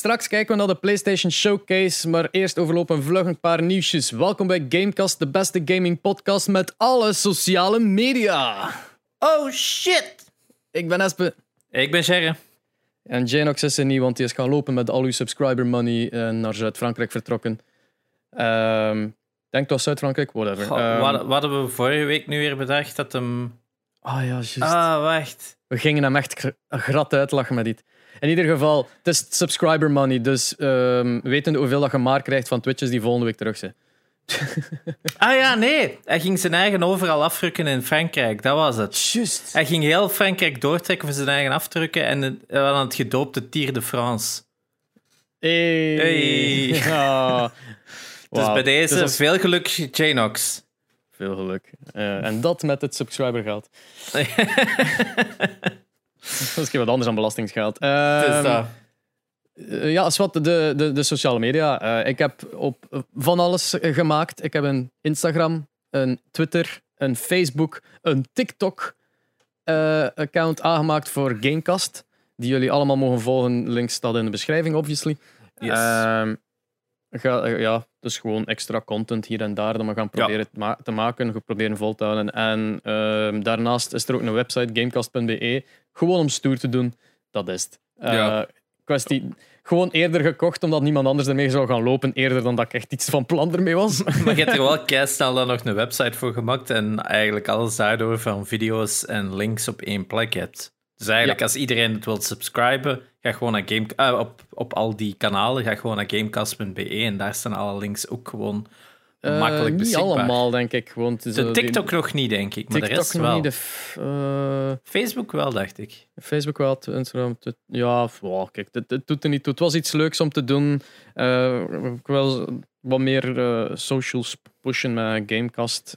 Straks kijken we naar de PlayStation Showcase, maar eerst overlopen vlug een paar nieuwsjes. Welkom bij Gamecast, de beste gaming podcast met alle sociale media. Oh shit! Ik ben Espe. Ik ben Gerre. En Janox is er niet, want die is gaan lopen met al uw subscriber money en naar Zuid-Frankrijk vertrokken. Denk toch Zuid-Frankrijk? Whatever. Wat hadden we vorige week nu weer bedacht dat hem... Ah ja, juist. wacht. We gingen hem echt grat uitlachen met dit. In ieder geval, het is subscriber money, dus wetende hoeveel dat je maar krijgt van Twitches die volgende week terug zijn. Nee. Hij ging zijn eigen overal afdrukken in Frankrijk. Dat was het. Juist. Hij ging heel Frankrijk doortrekken voor zijn eigen afdrukken en we hadden het gedoopte Tier de France. Hey. Ah. Dus Wow. bij deze, Dus veel geluk, Janox. veel geluk. En dat met het subscribergeld. Dat is wat anders dan belastingsgeld. Het is dat. Ja, is wat de sociale media. Ik heb op van alles gemaakt. Ik heb een Instagram, een Twitter, een Facebook, een TikTok-account aangemaakt voor Gamecast. Die jullie allemaal mogen volgen. Link staat in de beschrijving, obviously. Yes. Dus gewoon extra content hier en daar dat we gaan proberen te maken, we proberen vol te houden. En daarnaast is er ook een website, gamecast.be, gewoon om stoer te doen. Dat is het. Kwestie, gewoon eerder gekocht omdat niemand anders ermee zou gaan lopen, eerder dan dat ik echt iets van plan ermee was. Maar je hebt er wel keisnel dan nog een website voor gemaakt en eigenlijk alles daardoor van video's en links op één plek hebt. Dus eigenlijk, als iedereen het wil subscriben, ga gewoon naar op al die kanalen, ga gewoon naar gamecast.be en daar staan alle links ook gewoon makkelijk beschikbaar. Niet allemaal, denk ik. Gewoon, de TikTok nog niet, denk ik, maar TikTok de rest wel. Niet, Facebook wel, dacht ik. Facebook wel, Instagram. Kijk, het doet er niet toe. Het was iets leuks om te doen. Ik wil wat meer socials pushen met Gamecast.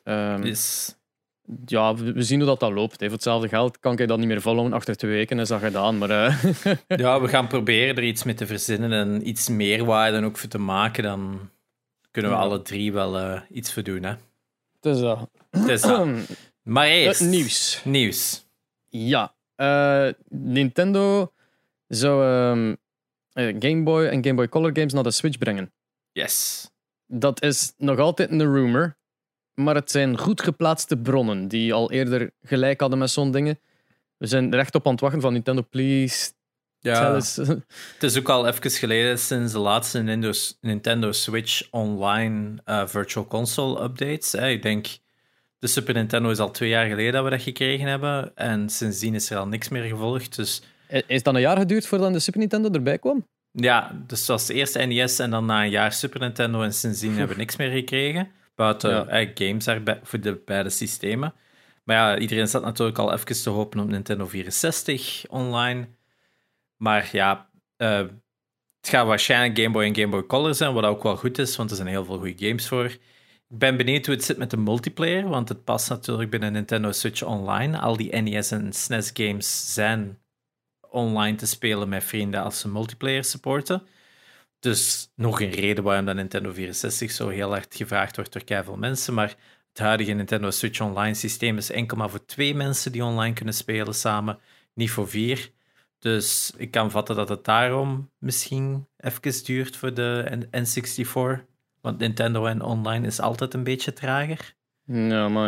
Ja, we zien hoe dat loopt. Voor hetzelfde geld kan ik dat niet meer volgen. Achter 2 weken is dat gedaan. Maar, Ja, we gaan proberen er iets mee te verzinnen en iets meerwaarde ook voor te maken. Dan kunnen we alle drie wel iets voor doen. Hè? Het is dat. Maar eerst... Nieuws. Ja. Nintendo zou Game Boy en Game Boy Color games naar de Switch brengen. Yes. Dat is nog altijd een rumor. Maar het zijn goed geplaatste bronnen die al eerder gelijk hadden met zo'n dingen. We zijn er echt op aan het wachten van Nintendo, please. Ja, het is ook al even geleden sinds de laatste Nintendo Switch Online Virtual Console updates. Ik denk, de Super Nintendo is al 2 jaar geleden dat we dat gekregen hebben. En sindsdien is er al niks meer gevolgd. Dus... Is dat een jaar geduurd voordat de Super Nintendo erbij kwam? Ja, dus het was eerst NES en dan na een jaar Super Nintendo. En sindsdien hebben we niks meer gekregen. Buiten games voor de beide systemen. Maar ja, iedereen zat natuurlijk al even te hopen op Nintendo 64 online. Maar ja, het gaat waarschijnlijk Game Boy en Game Boy Color zijn, wat ook wel goed is, want er zijn heel veel goede games voor. Ik ben benieuwd hoe het zit met de multiplayer, want het past natuurlijk binnen Nintendo Switch Online. Al die NES en SNES games zijn online te spelen met vrienden als ze multiplayer supporten. Dus nog een reden waarom dat Nintendo 64 zo heel hard gevraagd wordt door keiveel mensen. Maar het huidige Nintendo Switch Online systeem is enkel maar voor 2 mensen die online kunnen spelen samen, niet voor 4. Dus ik kan vatten dat het daarom misschien even duurt voor de N64. Want Nintendo en online is altijd een beetje trager. Ja, maar...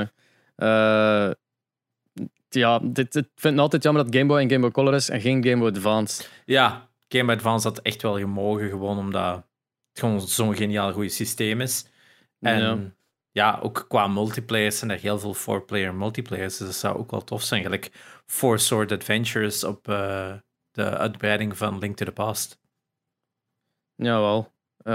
ik vind het altijd jammer dat Game Boy en Game Boy Color is en geen Game Boy Advance. Ja, Game Boy Advance had echt wel gemogen, gewoon omdat het gewoon zo'n geniaal goed systeem is. En ja, ook qua multiplayer zijn er heel veel 4-player multiplayers, dus dat zou ook wel tof zijn. Gelijk 4 Sword Adventures op de uitbreiding van Link to the Past. Jawel.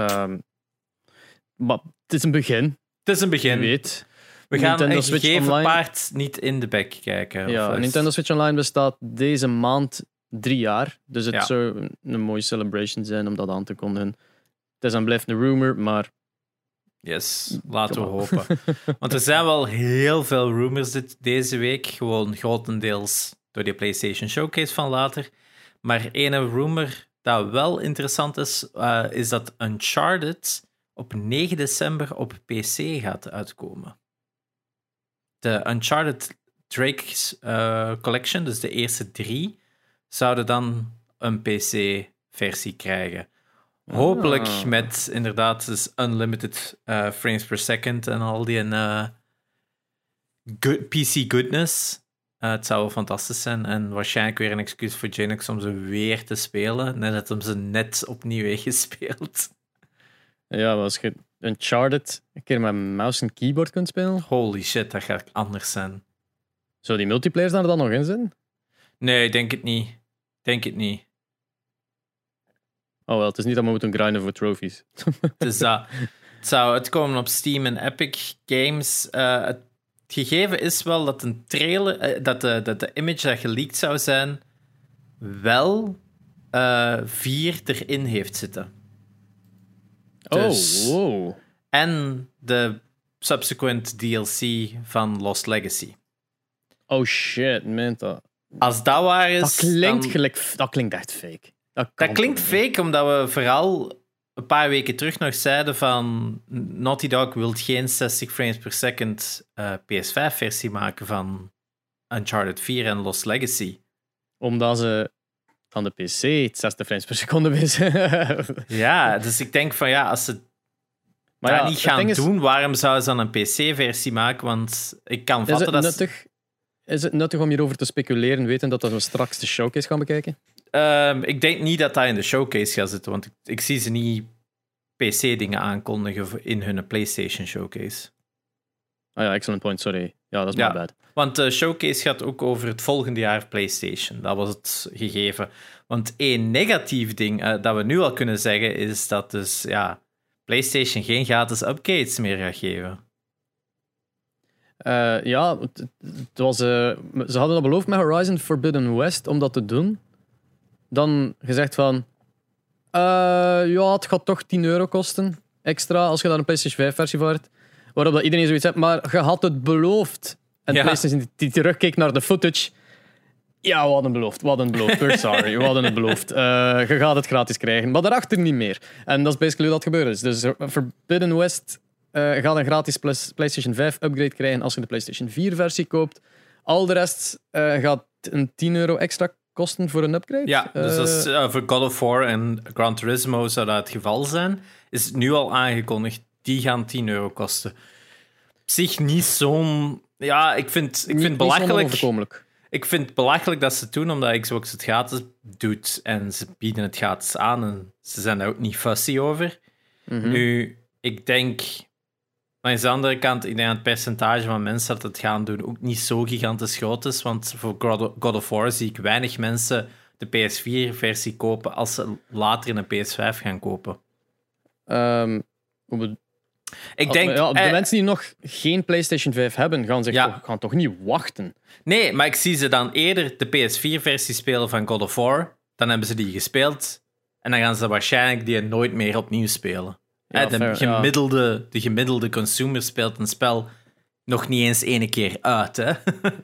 Maar het is een begin. Het is een begin. Je weet. We gaan Nintendo een Switch gegeven Online... paard niet in de bek kijken. Ja, Nintendo Switch Online bestaat deze maand 3 jaar. Dus het zou een mooie celebration zijn om dat aan te kondigen. Het is en blijft een rumor, maar... Yes, laten we hopen. Want er zijn wel heel veel rumors deze week. Gewoon grotendeels door de PlayStation Showcase van later. Maar ene rumor dat wel interessant is, is dat Uncharted op 9 december op PC gaat uitkomen. De Uncharted Drake's Collection, dus de eerste 3, zouden dan een PC-versie krijgen. Hopelijk met inderdaad dus unlimited frames per second en al die PC goodness. Het zou wel fantastisch zijn en waarschijnlijk weer een excuus voor Genox om ze weer te spelen, nadat hem ze net opnieuw heeft gespeeld. Ja, als je Uncharted een keer met mouse en keyboard kunt spelen. Holy shit, dat gaat anders zijn. Zou die multiplayers daar dan nog in zijn? Nee, ik denk het niet. Oh wel, het is niet dat we moeten grinden voor trophies. Dus het zou uitkomen op Steam en Epic Games. Het gegeven is wel dat een trailer, dat de image dat geleakt zou zijn, wel 4 erin heeft zitten. Dus, wow. En de subsequent DLC van Lost Legacy. Oh shit, man. Als dat waar is... Dat klinkt echt fake. Dat klinkt fake, omdat we vooral een paar weken terug nog zeiden van Naughty Dog wil geen 60 frames per second PS5-versie maken van Uncharted 4 en Lost Legacy. Omdat ze van de PC 60 frames per seconde bezig. Ja, dus ik denk van ja, als ze maar dat niet gaan doen, waarom zouden ze dan een PC-versie maken? Want ik kan vatten dat... Is het nuttig om hierover te speculeren, weten dat we straks de showcase gaan bekijken? Ik denk niet dat dat in de showcase gaat zitten, want ik zie ze niet PC-dingen aankondigen in hun PlayStation showcase. Ah ja, excellent point, sorry. Ja, dat is my bad. Want de showcase gaat ook over het volgende jaar PlayStation. Dat was het gegeven. Want één negatief ding dat we nu al kunnen zeggen is dat dus PlayStation geen gratis upgrades meer gaat geven. Ja, het was, ze hadden al beloofd met Horizon Forbidden West om dat te doen. Dan gezegd van... het gaat toch €10 kosten extra als je daar een PlayStation 5 versie voor hebt. Waarop dat iedereen zoiets heeft, maar je had het beloofd. En PlayStation die terugkeek naar de footage. Ja, we hadden beloofd. We're sorry, we hadden het beloofd. Je gaat het gratis krijgen, maar daarachter niet meer. En dat is basically hoe dat gebeurd is. Dus Forbidden West gaat een gratis PlayStation 5 upgrade krijgen als je de PlayStation 4 versie koopt. Al de rest gaat een €10 extra kosten voor een upgrade. Ja, dus dat is, voor God of War en Gran Turismo zou dat het geval zijn. Is het nu al aangekondigd. Die gaan €10 kosten. Op zich niet zo'n... Ja, ik vind het belachelijk. Ik vind het belachelijk dat ze het doen, omdat Xbox het gratis doet. En ze bieden het gratis aan. En ze zijn daar ook niet fussy over. Mm-hmm. Nu, ik denk... Maar aan de andere kant, ik denk dat het percentage van mensen dat het gaan doen ook niet zo gigantisch groot is. Want voor God of War zie ik weinig mensen de PS4-versie kopen als ze later een PS5 gaan kopen. Ik denk... de mensen die nog geen PlayStation 5 hebben, gaan toch niet wachten? Nee, maar ik zie ze dan eerder de PS4-versie spelen van God of War. Dan hebben ze die gespeeld. En dan gaan ze waarschijnlijk die nooit meer opnieuw spelen. Ja, de gemiddelde consumer speelt een spel nog niet eens 1 keer uit. Hè?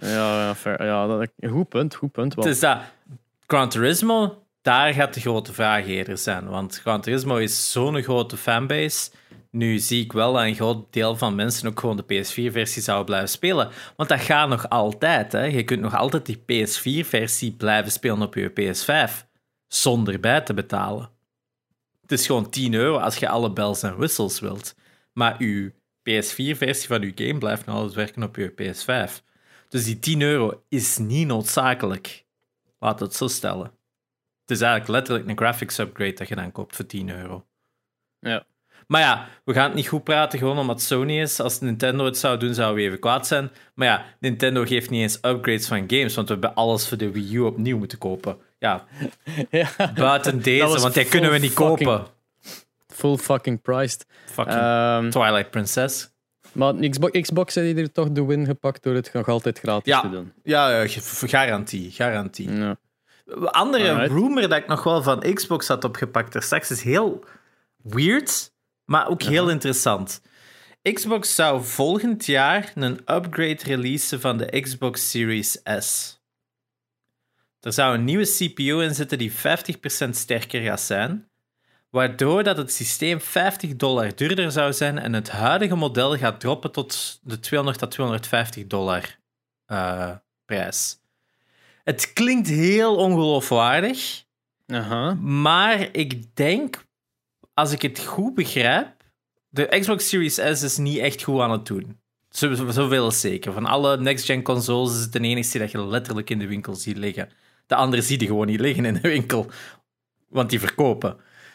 Goed punt. Het is dat Gran Turismo, daar gaat de grote vraag eerder zijn. Want Gran Turismo is zo'n grote fanbase. Nu zie ik wel dat een groot deel van mensen ook gewoon de PS4-versie zouden blijven spelen. Want dat gaat nog altijd. Hè? Je kunt nog altijd die PS4-versie blijven spelen op je PS5 zonder bij te betalen. Het is gewoon €10 als je alle bells en whistles wilt. Maar je PS4-versie van je game blijft nog altijd werken op je PS5. Dus die €10 is niet noodzakelijk. Laat het zo stellen. Het is eigenlijk letterlijk een graphics upgrade dat je dan koopt voor €10. Ja. Maar ja, we gaan het niet goed praten, gewoon omdat Sony is. Als Nintendo het zou doen, zouden we even kwaad zijn. Maar ja, Nintendo geeft niet eens upgrades van games, want we hebben alles voor de Wii U opnieuw moeten kopen. Ja, buiten deze, want die kunnen we niet kopen. Full fucking priced. Fucking Twilight Princess. Maar Xbox heeft er toch de win gepakt door het nog altijd gratis te doen. Ja, garantie. Ja. Andere rumor dat ik nog wel van Xbox had opgepakt er straks is heel weird, maar ook heel interessant. Xbox zou volgend jaar een upgrade releasen van de Xbox Series S. Er zou een nieuwe CPU in zitten die 50% sterker gaat zijn, waardoor dat het systeem $50 duurder zou zijn en het huidige model gaat droppen tot de $200 tot $250 prijs. Het klinkt heel ongeloofwaardig, maar ik denk als ik het goed begrijp, de Xbox Series S is niet echt goed aan het doen. Zoveel is zeker. Van alle next-gen consoles is het de enige dat je letterlijk in de winkel ziet liggen. De andere zie je gewoon niet liggen in de winkel, want die verkopen.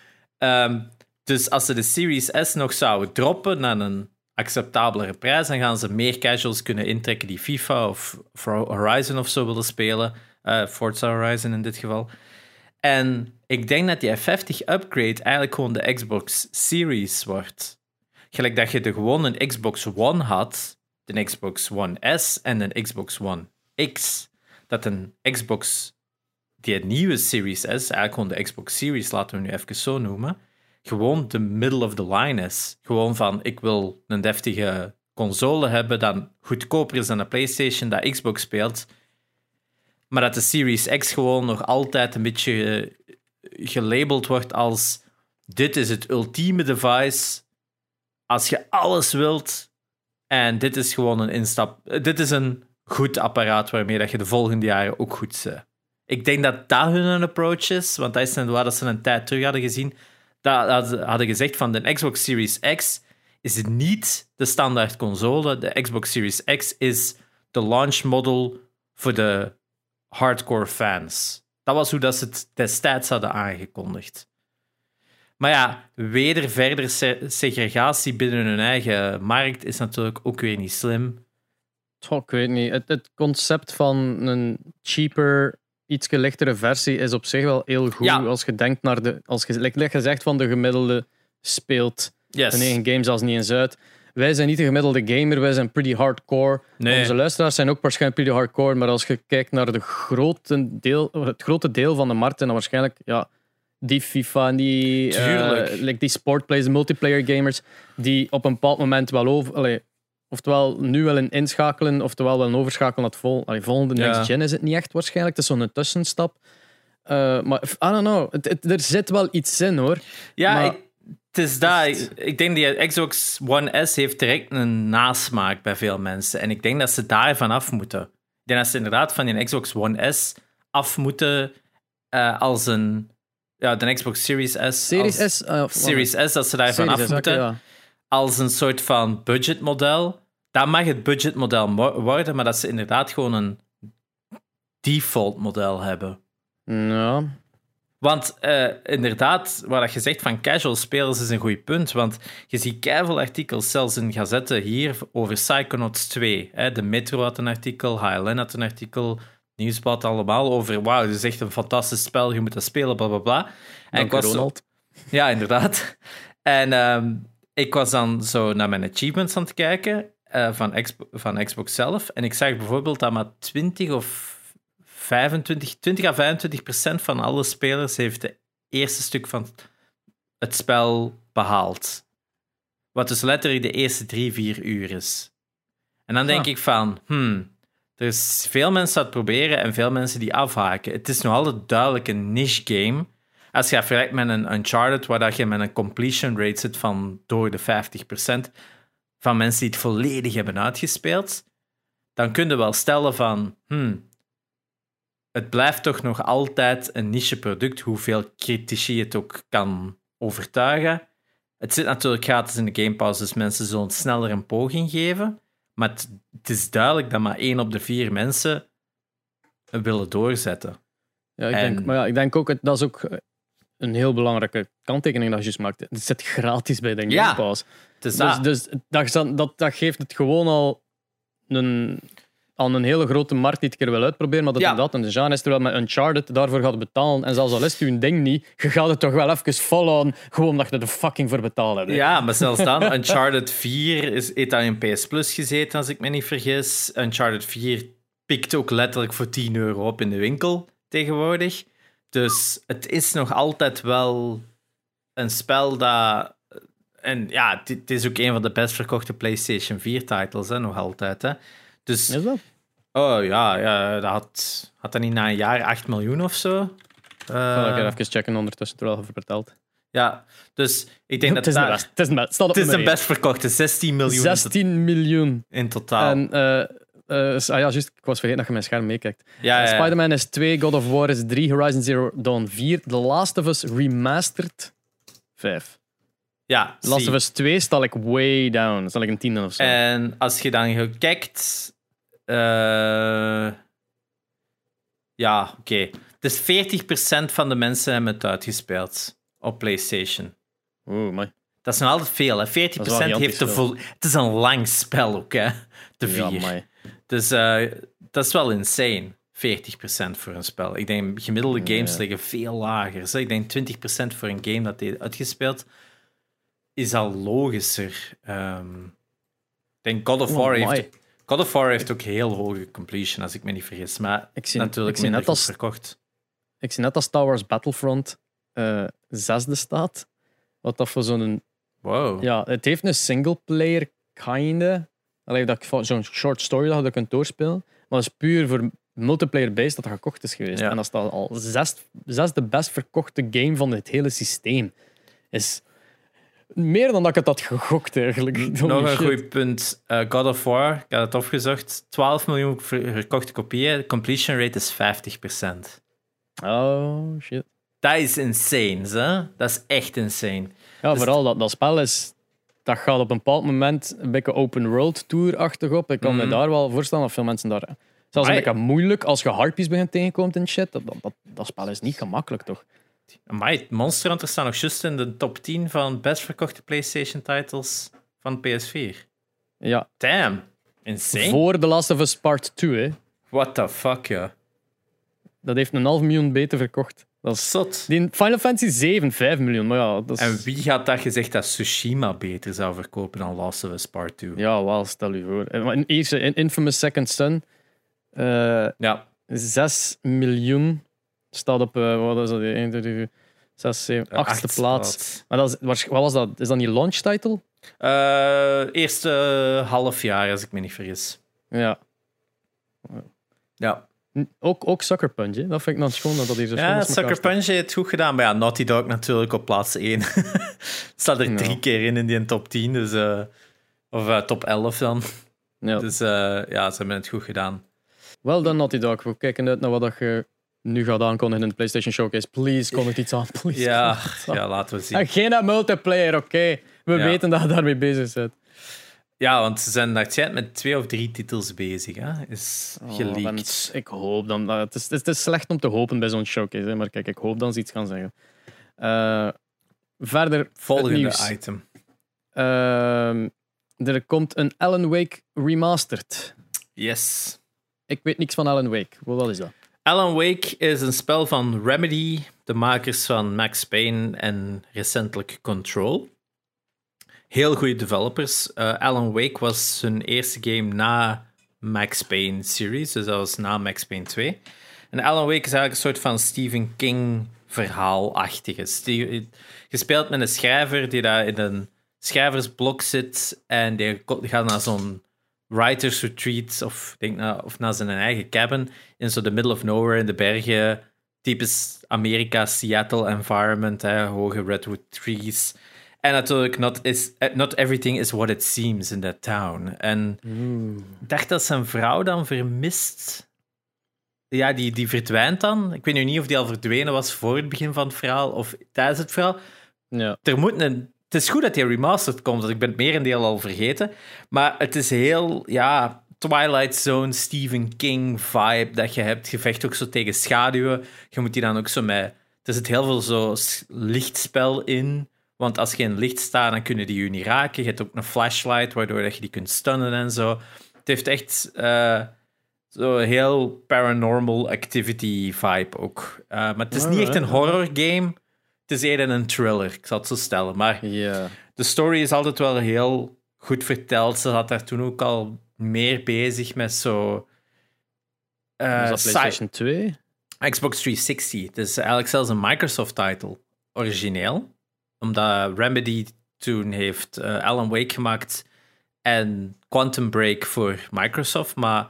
Dus als ze de Series S nog zouden droppen naar een acceptabelere prijs, dan gaan ze meer casuals kunnen intrekken die FIFA of Horizon of zo willen spelen. Forza Horizon in dit geval. En ik denk dat die 50 upgrade eigenlijk gewoon de Xbox Series wordt. Gelijk dat je gewoon een Xbox One had, de Xbox One S en een Xbox One X. Dat een Xbox, die nieuwe Series S, eigenlijk gewoon de Xbox Series, laten we nu even zo noemen, gewoon de middle of the line is. Gewoon van, ik wil een deftige console hebben dat goedkoper is dan de PlayStation dat Xbox speelt. Maar dat de Series X gewoon nog altijd een beetje gelabeld wordt als dit is het ultieme device als je alles wilt en dit is gewoon een instap. Dit is een goed apparaat waarmee dat je de volgende jaren ook goed zit. Ik denk dat dat hun approach is, want dat is wat ze een tijd terug hadden gezien. Dat hadden gezegd van de Xbox Series X is niet de standaard console. De Xbox Series X is de launch model voor de hardcore fans. Dat was hoe dat ze het destijds hadden aangekondigd. Maar ja, weder verder segregatie binnen hun eigen markt is natuurlijk ook weer niet slim. Ik weet niet. Het concept van een cheaper, iets lichtere versie is op zich wel heel goed. Ja. Als je denkt naar als je zegt van de gemiddelde speelt hun eigen games als niet eens uit. Wij zijn niet de gemiddelde gamer, wij zijn pretty hardcore. Nee. Onze luisteraars zijn ook waarschijnlijk pretty hardcore, maar als je kijkt naar het grote deel van de markt, en dan waarschijnlijk die FIFA en die sportplayers, multiplayer gamers, die op een bepaald moment wel oftewel nu wel inschakelen, oftewel wel overschakelen naar het volgende next gen is het niet echt waarschijnlijk. Het is zo'n tussenstap. Maar I don't know, er zit wel iets in hoor. Ja, maar het is dat. Ik denk dat Xbox One S heeft direct een nasmaak bij veel mensen. En ik denk dat ze daarvan af moeten. Ik denk dat ze inderdaad van die Xbox One S af moeten als een... Ja, de Xbox Series S. Series S, dat ze daarvan af moeten. Okay, als een soort van budgetmodel. Dat mag het budgetmodel worden, maar dat ze inderdaad gewoon een default model hebben. Ja. Want inderdaad, wat je zegt van casual spelers is een goed punt. Want je ziet keiveel artikels, zelfs in gazetten hier, over Psychonauts 2. De Metro had een artikel, HLN had een artikel, Nieuwsblad allemaal, over wauw, dit is echt een fantastisch spel, je moet dat spelen, bla bla bla. En Ronald. Ja, inderdaad. En ik was dan zo naar mijn achievements aan het kijken van Xbox zelf. En ik zag bijvoorbeeld dat maar 20 à 25% van alle spelers heeft het eerste stuk van het spel behaald. Wat dus letterlijk de eerste 3-4 uur is. En dan denk ik van, er is veel mensen dat proberen en veel mensen die afhaken. Het is nog altijd duidelijk een niche game. Als je vergelijkt met een Uncharted, waar dat je met een completion rate zit van door de 50% van mensen die het volledig hebben uitgespeeld, dan kun je wel stellen van, het blijft toch nog altijd een niche product, hoeveel critici het ook kan overtuigen. Het zit natuurlijk gratis in de Game Pass, dus mensen zullen sneller een poging geven. Maar het is duidelijk dat maar 1 op de 4 mensen willen doorzetten. Ja, ik denk ook, dat is ook een heel belangrijke kanttekening dat je juist maakt. Het zit gratis bij de Game Pass. Dus dat geeft het gewoon al een hele grote markt die het een keer wil uitproberen, maar dat inderdaad een genre is, terwijl met Uncharted daarvoor gaat betalen. En zelfs al is het je ding niet, je gaat het toch wel even volhouden, gewoon dat je er fucking voor betaald hebt. Ja, maar zelfs dan, Uncharted 4 heeft daar in PS Plus gezeten, als ik me niet vergis. Uncharted 4 pikt ook letterlijk voor €10 op in de winkel tegenwoordig. Dus het is nog altijd wel een spel dat... En ja, het is ook een van de best verkochte PlayStation 4-titles, nog altijd. Hè. Dus, is dat? Oh ja, dat had dat niet na een jaar 8 miljoen of zo? Ik ga even checken ondertussen, terwijl je vertelt. Ja, dus ik denk dat het is de best verkochte, 16 miljoen. 16 miljoen. In totaal. En, juist, ik was vergeten dat je mijn scherm meekijkt. Ja. Spider-Man is 2, God of War is 3, Horizon Zero Dawn 4, The Last of Us Remastered 5. Ja, Last of Us 2 stal ik way down. Stal ik een 10 of zo. En als je dan kijkt... ja, oké. Dus 40% van de mensen hebben het uitgespeeld op PlayStation. Oeh, man. Dat is nog altijd veel, hè. 40% heeft het is een lang spel ook, hè. De 4. Ja, dus dat is wel insane. 40% voor een spel. Ik denk gemiddelde games liggen veel lager. Zo. Ik denk 20% voor een game dat hij uitgespeeld is al logischer. Ik denk God of War heeft ook heel hoge completion, als ik me niet vergis. Maar natuurlijk minder goed verkocht. Ik zie net dat Star Wars Battlefront 6e staat. Wat dat voor zo'n... Wow. Ja, het heeft een singleplayer kinda. Alleen dat zo'n short story dat je kunt doorspelen. Maar dat is puur voor multiplayer based dat gekocht is geweest. Ja. En dat staat al zesde best verkochte game van het hele systeem. Is meer dan dat ik het had gegokt eigenlijk. Nog een goed punt. God of War, ik had het opgezocht. 12 miljoen verkochte kopieën. Completion rate is 50%. Oh, shit. Dat is insane, hè? Dat is echt insane. Ja, dus vooral dat spel is... Dat gaat op een bepaald moment een beetje open world tour-achtig op. Ik kan me daar wel voorstellen dat veel mensen daar... Zelfs een beetje moeilijk als je harpies begint tegenkomt en shit. Dat spel is niet gemakkelijk, toch? Amai, Monster Hunter staat nog juist in de top 10 van best verkochte PlayStation-titles van PS4. Ja. Damn. Insane. Voor The Last of Us Part 2, hè. What the fuck, ja. Dat heeft 500.000 beter verkocht. Dat is zot. Die Final Fantasy 7, 5 miljoen. Maar ja, dat is... En wie had dat gezegd dat Tsushima beter zou verkopen dan Last of Us Part 2? Ja, wel, stel je voor. In Infamous Second Son... 6 miljoen staat op... wat is dat? 1, 2, 3, 6, 7, 8e plaats. Maar dat is, wat was dat? Is dat niet launch title? Eerste half jaar, als ik me niet vergis. Ja. Ja. Ook Sucker Punch, hè? Dat vind ik dan schoon dat hier zo schoon is. Ja, Sucker Punch heeft het goed gedaan. Maar ja, Naughty Dog natuurlijk op plaats 1. Staat er 3 keer in die top 10. Dus, of top 11 dan. Ja. Dus ja, ze hebben het goed gedaan. Wel dan, Naughty Dog. We kijken uit naar wat je nu gaat aankondigen in de PlayStation Showcase. Please, kondig iets aan. Please, ja, laten we zien. En geen multiplayer, oké. We weten dat je daarmee bezig bent. Ja, want ze zijn met 2 of 3 titels bezig. Hè? Is geleakt. Ik hoop dan... Het is slecht om te hopen bij zo'n showcase, hè, maar kijk, ik hoop dat ze iets gaan zeggen. Verder, volgende nieuws. item. Er komt een Alan Wake remastered. Yes. Ik weet niks van Alan Wake. Wat is dat? Alan Wake is een spel van Remedy, de makers van Max Payne en recentelijk Control. Heel goede developers. Alan Wake was hun eerste game na Max Payne series, dus dat was na Max Payne 2. En Alan Wake is eigenlijk een soort van Stephen King verhaalachtige. Je speelt met een schrijver die daar in een schrijversblok zit en die gaat naar zo'n writers retreat of naar zijn eigen cabin in zo the middle of nowhere in de bergen. Typisch Amerika, Seattle environment, hoge redwood trees. En natuurlijk, not everything is what it seems in that town. En ik dacht dat zijn vrouw dan vermist. Ja, die verdwijnt dan. Ik weet nu niet of die al verdwenen was voor het begin van het verhaal of tijdens het verhaal. Ja. Het is goed dat die remastered komt, want ik ben het merendeel al vergeten. Maar het is heel, Twilight Zone, Stephen King vibe dat je hebt. Je vecht ook zo tegen schaduwen. Je moet die dan ook zo met... Er zit heel veel zo lichtspel in. Want als je in licht staat, dan kunnen die je niet raken. Je hebt ook een flashlight, waardoor dat je die kunt stunnen en zo. Het heeft echt zo heel paranormal activity vibe ook. Maar het is niet echt een horror game. Het is eerder een thriller, ik zal het zo stellen. Maar de story is altijd wel heel goed verteld. Ze had daar toen ook al meer bezig met zo... Was dat PlayStation 2? Xbox 360. Het is eigenlijk zelfs een Microsoft-title. Origineel. Omdat Remedy toen heeft Alan Wake gemaakt en Quantum Break voor Microsoft. Maar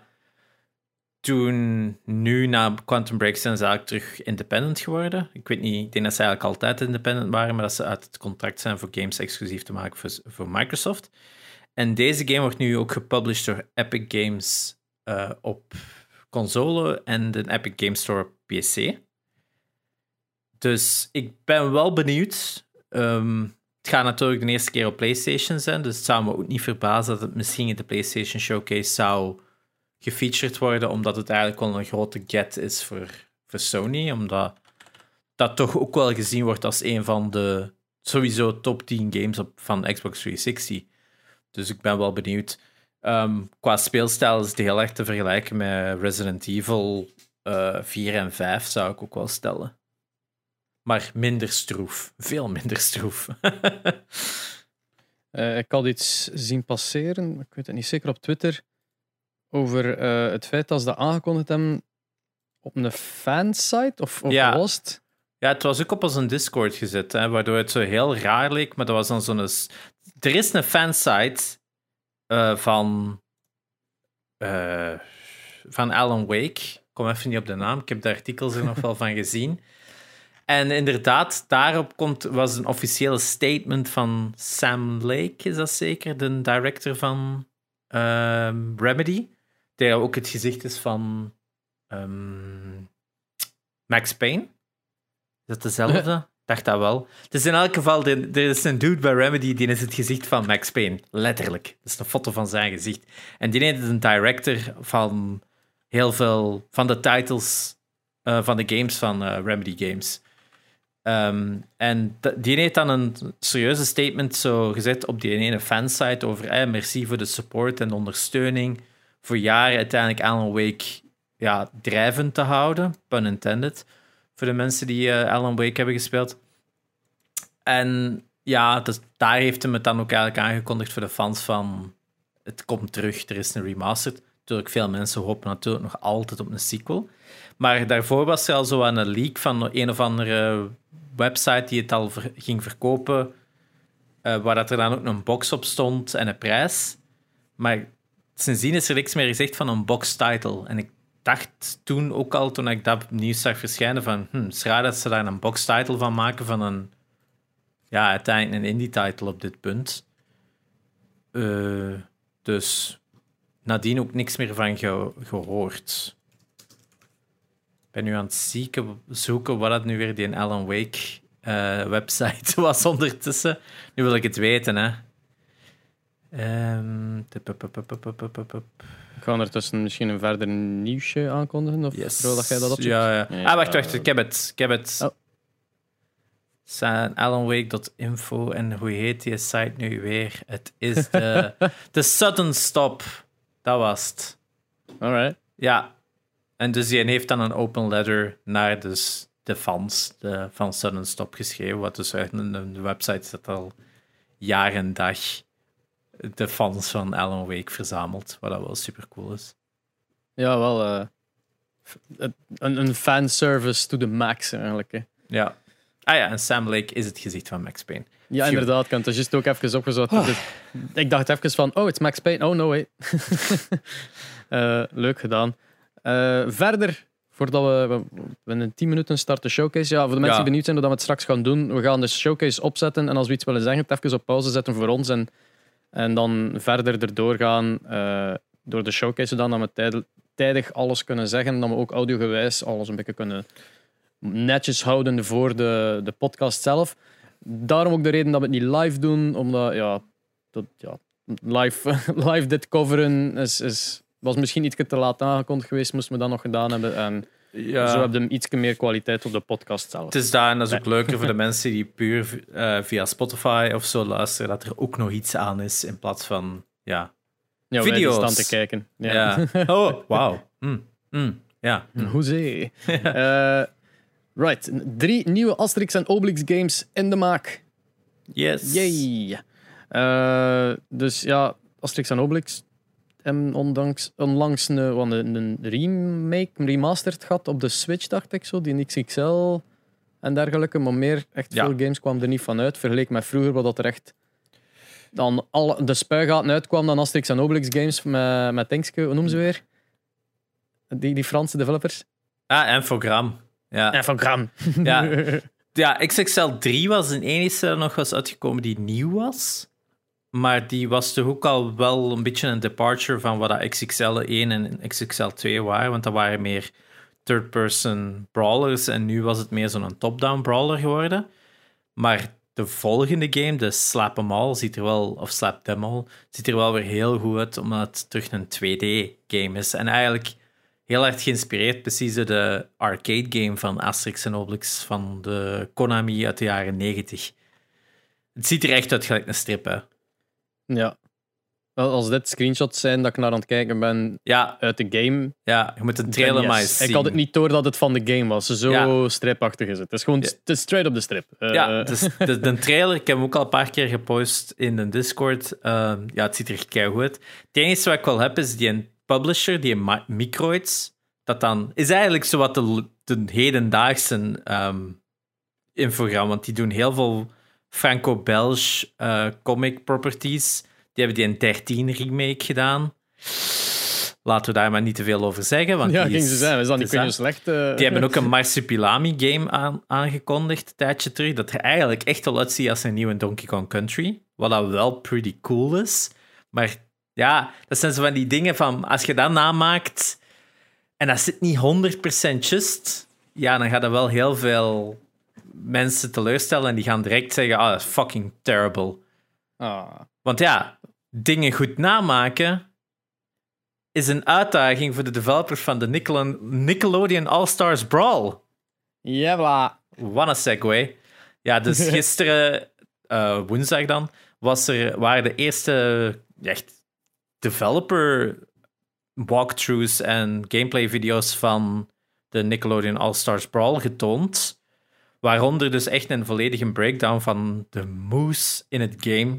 toen, nu na Quantum Break, zijn ze eigenlijk terug independent geworden. Ik weet niet, ik denk dat ze eigenlijk altijd independent waren, maar dat ze uit het contract zijn voor games exclusief te maken voor Microsoft. En deze game wordt nu ook gepublished door Epic Games op console en de Epic Games Store op PC. Dus ik ben wel benieuwd. Het gaat natuurlijk de eerste keer op PlayStation zijn, dus het zou me ook niet verbazen dat het misschien in de PlayStation Showcase zou gefeatured worden, omdat het eigenlijk wel een grote get is voor Sony, omdat dat toch ook wel gezien wordt als een van de sowieso top 10 games van Xbox 360. Dus ik ben wel benieuwd. Qua speelstijl is het heel erg te vergelijken met Resident Evil 4 en 5, zou ik ook wel stellen. Maar minder stroef. Veel minder stroef. Ik had iets zien passeren, ik weet het niet zeker, op Twitter, over het feit dat ze dat aangekondigd hebben op een fansite, of Ja. was het? Ja, het was ook op onze Discord gezet, hè, waardoor het zo heel raar leek, maar dat was dan zo'n... Er is een fansite van Alan Wake. Ik kom even niet op de naam, ik heb de artikels er nog wel van gezien. En inderdaad, daarop was een officiële statement van Sam Lake, is dat zeker? De director van Remedy. Die ook het gezicht is van Max Payne. Is dat dezelfde? Ik dacht dat wel. Het is in elk geval, er is een dude bij Remedy, die is het gezicht van Max Payne. Letterlijk. Dat is een foto van zijn gezicht. En die is een director van heel veel van de titles van de games van Remedy Games. En die heeft dan een serieuze statement zo gezet op die ene fansite over merci voor de support en de ondersteuning. Voor jaren uiteindelijk Alan Wake drijvend te houden. Pun intended. Voor de mensen die Alan Wake hebben gespeeld. En ja, dus daar heeft hem het dan ook eigenlijk aangekondigd voor de fans van het komt terug, er is een remastered. Natuurlijk, veel mensen hopen natuurlijk nog altijd op een sequel. Maar daarvoor was er al zo aan een leak van een of andere website die het al ging verkopen, waar dat er dan ook een box op stond en een prijs. Maar sindsdien is er niks meer gezegd van een box title. En ik dacht toen ook al, toen ik dat nieuws zag verschijnen, van het is raar dat ze daar een box title van maken van uiteindelijk een indie title op dit punt. Dus nadien ook niks meer van gehoord. Ik ben nu aan het zoeken wat dat nu weer die Alan Wake website was ondertussen. Nu wil ik het weten, hè. Ik ga ondertussen misschien een verder nieuwsje aankondigen, of terwijl dat jij dat opzoekt? Ja. Wacht, ik heb het. Oh. Alanwake.info en hoe heet die site nu weer? Het is de Sudden Stop. Dat was het. Alright. Ja. En dus die heeft dan een open letter naar dus de fans van Sudden Stop geschreven, wat dus uit een website is dat al jaar en dag de fans van Alan Wake verzamelt, wat dat wel super cool is. Ja, wel een fanservice to the max eigenlijk. Hè. Ja. En Sam Lake is het gezicht van Max Payne. Ja, inderdaad. Ik had het juist ook even opgezocht. Dus ik dacht even van, it's Max Payne. Oh, no way. Leuk gedaan. Verder, voordat we in 10 minuten starten de showcase. Ja, voor de mensen die benieuwd zijn hoe we het straks gaan doen. We gaan de showcase opzetten en als we iets willen zeggen, het even op pauze zetten voor ons en dan verder erdoor gaan door de showcase, zodat we tijdig alles kunnen zeggen en dat we ook audiogewijs alles een beetje kunnen netjes houden voor de podcast zelf. Daarom ook de reden dat we het niet live doen, omdat live dit coveren was misschien iets te laat aangekondigd geweest, moesten we dat nog gedaan hebben. En zo hebben we iets meer kwaliteit op de podcast zelf. Het is daar, en dat is ook leuker voor de mensen die puur via Spotify of zo luisteren, dat er ook nog iets aan is in plaats van video's. Staan te kijken. Ja. Oh, wauw. Ja. Hoezee. Right. 3 nieuwe Asterix en Obelix games in de maak. Yes. Yay. Dus ja, Asterix en Obelix hebben onlangs een remake, een remastered gehad op de Switch, dacht ik zo. Die XXL en dergelijke. Maar meer, echt veel games kwamen er niet van uit. Vergeleken met vroeger, waar dat er echt dan de spuigaten uitkwam dan Asterix en Obelix games met Denkske, hoe noemen ze weer? Die Franse developers. Infogram. Ja. Infogram. Ja, XXL 3 was de enige dat nog was uitgekomen die nieuw was. Maar die was toch ook al wel een beetje een departure van wat dat XXL 1 en XXL 2 waren. Want dat waren meer third-person brawlers. En nu was het meer zo'n top-down brawler geworden. Maar de volgende game, de Slap 'em All, Slap Them All, ziet er wel weer heel goed uit, omdat het terug een 2D-game is. En eigenlijk heel erg geïnspireerd precies door de arcade-game van Asterix en Obelix van de Konami uit de jaren 90. Het ziet er echt uit gelijk een strip, hè. Ja. Wel, als dit screenshots zijn dat ik naar aan het kijken ben uit de game... Ja, je moet een trailer maar eens zien. Ik had het niet door dat het van de game was. Zo stripachtig is het. Het is gewoon het is straight op de strip. De trailer, ik heb hem ook al een paar keer gepost in de Discord. Het ziet er keigoed uit. Het enige wat ik wel heb, is die een publisher, die Microids, dat dan... Is eigenlijk zo wat de hedendaagse infogram, want die doen heel veel Franco-Belge comic properties. Die hebben die een 13 remake gedaan. Laten we daar maar niet te veel over zeggen. Want ging ze zijn. Is dat niet kun je slecht... Die hebben ook een Marsupilami-game aangekondigd een tijdje terug, dat er eigenlijk echt wel uitziet als een nieuwe Donkey Kong Country. Wat dat wel pretty cool is. Maar ja, dat zijn zo van die dingen van... Als je dat namaakt en dat zit niet 100% just, ja, dan gaat dat wel heel veel mensen teleurstellen en die gaan direct zeggen, dat is fucking terrible. Want ja, dingen goed namaken is een uitdaging voor de developers van de Nickelodeon All-Stars Brawl. Ja, What a segue. Ja, dus gisteren, woensdag dan, waren de eerste echt developer walkthroughs en gameplay video's van de Nickelodeon All-Stars Brawl getoond. Waaronder dus echt een volledige breakdown van de moves in het game.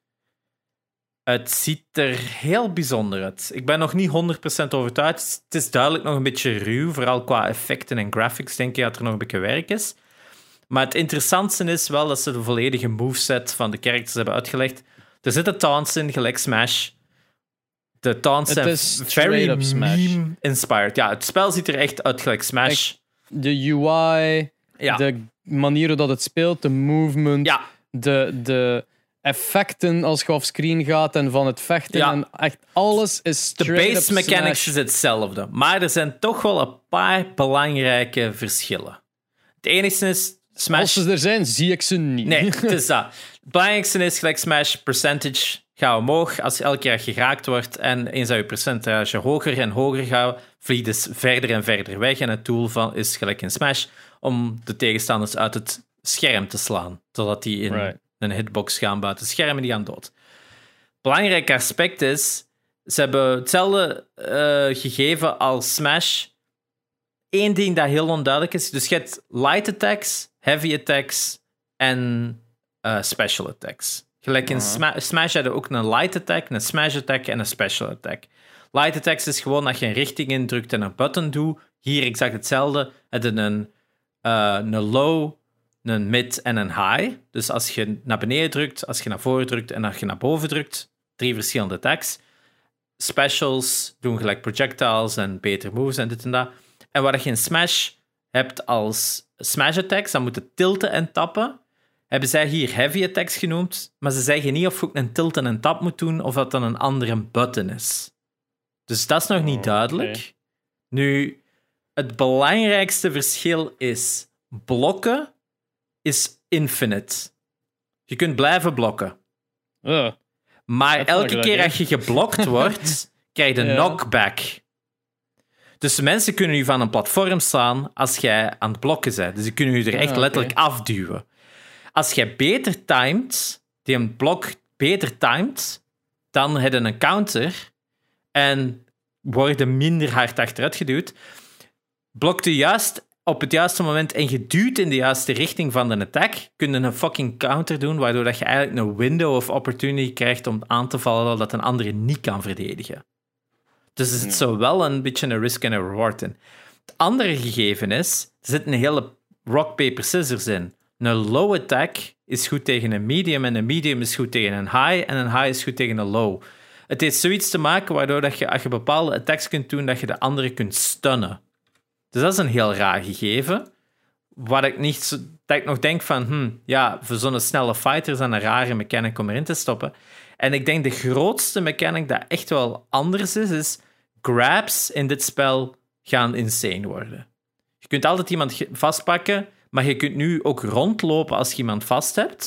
Het ziet er heel bijzonder uit. Ik ben nog niet 100% overtuigd. Het is duidelijk nog een beetje ruw, vooral qua effecten en graphics denk ik dat er nog een beetje werk is. Maar het interessantste is wel dat ze de volledige moveset van de characters hebben uitgelegd. Er zitten taunts in, gelijk Smash. De taunts zijn very meme-inspired. Ja, het spel ziet er echt uit gelijk Smash. De UI, de manier hoe dat het speelt, de movement, de effecten als je off-screen gaat en van het vechten. En echt alles is straight de base mechanics is hetzelfde. Maar er zijn toch wel een paar belangrijke verschillen. Het enigste is... Smash... Als ze er zijn, zie ik ze niet. Nee, het is dat. Het belangrijkste is gelijk Smash percentage gaat omhoog als elke keer geraakt wordt. En eens dat je percentage hoger en hoger gaat, vliegt dus verder en verder weg. En het doel is gelijk in Smash om de tegenstanders uit het scherm te slaan. Zodat die in een hitbox gaan buiten het scherm en die gaan dood. Belangrijk aspect is, ze hebben hetzelfde gegeven als Smash. Eén ding dat heel onduidelijk is. Dus je hebt light attacks, heavy attacks en special attacks. Gelijk in Smash had je ook een light attack, een smash attack en een special attack. Light attacks is gewoon dat je een richting indrukt en een button doet. Hier exact hetzelfde. Het is een low, een mid en een high. Dus als je naar beneden drukt, als je naar voren drukt en als je naar boven drukt, 3 verschillende attacks. Specials doen gelijk projectiles en betere moves en dit en dat. En wat je in Smash hebt als smash attacks, dan moeten tilten en tappen. Hebben zij hier heavy attacks genoemd, maar ze zeggen niet of je ook een tilt en een tap moet doen of dat dan een andere button is. Dus dat is nog niet duidelijk. Okay. Nu, het belangrijkste verschil is blokken is infinite. Je kunt blijven blokken. Maar elke keer als je geblokt wordt, krijg je een knockback. Dus mensen kunnen je van een platform slaan als jij aan het blokken bent. Dus ze kunnen je er echt letterlijk afduwen. Als jij beter timed, die een blok beter timed, dan heb je een counter en worden minder hard achteruit geduwd. Blokt je juist op het juiste moment en je duwt in de juiste richting van de attack, kun je een fucking counter doen, waardoor dat je eigenlijk een window of opportunity krijgt om aan te vallen dat een andere niet kan verdedigen. Dus er zit zo wel een beetje een risk en een reward in. Het andere gegeven is, er zit een hele rock, paper, scissors in. Een low attack is goed tegen een medium en een medium is goed tegen een high en een high is goed tegen een low. Het heeft zoiets te maken waardoor dat je, als je bepaalde attacks kunt doen, dat je de andere kunt stunnen. Dus dat is een heel raar gegeven. Wat ik niet, dat ik nog denk van, voor zo'n snelle fighter is dat een rare mechanic om erin te stoppen. En ik denk de grootste mechanic dat echt wel anders is grabs in dit spel gaan insane worden. Je kunt altijd iemand vastpakken, maar je kunt nu ook rondlopen als je iemand vast hebt.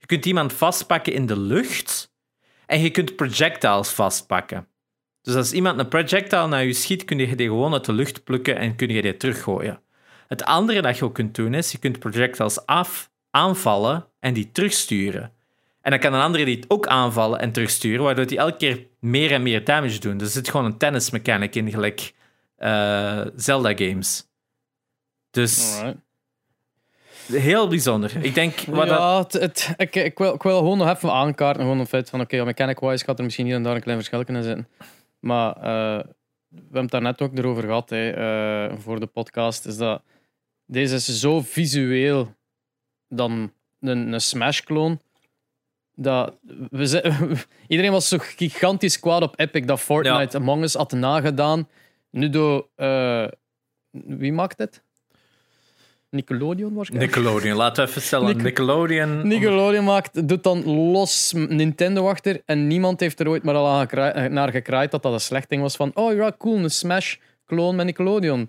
Je kunt iemand vastpakken in de lucht en je kunt projectiles vastpakken. Dus als iemand een projectile naar je schiet, kun je die gewoon uit de lucht plukken en kun je die teruggooien. Het andere dat je ook kunt doen is, je kunt projectiles aanvallen en die terugsturen. En dan kan een andere die ook aanvallen en terugsturen, waardoor die elke keer meer en meer damage doen. Dus er zit gewoon een tennismechanic in, gelijk Zelda-games. Dus heel bijzonder. Ik denk... Ik wil gewoon nog even aankaarten, gewoon het feit van, mechanic-wise gaat er misschien hier en daar een klein verschil kunnen zitten. Maar we hebben het daar net ook erover gehad, voor de podcast, is dat deze is zo visueel dan een Smash-kloon. Dat iedereen was zo gigantisch kwaad op Epic dat Fortnite Among Us had nagedaan. Nu door... wie maakt het? Nickelodeon waarschijnlijk? Nickelodeon, laten we even stellen. Nickelodeon doet dan los Nintendo achter en niemand heeft er ooit maar al naar gekraaid dat een slecht ding was van cool, een Smash-kloon met Nickelodeon.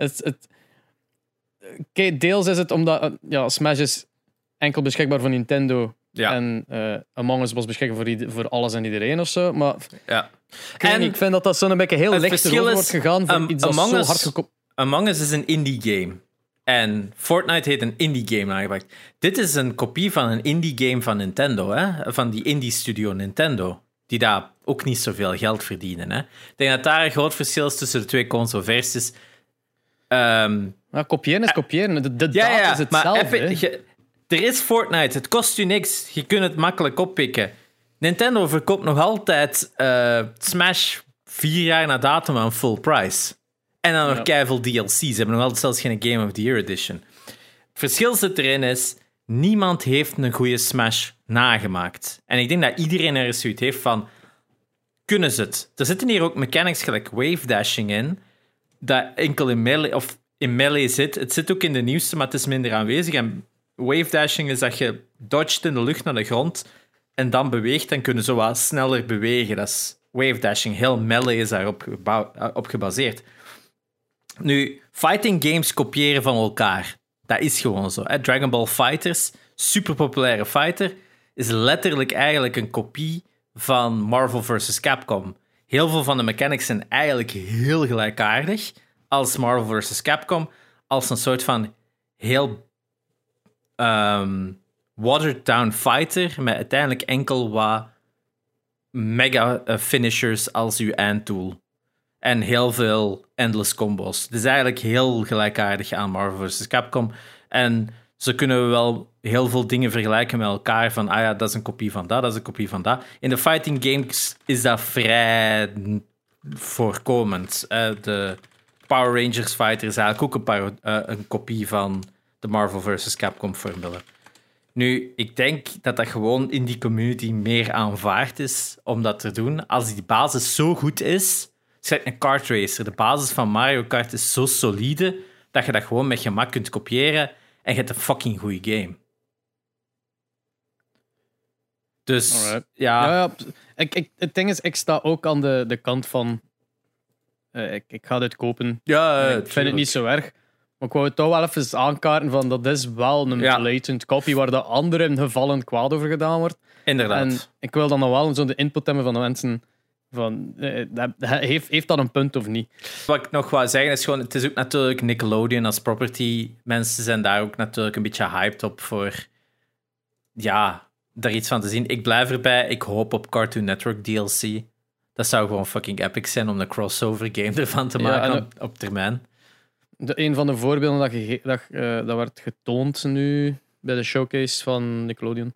Deels is het omdat Smash is enkel beschikbaar voor Nintendo en Among Us was beschikbaar voor alles en iedereen of zo, maar ik vind dat zo'n beetje heel licht erover wordt gegaan voor iets dat zo hard gekomen. Among Us is een indie game. En Fortnite heeft een indie game aangepakt. Dit is een kopie van een indie game van Nintendo, hè? Van die indie studio Nintendo. Die daar ook niet zoveel geld verdienen. Hè? Ik denk dat daar een groot verschil is tussen de twee consoleversies. Kopiëren is kopiëren. De data is hetzelfde. Er is Fortnite, het kost u niks. Je kunt het makkelijk oppikken. Nintendo verkoopt nog altijd Smash 4 jaar na datum aan full price. En dan nog keiveel DLC. Ze hebben nog altijd zelfs geen Game of the Year edition. Het verschil zit erin is, niemand heeft een goede Smash nagemaakt. En ik denk dat iedereen er eens zoiets heeft van, kunnen ze het? Er zitten hier ook mechanics gelijk wave dashing in, dat enkel in melee zit. Het zit ook in de nieuwste, maar het is minder aanwezig. En wave dashing is dat je dodgt in de lucht naar de grond en dan beweegt en kunnen zo wat sneller bewegen. Dat is wave dashing. Heel melee is daarop op gebaseerd. Nu, fighting games kopiëren van elkaar. Dat is gewoon zo. Hè? Dragon Ball Fighters, super populaire fighter, is letterlijk eigenlijk een kopie van Marvel vs. Capcom. Heel veel van de mechanics zijn eigenlijk heel gelijkaardig als Marvel vs. Capcom, als een soort van heel watered-down fighter, met uiteindelijk enkel wat mega finishers als uw endtool. En heel veel endless combos. Het is eigenlijk heel gelijkaardig aan Marvel vs. Capcom. En zo kunnen we wel heel veel dingen vergelijken met elkaar. Van, dat is een kopie van dat is een kopie van dat. In de fighting games is dat vrij voorkomend. De Power Rangers fighter is eigenlijk ook een kopie van de Marvel vs. Capcom formule. Nu, ik denk dat dat gewoon in die community meer aanvaard is om dat te doen. Als die basis zo goed is... Zeg een kart racer. De basis van Mario Kart is zo solide dat je dat gewoon met gemak kunt kopiëren en je hebt een fucking goede game. Dus, het ding is, ik sta ook aan de kant van... ik ga dit kopen. Ik vind het niet zo erg. Maar ik wou het toch wel even aankaarten van dat is wel een blatant copy waar de andere gevallen kwaad over gedaan wordt. Inderdaad. En ik wil dan nog wel zo de input hebben van de mensen... Van, heeft dat een punt of niet? Wat ik nog wou zeggen is gewoon, het is ook natuurlijk Nickelodeon als property. Mensen zijn daar ook natuurlijk een beetje hyped op voor daar iets van te zien. Ik blijf erbij. Ik hoop op Cartoon Network DLC. Dat zou gewoon fucking epic zijn om een crossover game ervan te maken op termijn. Een van de voorbeelden dat werd getoond nu bij de showcase van Nickelodeon.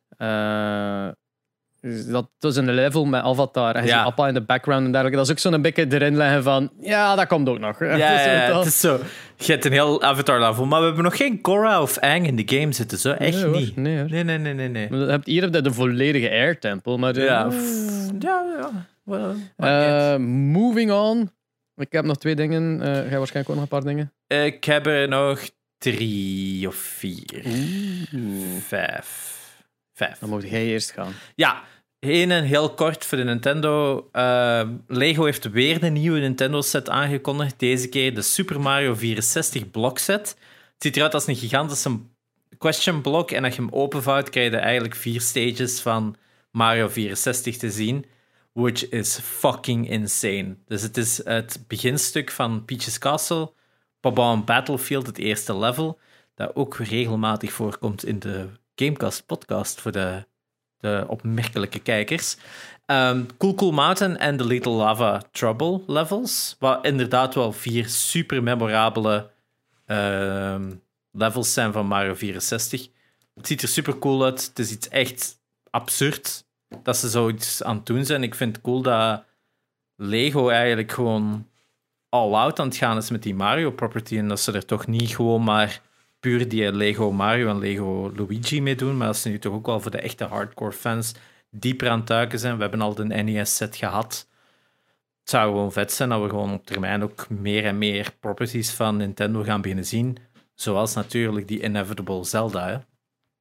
Dat is een level met Avatar. En je ziet Appa in de background en dergelijke. Dat is ook zo'n beetje erin leggen van... Ja, dat komt ook nog. Het is zo. Je hebt een heel Avatar-level. Maar we hebben nog geen Korra of Aang in de game zitten. Zo. Echt niet. Nee. Hier heb je de volledige Air-tempel. Maar moving on. Ik heb nog 2 dingen. Jij waarschijnlijk ook nog een paar dingen. Ik heb er nog 3 of 4. 5. Dan moet jij eerst gaan. Ja, heel kort voor de Nintendo. Lego heeft weer de nieuwe Nintendo-set aangekondigd. Deze keer de Super Mario 64 blokset. Het ziet eruit als een gigantische question block en als je hem openvouwt, krijg je eigenlijk 4 stages van Mario 64 te zien. Which is fucking insane. Dus het is het beginstuk van Peach's Castle, Bob-omb Battlefield, het eerste level, dat ook regelmatig voorkomt in de Gamecast podcast voor de opmerkelijke kijkers. Cool Mountain en The Little Lava Trouble levels, wat inderdaad wel 4 super memorabele levels zijn van Mario 64. Het ziet er super cool uit. Het is iets echt absurd dat ze zoiets aan het doen zijn. Ik vind het cool dat Lego eigenlijk gewoon all-out aan het gaan is met die Mario-property en dat ze er toch niet gewoon maar puur die Lego Mario en Lego Luigi mee doen, maar dat ze nu toch ook wel voor de echte hardcore fans dieper aan het duiken zijn. We hebben al de NES-set gehad. Het zou gewoon vet zijn dat we gewoon op termijn ook meer en meer properties van Nintendo gaan beginnen zien. Zoals natuurlijk die Inevitable Zelda, hè.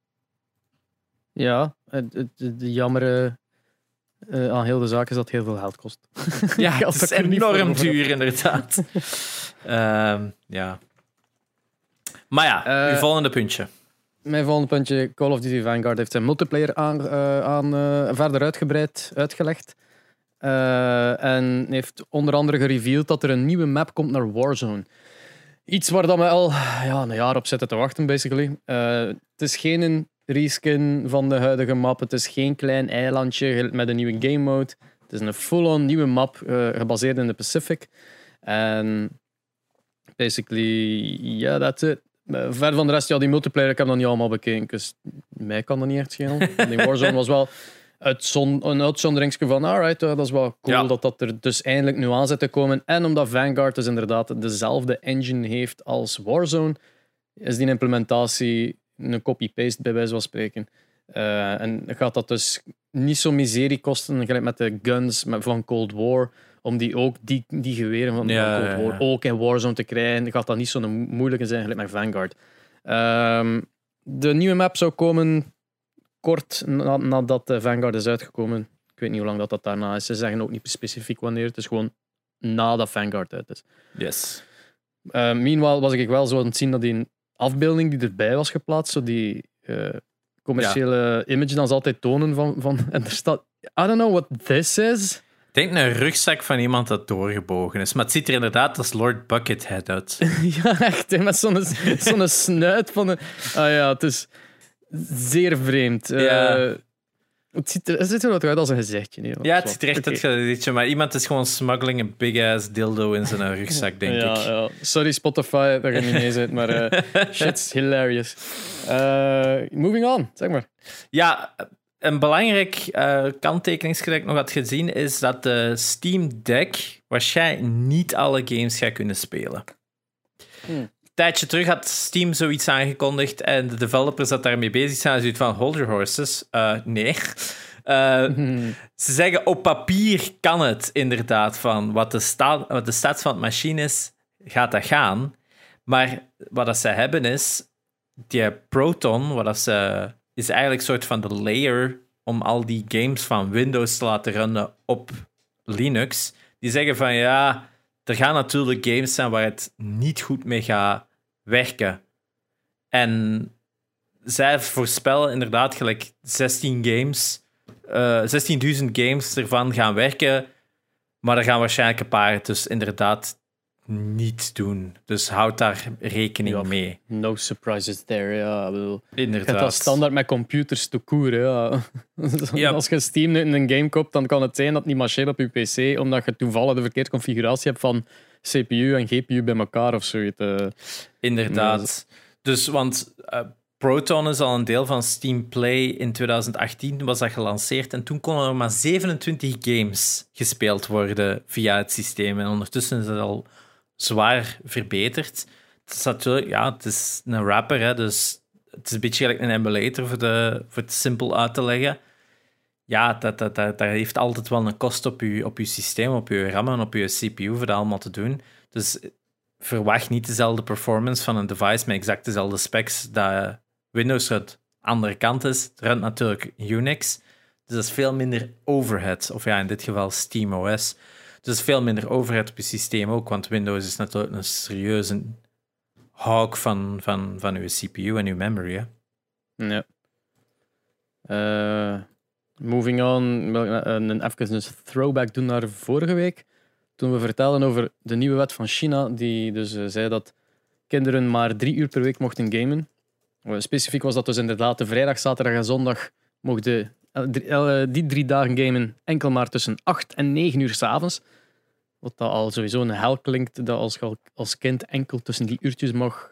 Ja, het jammer aan heel de zaak is dat het heel veel geld kost. Ja, het is enorm duur, inderdaad. Ja. Maar ja, uw volgende puntje. Mijn volgende puntje, Call of Duty Vanguard heeft zijn multiplayer verder uitgelegd. En heeft onder andere gereveeld dat er een nieuwe map komt naar Warzone. Iets waar dat we al een jaar op zitten te wachten, basically. Het is geen reskin van de huidige map. Het is geen klein eilandje met een nieuwe game mode. Het is een full-on nieuwe map gebaseerd in de Pacific. En basically, that's it. Ver van de rest, die multiplayer, ik heb dat niet allemaal bekeken. Dus mij kan dat niet echt schelen. Die Warzone was wel een uitzonderingsje van, alright, dat is wel cool dat er dus eindelijk nu aan zit te komen. En omdat Vanguard dus inderdaad dezelfde engine heeft als Warzone, is die implementatie een copy-paste bij wijze van spreken. En gaat dat dus niet zo miserie kosten, gelijk met de guns van Cold War, om die ook, die geweren van Cold War ook in Warzone te krijgen, gaat dat niet zo moeilijke zijn, gelijk met Vanguard. De nieuwe map zou komen kort nadat Vanguard is uitgekomen. Ik weet niet hoe lang dat daarna is. Ze zeggen ook niet specifiek wanneer. Het is gewoon nadat Vanguard uit is. Yes. Meanwhile was ik wel zo aan het zien dat die afbeelding die erbij was geplaatst, zo die commerciële image dan ze altijd tonen van en er staat I don't know what this is. Ik denk een rugzak van iemand dat doorgebogen is, maar het ziet er inderdaad als Lord Buckethead uit. Ja, echt, hè, met zo'n snuit van een... het is zeer vreemd. Het ziet er wat uit als een gezichtje. Nee, ja, het ziet er echt uit als een gezichtje, maar iemand is gewoon smuggling een big-ass dildo in zijn rugzak, denk ik. Ja. Sorry Spotify dat je niet mee zit, maar shit's hilarious. Moving on, zeg maar. Ja, een belangrijk kanttekeningsje dat ik nog had gezien is dat de Steam Deck waarschijnlijk niet alle games gaat kunnen spelen. Een tijdje terug had Steam zoiets aangekondigd en de developers dat daarmee bezig zijn, zoiets van hold your horses. Nee. Ze zeggen op papier kan het inderdaad van wat de stats van het machine is, gaat dat gaan. Maar wat dat ze hebben is die Proton, wat dat ze is eigenlijk een soort van de layer om al die games van Windows te laten runnen op Linux. Die zeggen van ja, er gaan natuurlijk games zijn waar het niet goed mee gaat werken. En zij voorspellen inderdaad gelijk 16 games, 16.000 games ervan gaan werken, maar er gaan waarschijnlijk een paar dus inderdaad niet doen. Dus houd daar rekening mee. No surprises there, ja. Inderdaad. Het is standaard met computers te koeren, ja. Yep. Als je Steam in een game koopt, dan kan het zijn dat het niet marcheert op je PC, omdat je toevallig de verkeerde configuratie hebt van CPU en GPU bij elkaar of zoiets. Inderdaad. Dus, want Proton is al een deel van Steam Play. In 2018 was dat gelanceerd en toen konden er maar 27 games gespeeld worden via het systeem. En ondertussen is het al zwaar verbeterd. Het is natuurlijk, het is een wrapper, hè, dus het is een beetje gelijk een emulator voor het simpel uit te leggen. Ja, dat heeft altijd wel een kost op je systeem, op je RAM en op je CPU voor dat allemaal te doen. Dus verwacht niet dezelfde performance van een device met exact dezelfde specs dat Windows het andere kant is. Het runt natuurlijk Unix, dus dat is veel minder overhead. Of ja, in dit geval SteamOS. Dus is veel minder overhead op je systeem ook, want Windows is natuurlijk een serieuze hog van uw CPU en uw memory. Hè. Ja. Moving on, even een throwback doen naar vorige week. Toen we vertelden over de nieuwe wet van China, die dus zei dat kinderen maar 3 uur per week mochten gamen. Specifiek was dat dus inderdaad de vrijdag, zaterdag en zondag mochten die 3 dagen gamen enkel maar tussen 8 en 9 uur 's avonds. Wat dat al sowieso een hel klinkt, dat als je als kind enkel tussen die uurtjes mag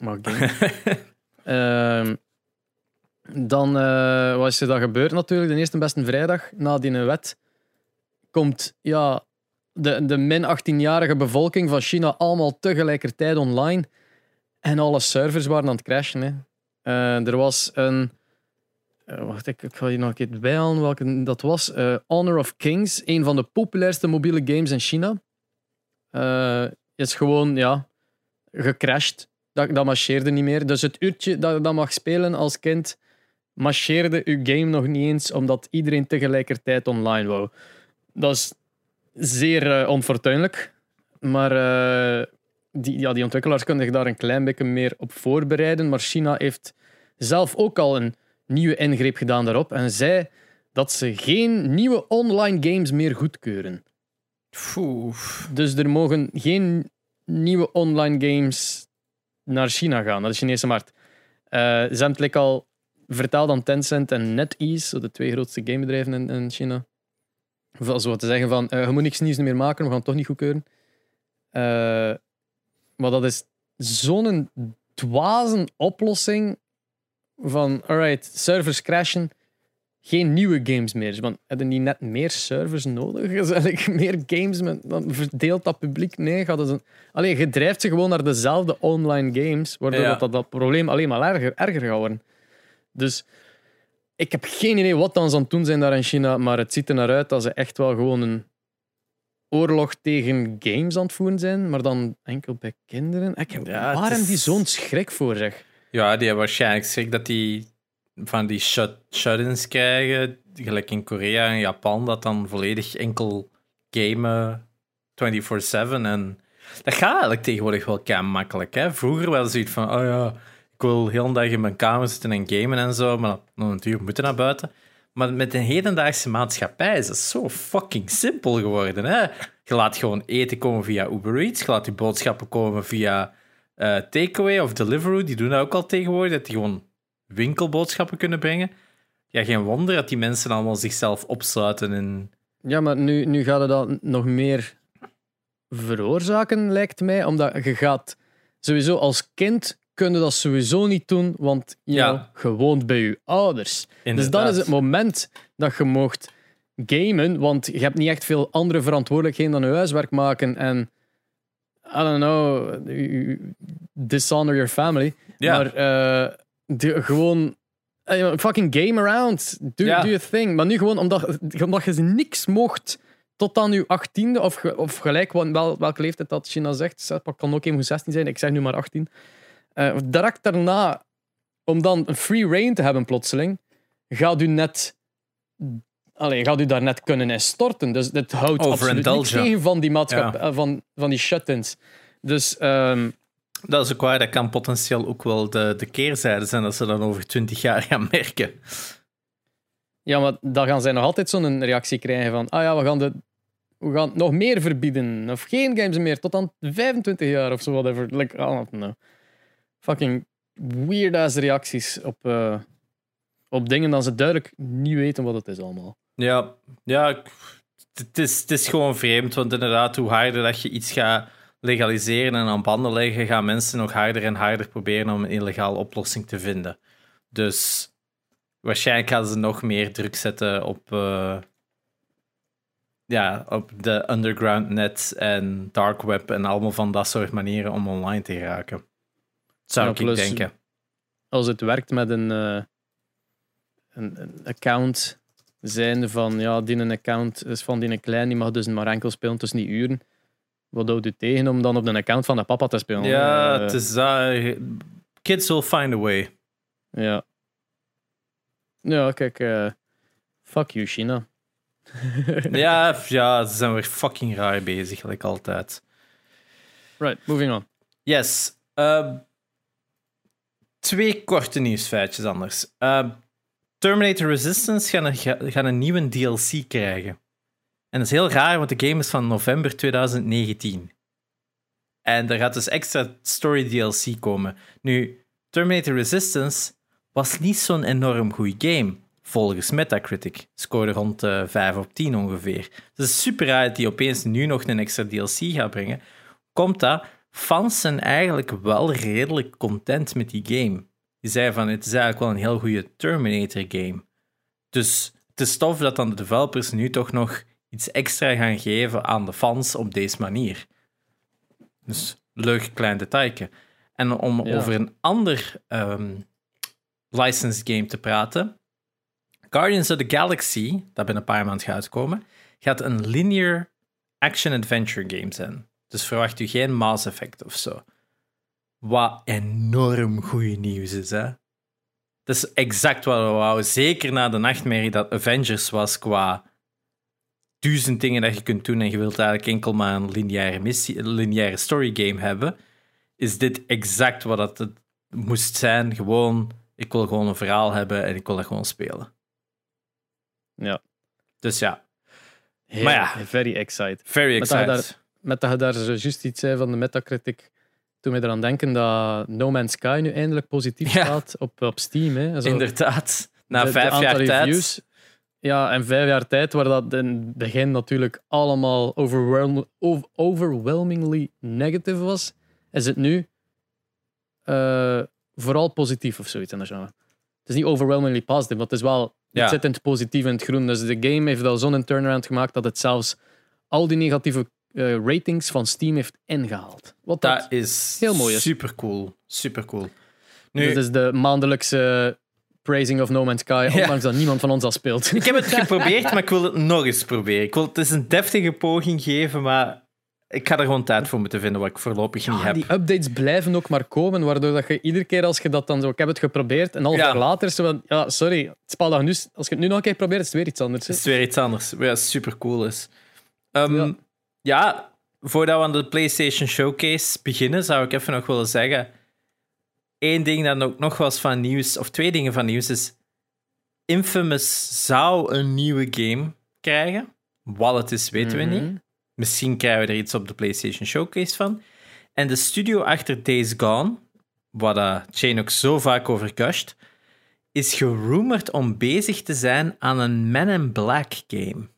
gamen. Dan wat is er dan gebeurd natuurlijk? De eerste beste vrijdag na die wet komt de min 18-jarige bevolking van China allemaal tegelijkertijd online. En alle servers waren aan het crashen. Hè. Er was een... wacht, ik ga hier nog een keer bijhalen welke dat was. Honor of Kings, een van de populairste mobiele games in China. Is gewoon, gecrashed. Dat marcheerde niet meer. Dus het uurtje dat je dat mag spelen als kind, marcheerde uw game nog niet eens, omdat iedereen tegelijkertijd online wou. Dat is zeer onfortuinlijk. Maar die ontwikkelaars kunnen zich daar een klein beetje meer op voorbereiden. Maar China heeft zelf ook al een nieuwe ingreep gedaan daarop en zei dat ze geen nieuwe online games meer goedkeuren. Dus er mogen geen nieuwe online games naar China gaan, naar de Chinese markt. Ze hebben het al vertaald aan Tencent en NetEase, de 2 grootste gamebedrijven in China. Zo te zeggen van, je moet niks nieuws meer maken, we gaan het toch niet goedkeuren. Maar dat is zo'n dwaze oplossing van, alright, servers crashen, geen nieuwe games meer. Want hebben die net meer servers nodig? Is eigenlijk meer games, dan verdeelt dat publiek? Nee, je drijft ze gewoon naar dezelfde online games, waardoor dat probleem alleen maar erger gaat worden. Dus ik heb geen idee wat dan ze aan het doen zijn daar in China, maar het ziet er naar uit dat ze echt wel gewoon een oorlog tegen games aan het voeren zijn, maar dan enkel bij kinderen. Waar hebben die zo'n schrik voor, zeg? Ja, die hebben waarschijnlijk schrik dat die van die shut-ins krijgen, gelijk in Korea en Japan, dat dan volledig enkel gamen 24/7. En dat gaat eigenlijk tegenwoordig wel kei makkelijk. Hè? Vroeger was het zoiets van, ik wil de hele dag in mijn kamer zitten en gamen en zo, maar natuurlijk moeten naar buiten. Maar met de hedendaagse maatschappij is het zo fucking simpel geworden. Hè? Je laat gewoon eten komen via Uber Eats, je laat die boodschappen komen via Takeaway of Deliveroo, die doen dat ook al tegenwoordig, dat die gewoon winkelboodschappen kunnen brengen. Ja, geen wonder dat die mensen allemaal zichzelf opsluiten. En... Ja, maar nu gaat het dat nog meer veroorzaken, lijkt mij. Omdat je gaat sowieso als kind kunnen dat sowieso niet doen, want je woont bij je ouders. Inderdaad. Dus dan is het moment dat je mocht gamen, want je hebt niet echt veel andere verantwoordelijkheden dan je huiswerk maken en I don't know, dishonor your family. Ja. Maar gewoon fucking game around. Do your thing. Maar nu gewoon omdat je niks mocht tot aan je 18e of gelijk welke leeftijd dat China zegt. Het kan ook even 16 zijn. Ik zeg nu maar 18. Direct daarna, om dan een free reign te hebben plotseling, gaat u daar net kunnen instorten. Dus dit houdt absoluut niks tegen van die maatschappij, van die shut-ins. Dus... dat is ook waar, dat kan potentieel ook wel de keerzijde zijn, dat ze dan over 20 jaar gaan merken. Ja, maar dan gaan zij nog altijd zo'n reactie krijgen van we gaan nog meer verbieden, of geen games meer, tot aan 25 jaar of zo, whatever. Like, I don't know. Fucking weird-ass reacties op dingen dat ze duidelijk niet weten wat het is allemaal. Ja, het is gewoon vreemd, want inderdaad, hoe harder dat je iets gaat legaliseren en aan banden leggen, gaan mensen nog harder en harder proberen om een illegale oplossing te vinden. Dus waarschijnlijk gaan ze nog meer druk zetten op de underground net en dark web en allemaal van dat soort manieren om online te geraken. Zou ik denken. Als het werkt met een account zijnde van die een account is van die klein, die mag dus maar enkel spelen tussen die uren. Wat houdt u tegen om dan op de account van de papa te spelen? Ja, het is kids will find a way. Ja. Ja, kijk. Fuck you, China. ja, ze zijn weer fucking raar bezig, gelijk altijd. Right, moving on. Yes. 2 korte nieuwsfeitjes anders. Terminator Resistance gaan een nieuwe DLC krijgen. En dat is heel raar, want de game is van november 2019. En er gaat dus extra story DLC komen. Nu, Terminator Resistance was niet zo'n enorm goede game, volgens Metacritic. Scoorde rond 5 op 10 ongeveer. Dus het is super raar dat die opeens nu nog een extra DLC gaat brengen. Komt dat? Fans zijn eigenlijk wel redelijk content met die game. Die zeiden van, het is eigenlijk wel een heel goede Terminator game. Dus het is tof dat dan de developers nu toch nog iets extra gaan geven aan de fans op deze manier. Dus leuk klein detailje. En om over een ander licensed game te praten. Guardians of the Galaxy, dat binnen een paar maanden gaat uitkomen, gaat een linear action-adventure game zijn. Dus verwacht u geen Mass Effect of zo. Wat enorm goede nieuws is, hè? Dat is exact wat we wouden. Zeker na de nachtmerrie dat Avengers was qua 1000 dingen dat je kunt doen en je wilt eigenlijk enkel maar een lineaire story game hebben, is dit exact wat het moest zijn. Gewoon, ik wil gewoon een verhaal hebben en ik wil dat gewoon spelen. Ja. Dus ja. Very excited. Very excited. Met dat je daar juist iets zei van de Metacritic, toen we eraan denken dat No Man's Sky nu eindelijk positief staat op Steam. Hè. Zo, inderdaad. Na 5 jaar reviews, tijd. Ja, en 5 jaar tijd, waar dat in het begin natuurlijk allemaal overwhelmingly negative was, is het nu vooral positief of zoiets in dat genre. Het is niet overwhelmingly positive, maar het is wel... Het zit in het positief en het groen. Dus de game heeft al zo'n turnaround gemaakt dat het zelfs al die negatieve ratings van Steam heeft ingehaald. Wat dat is heel mooi is. Super cool. Super cool. Nu, dit is de maandelijkse praising of No Man's Sky, ondanks dat niemand van ons al speelt. Ik heb het geprobeerd, maar ik wil het nog eens proberen. Ik wil het eens een deftige poging geven, maar ik ga er gewoon tijd voor moeten vinden wat ik voorlopig niet heb. Die updates blijven ook maar komen, waardoor dat je iedere keer als je dat dan zo... Ik heb het geprobeerd, en een half jaar later zo van... sorry, het spel dat nu... Als je het nu nog een keer probeert, is het weer iets anders. Het is weer iets anders. Wat super cool is. Voordat we aan de PlayStation Showcase beginnen, zou ik even nog willen zeggen... 1 ding dat ook nog was van nieuws, of 2 dingen van nieuws, is... Infamous zou een nieuwe game krijgen. Wat het is, weten we niet. Misschien krijgen we er iets op de PlayStation Showcase van. En de studio achter Days Gone, waar Shane ook zo vaak over gusht, is gerumored om bezig te zijn aan een Men in Black game.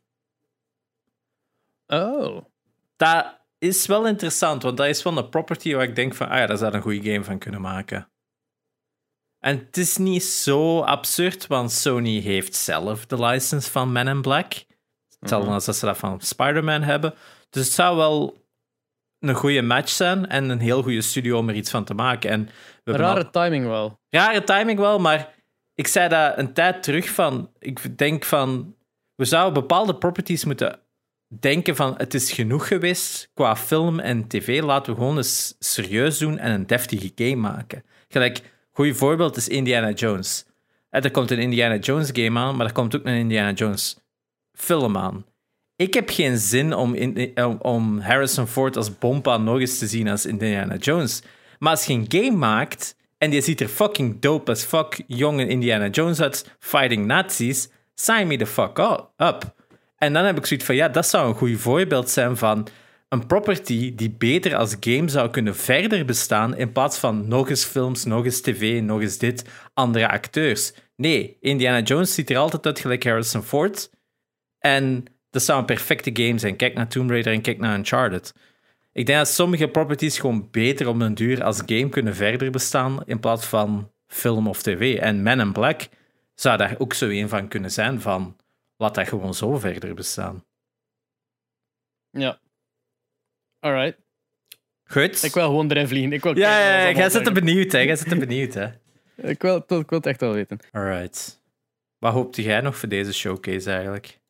Oh. Dat is wel interessant, want dat is wel een property waar ik denk van, daar zou een goede game van kunnen maken. En het is niet zo absurd, want Sony heeft zelf de license van Men in Black. Hetzelfde als dat ze dat van Spider-Man hebben. Dus het zou wel een goede match zijn en een heel goede studio om er iets van te maken. En rare timing wel. Rare timing wel, maar ik zei dat een tijd terug van... Ik denk van... We zouden bepaalde properties moeten denken van... Het is genoeg geweest qua film en tv. Laten we gewoon eens serieus doen en een deftige game maken. Gelijk, goeie voorbeeld is Indiana Jones. Er komt een Indiana Jones game aan, maar er komt ook een Indiana Jones film aan. Ik heb geen zin om Harrison Ford als Bompa nog eens te zien als Indiana Jones. Maar als je een game maakt en die ziet er fucking dope as fuck jonge Indiana Jones uit, fighting Nazis, sign me the fuck up. En dan heb ik zoiets van, dat zou een goed voorbeeld zijn van een property die beter als game zou kunnen verder bestaan in plaats van nog eens films, nog eens tv, nog eens dit, andere acteurs. Nee, Indiana Jones ziet er altijd uit gelijk Harrison Ford. En dat zou een perfecte game zijn. Kijk naar Tomb Raider en kijk naar Uncharted. Ik denk dat sommige properties gewoon beter op den duur als game kunnen verder bestaan in plaats van film of tv. En Men in Black zou daar ook zo een van kunnen zijn van laat dat gewoon zo verder bestaan. Ja. Alright. Goed. Ik wil gewoon erin vliegen. Jij zit er benieuwd, hè. Ik wil het echt wel weten. Alright. Wat hoopte jij nog voor deze showcase eigenlijk?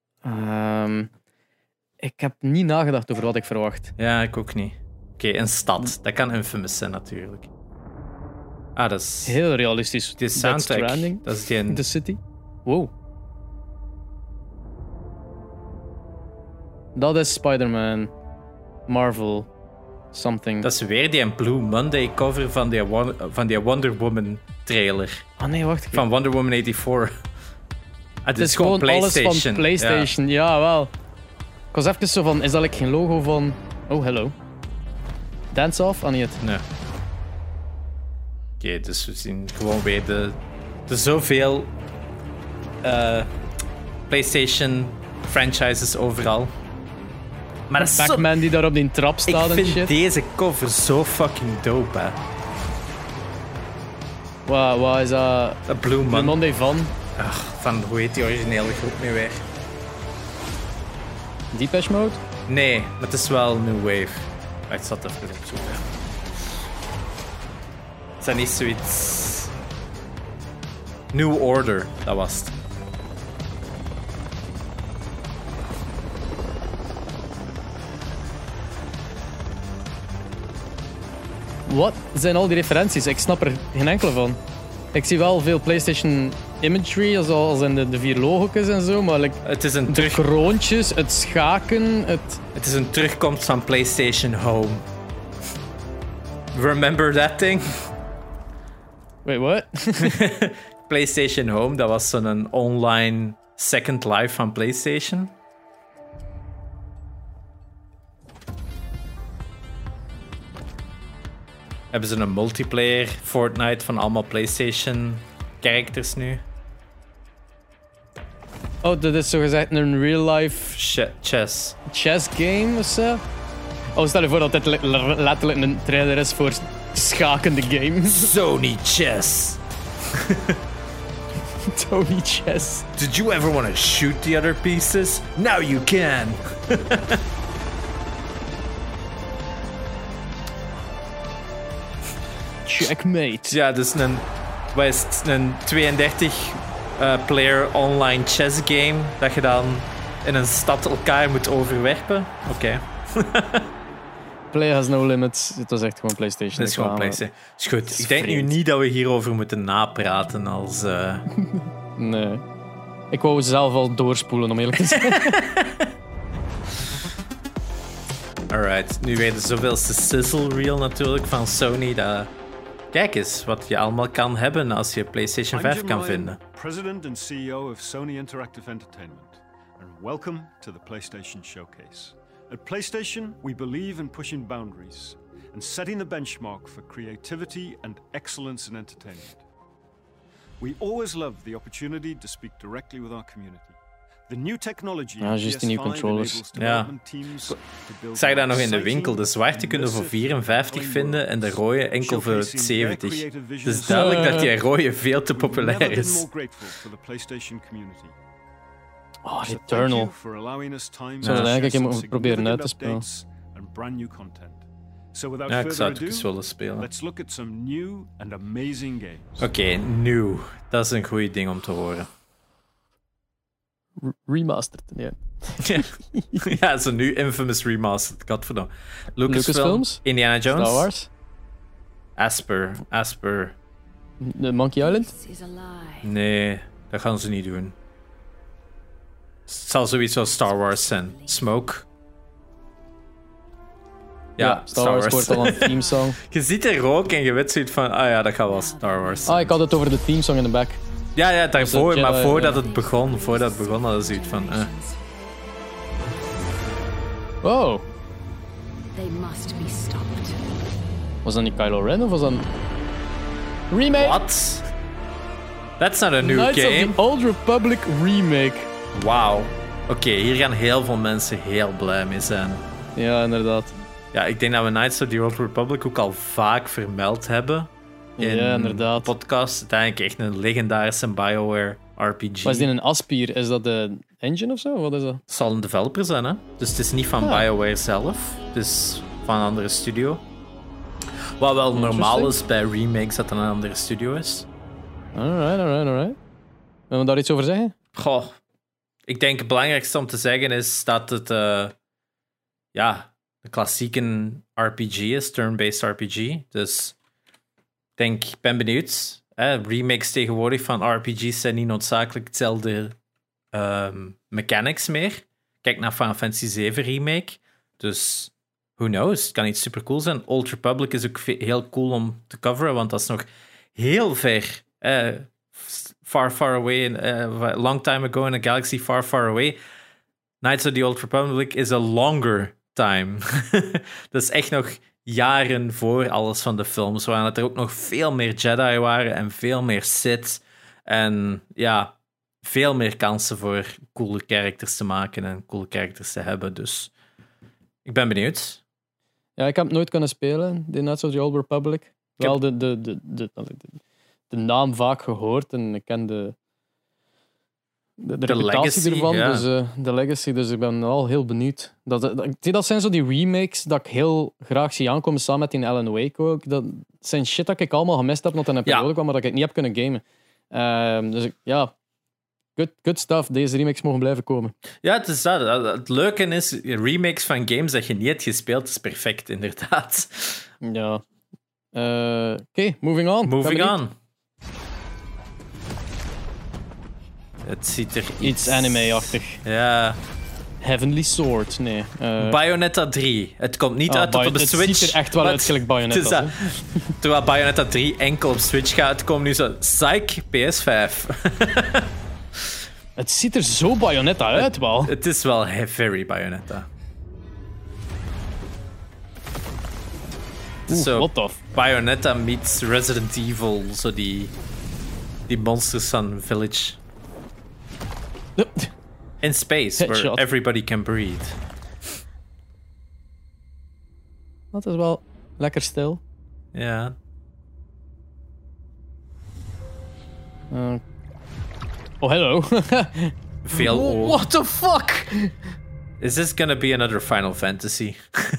Ik heb niet nagedacht over wat ik verwacht. Ja, ik ook niet. Oké, een stad. Dat kan Infamous zijn, natuurlijk. Dat is... Heel realistisch. Die soundtrack. Dat is die... The City. Wow. Dat is Spider-Man. Marvel. something. Dat is weer die Blue Monday cover van die Wonder Woman trailer. Oh nee, wacht. Van Wonder Woman 84. Het is gewoon PlayStation. Alles van PlayStation, ja wel. Ik was even zo van, is dat like geen logo van... Oh, hello. Dance Off? Ah, niet. Nee. Oké, dus we zien gewoon weer de zoveel PlayStation franchises overal. Maar dat is Pac-Man die daar op die trap staat en shit. Ik vind deze cover zo fucking dope, hè. Wat is dat? A Blue Monday van? Ach, van hoe heet die originele groep nu weer? Depeche Mode? Nee, maar het is wel New Wave. Ik zat even op zoek. Het zijn niet zoiets... New Order, dat was het. Wat zijn al die referenties? Ik snap er geen enkele van. Ik zie wel veel PlayStation imagery, zoals in de 4 logotjes en zo, maar het is een de kroontjes, het schaken, Het is een terugkomst van PlayStation Home. Remember that thing? Wait, what? PlayStation Home, dat was zo'n online Second Life van PlayStation. Hebben ze een multiplayer Fortnite van allemaal PlayStation characters nu? Oh, dat is zogezegd een real-life... Chess. Chess game of zo? Oh, stel je voor dat dit letterlijk een trailer is voor schakende games. Sony Chess. Sony Chess. Did you ever want to shoot the other pieces? Now you can. Checkmate. Ja, dus een 32-player online chess game dat je dan in een stad elkaar moet overwerpen. Oké. Play has no limits. Het was echt gewoon PlayStation. Het is gewoon PlayStation. Is goed. Ik denk nu niet dat we hierover moeten napraten als... Nee. Ik wou zelf al doorspoelen, om eerlijk te zijn. Alright. Nu weer de zoveelste sizzle reel natuurlijk van Sony. Dat... Kijk eens wat je allemaal kan hebben als je PlayStation 5 kan vinden. President and CEO of Sony Interactive Entertainment. And welcome to the PlayStation Showcase. At PlayStation, we believe in pushing boundaries and setting the benchmark for creativity and excellence in entertainment. We always love the opportunity to speak directly with our community. The new technology just die nieuwe controllers. Ja. Ik zag dat nog in de winkel. De zwarte kunnen voor 54 vinden en de rode enkel voor 70. Het is duidelijk dat die rode veel te populair is. Oh, Returnal. Zou dat eigenlijk even proberen uit te spelen. Ja, ik zou het ook eens willen spelen. Oké, nieuw. Dat is een goed ding om te horen. Remastered, ja. Ja, zo nu Infamous Remastered. Godverdomme. Lucasfilms? Indiana Jones? Star Wars? Asper. The Monkey Island? Nee, dat gaan ze niet doen. Het zal sowieso Star Wars zijn. Smoke. Ja, Star Wars wordt al een themesong. Je ziet er rook en je weet zoiets van, ah ja, dat gaat wel Star Wars zijn. Ik had het over de themesong in de back. Ja, daarvoor, maar voordat het begon hadden ze zoiets van, Oh. Was dat niet Kylo Ren of was dat een remake? What? That's not a new Knights game. of the Old Republic remake. Wauw. Oké, hier gaan heel veel mensen heel blij mee zijn. Ja, inderdaad. Ja, ik denk dat we Knights of the Old Republic ook al vaak vermeld hebben. In inderdaad. podcast. Het is eigenlijk echt een legendarische BioWare RPG. Was die een Aspir? Is dat de engine of zo? Wat is dat? Het zal een developer zijn, hè? Dus het is niet van BioWare zelf. Het is van een andere studio. Wat wel normaal is bij remakes dat het een andere studio is. Alright. Willen we daar iets over zeggen? Goh. Ik denk het belangrijkste om te zeggen is dat het de klassieke RPG is, turn-based RPG. Dus ik ben benieuwd. Remakes tegenwoordig van RPG's zijn niet noodzakelijk hetzelfde mechanics meer. Kijk naar Final Fantasy VII Remake. Dus who knows? Het kan iets super cool zijn. Old Republic is ook heel cool om te coveren, want dat is nog heel ver. Far, far away. Long time ago in a galaxy far, far away. Knights of the Old Republic is a longer time. Dat is echt nog jaren voor alles van de films, waar er ook nog veel meer Jedi waren en veel meer Sith. En ja, veel meer kansen voor coole characters te maken en coole characters te hebben. Dus ik ben benieuwd. Ja, ik heb het nooit kunnen spelen, The Knights of the Old Republic. Wel de naam vaak gehoord en ik ken de reputatie legacy, ervan, ja. dus de legacy. Dus ik ben al heel benieuwd. Dat zijn zo die remakes dat ik heel graag zie aankomen samen met die Alan Wake ook. Dat zijn shit dat ik allemaal gemist heb, omdat er een periode kwam, maar dat ik het niet heb kunnen gamen. Dus ja, good stuff. Deze remakes mogen blijven komen. Ja, het is dat. Het leuke is, remakes van games dat je niet hebt gespeeld, is perfect, inderdaad. Ja. Oké, moving on. Moving on. Het ziet er iets anime-achtig. Ja. Heavenly Sword, nee. Bayonetta 3. Het komt niet uit tot op de Switch. Het ziet er echt wel uit gelijk Bayonetta. Terwijl Bayonetta 3 enkel op Switch gaat komen, nu zo Psych PS5. Het ziet er zo Bayonetta uit, wel. Het is wel very Bayonetta. What the Bayonetta meets Resident Evil, zo die monsters van Village. In space, where everybody can breathe. Dat is wel lekker stil. Ja. Oh, hello. Veel What the fuck? Is this gonna be another Final Fantasy?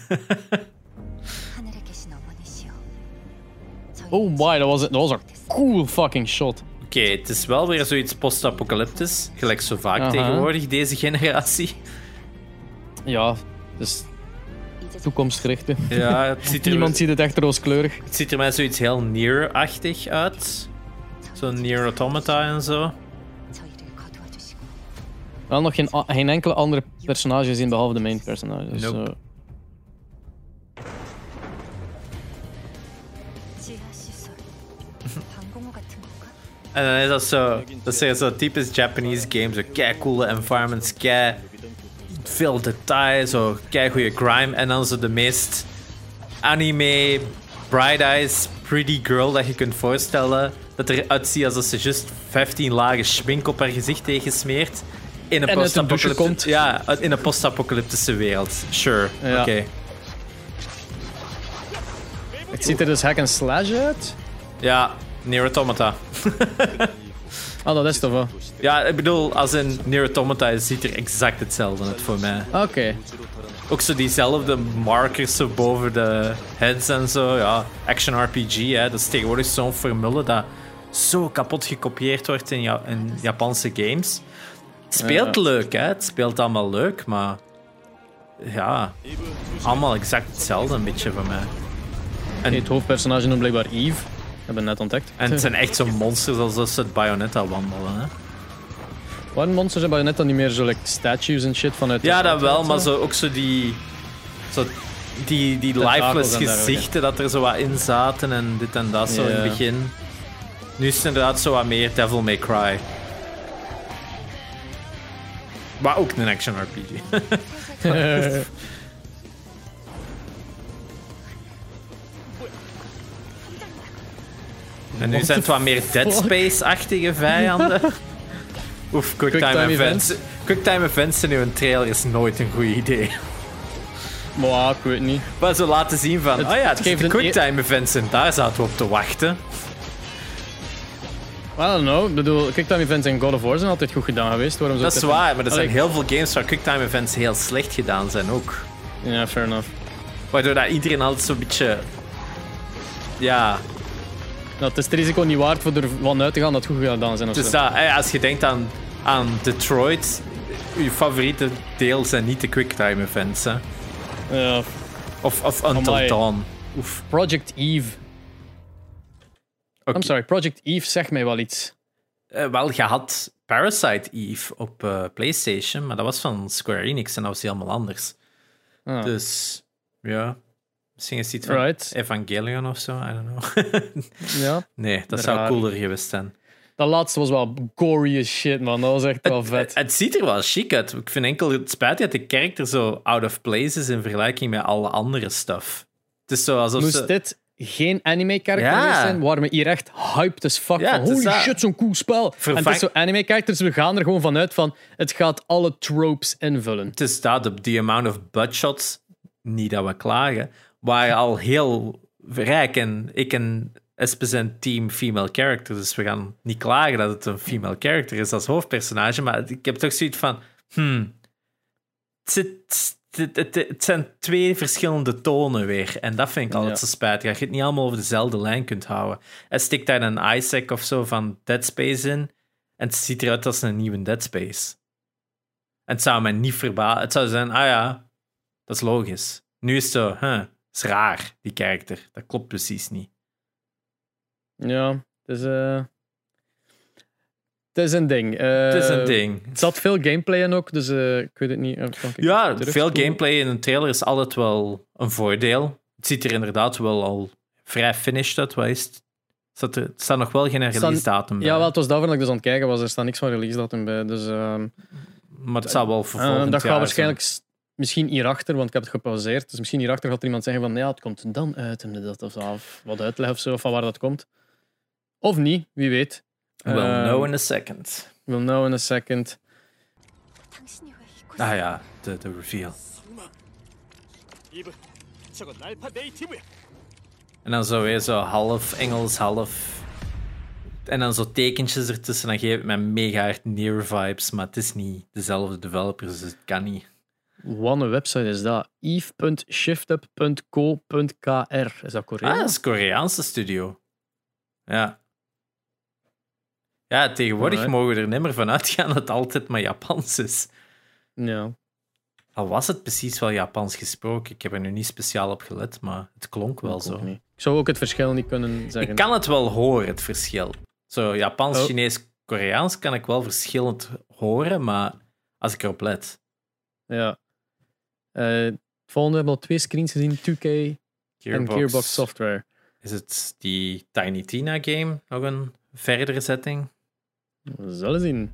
Oh my, dat was een cool fucking shot. Oké, het is wel weer zoiets post-apocalyptisch. Gelijk zo vaak tegenwoordig, deze generatie. Ja, dus toekomstgericht. Ja, het ziet er Niemand ziet het echt rooskleurig. Het ziet er mij zoiets heel Nier-achtig uit. Zo'n Nier Automata en zo. Wel nog geen enkele andere personage gezien behalve de main personage. Dus, Nope. En dan is dat zo... Dat zijn zo typisch Japanese games. Zo kei coole environments, kei veel detail, zo kei goede grime. En dan zo de meest anime, bright eyes, pretty girl dat je kunt voorstellen. Dat eruit ziet alsof ze just 15 lagen schmink op haar gezicht tegensmeert. In een post-apocalyptische wereld. Sure, ja. Oké. Het ziet er dus hack and slash uit? Ja, Nier Automata. Dat is toch wel? Ja, ik bedoel, als in Nier Automata ziet er exact hetzelfde uit voor mij. Oké. Ook zo diezelfde markers zo boven de heads en zo. Ja, action RPG, hè. Dat is tegenwoordig zo'n formule dat zo kapot gekopieerd wordt in Japanse games. Het speelt leuk, hè. Het speelt allemaal leuk, maar... Ja, allemaal exact hetzelfde een beetje voor mij. En het hoofdpersonage noemt blijkbaar Eve. Hebben we net ontdekt. En het zijn echt zo'n monsters alsof ze het Bayonetta wandelen, hè. Waren monsters en Bayonetta niet meer zo like statues en shit vanuit... Ja, dat wel, maar zo, ook zo die lifeless gezichten dat er zo wat in zaten en dit en dat zo in het begin. Nu is het inderdaad zo wat meer Devil May Cry. Maar ook een action RPG. En nu zijn het wat meer Dead Space-achtige vijanden. Oef, quicktime events. Quicktime events in uw trailer is nooit een goed idee. Maar ik weet niet. Maar ze laten zien van, het geeft de quicktime events en daar zaten we op te wachten. I don't know. Ik bedoel, quicktime events in God of War zijn altijd goed gedaan geweest. Waarom dat is waar, maar er zijn heel veel games waar quicktime events heel slecht gedaan zijn ook. Ja, fair enough. Waardoor dat iedereen altijd zo'n beetje... Ja... Nou, het is het risico niet waard voor ervan uit te gaan dat het goed gedaan zijn. Dus als je denkt aan Detroit, je favoriete deel zijn niet de quicktime events, hè? Ja. Of Until Dawn. Oef. Project Eve. Okay. I'm sorry, Project Eve zegt mij wel iets. Wel, je had Parasite Eve op PlayStation, maar dat was van Square Enix en dat was helemaal anders. Dus Ja. Misschien is het iets van Evangelion of zo, I don't know. Ja. Nee, dat zou cooler geweest zijn. Dat laatste was wel gory as shit, man. Dat was echt wel vet. Het ziet er wel chic uit. Ik vind enkel het spijt dat de character zo out of place is in vergelijking met alle andere stuff. Het is zo alsof Moest dit geen anime-character geweest zijn, waren we hier echt hyped as fuck van holy shit, zo'n cool spel. En het is zo anime-characters, we gaan er gewoon vanuit van het gaat alle tropes invullen. Het is dat, op die amount of buttshots, niet dat we klagen, waren al heel rijk. En ik en Espe zijn team female character, dus we gaan niet klagen dat het een female character is als hoofdpersonage, maar ik heb toch zoiets van het zijn twee verschillende tonen weer. En dat vind ik altijd zo spijtig. Dat je het niet allemaal over dezelfde lijn kunt houden. Hij stikt daar een Isaac of zo van Dead Space in. En het ziet eruit als een nieuwe Dead Space. En het zou mij niet verbazen. Het zou zijn, dat is logisch. Nu is het zo, het is raar, die karakter. Dat klopt precies niet. Ja, het is een ding. Het is een ding. Het zat veel gameplay in ook, dus ik weet het niet. Veel gameplay in een trailer is altijd wel een voordeel. Het ziet er inderdaad wel al vrij finished uit. Wat is het? Er staat nog wel geen release datum bij. Ja, wel, het was daarvan dat ik dus aan het kijken was. Er staat niks van release datum bij. Dus, maar het zou wel voor volgend dat jaar gaat waarschijnlijk misschien hierachter, want ik heb het gepauzeerd. Dus misschien hierachter gaat er iemand zeggen van het komt dan uit en dat of wat uitleg of zo, of van waar dat komt. Of niet, wie weet. We'll know in a second. We'll know in a second. Ah ja, de reveal. En dan zo weer zo half Engels, half... En dan zo tekentjes ertussen. Dan geeft het mij mega hard Nier-vibes. Maar het is niet dezelfde developers, dus het kan niet. Wat een website is dat? eve.shiftup.co.kr. Is dat Koreaans? Ah, dat is een Koreaanse studio. Ja. Ja, tegenwoordig mogen we er niet meer van uitgaan dat het altijd maar Japans is. Ja. Al was het precies wel Japans gesproken. Ik heb er nu niet speciaal op gelet, maar het klonk wel zo. Niet. Ik zou ook het verschil niet kunnen zeggen. Ik kan het wel horen, het verschil. Zo Japans, Chinees, Koreaans kan ik wel verschillend horen, maar als ik erop let. Ja. Het volgende hebben we al 2 screens gezien. 2K en Gearbox Software. Is het die Tiny Tina game nog een verdere setting? We zullen zien.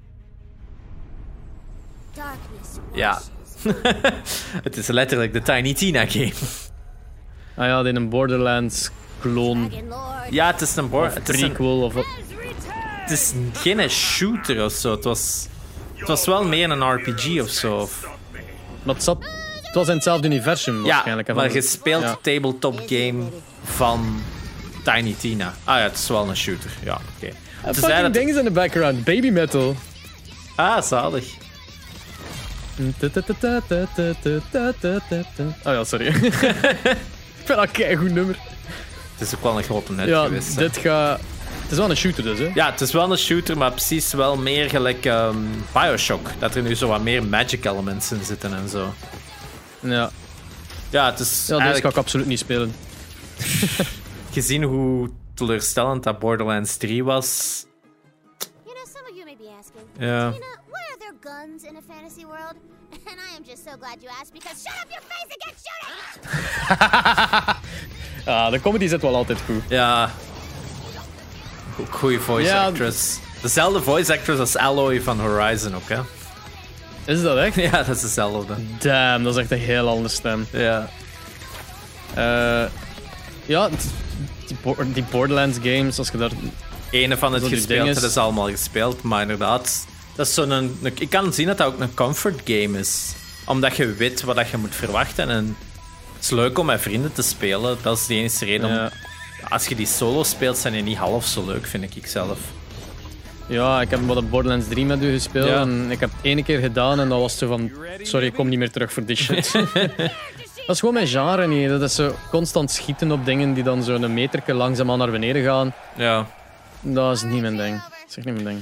Ja. Het is letterlijk de Tiny Tina game. Ah ja, dit een Borderlands kloon. Ja, het is een prequel of wat. Het is geen shooter of zo. Het was wel meer een RPG of zo. Maar het was in hetzelfde universum waarschijnlijk. Ja, maar gespeeld tabletop game van Tiny Tina. Ah ja, het is wel een shooter. Ja, oké. Fucking dingen in de background. Baby metal. Ah, zalig. Oh ja, sorry. Ik vind dat een keigoed nummer. Het is ook wel een grote net geweest. Het is wel een shooter dus, hè? Ja, het is wel een shooter, maar precies wel meer gelijk Bioshock. Dat er nu zo wat meer magic elements in zitten en zo. Ja. Ja, het is deze ga ik absoluut niet spelen. Gezien hoe teleurstellend dat Borderlands 3 was... Ja. Guns in a fantasy world, and I am just so glad you asked because shut up your face and get shooting! De comedy zit wel altijd goed. Ja. Goeie voice actress. Dezelfde voice actress als Aloy van Horizon ook, hè? Is dat echt? Ja, dat is dezelfde. Damn, dat is echt een heel andere stem. Ja. Die Borderlands games, als je daar... Ene van het gespeeld, dat is allemaal gespeeld, maar inderdaad... Dat is ik kan zien dat dat ook een comfort game is. Omdat je weet wat je moet verwachten. En het is leuk om met vrienden te spelen. Dat is de enige reden. Als je die solo speelt, zijn die niet half zo leuk, vind ik zelf. Ja, ik heb wat Borderlands 3 met u gespeeld. Ja. En ik heb 1 keer gedaan en dat was zo van... Sorry, ik kom niet meer terug voor dit shit. Dat is gewoon mijn genre niet. Dat is zo constant schieten op dingen die dan zo een meterke langzaamaan naar beneden gaan. Ja. Dat is niet mijn ding. Dat is echt niet mijn ding.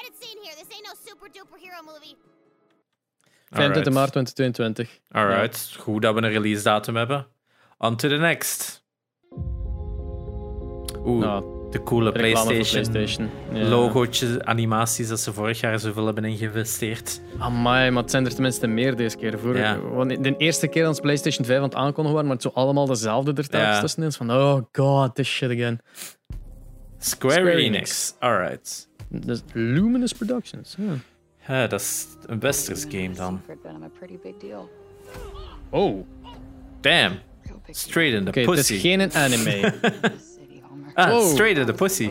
25 maart 2022. Alright, goed dat we een release datum hebben. On to the next. De coole reclame PlayStation, voor PlayStation. Ja. logootjes, animaties dat ze vorig jaar zoveel hebben ingeïnvesteerd. Amai, maar het zijn er tenminste meer deze keer. Want de eerste keer dat ze PlayStation 5 aan het aankondigen waren, maar het zo allemaal dezelfde er telkens tussenin. Van, oh god, this shit again. Square Enix. Alright. Dus Luminous Productions. Ja, dat is een westers game dan. Oh. Damn. Straight in the Oké, pussy. het is geen anime. Straight in the pussy.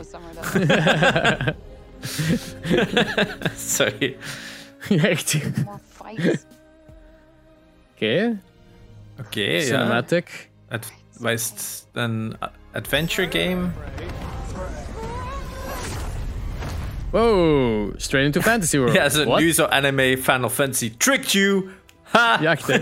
Sorry. Echt. Oké. Oké, ja. Cinematic. Wat is het? Een adventure game? Wow, straight into Fantasy World. Ja, zo nu zo anime Final Fantasy. Tricked you! Ha! Ja, echt, hè.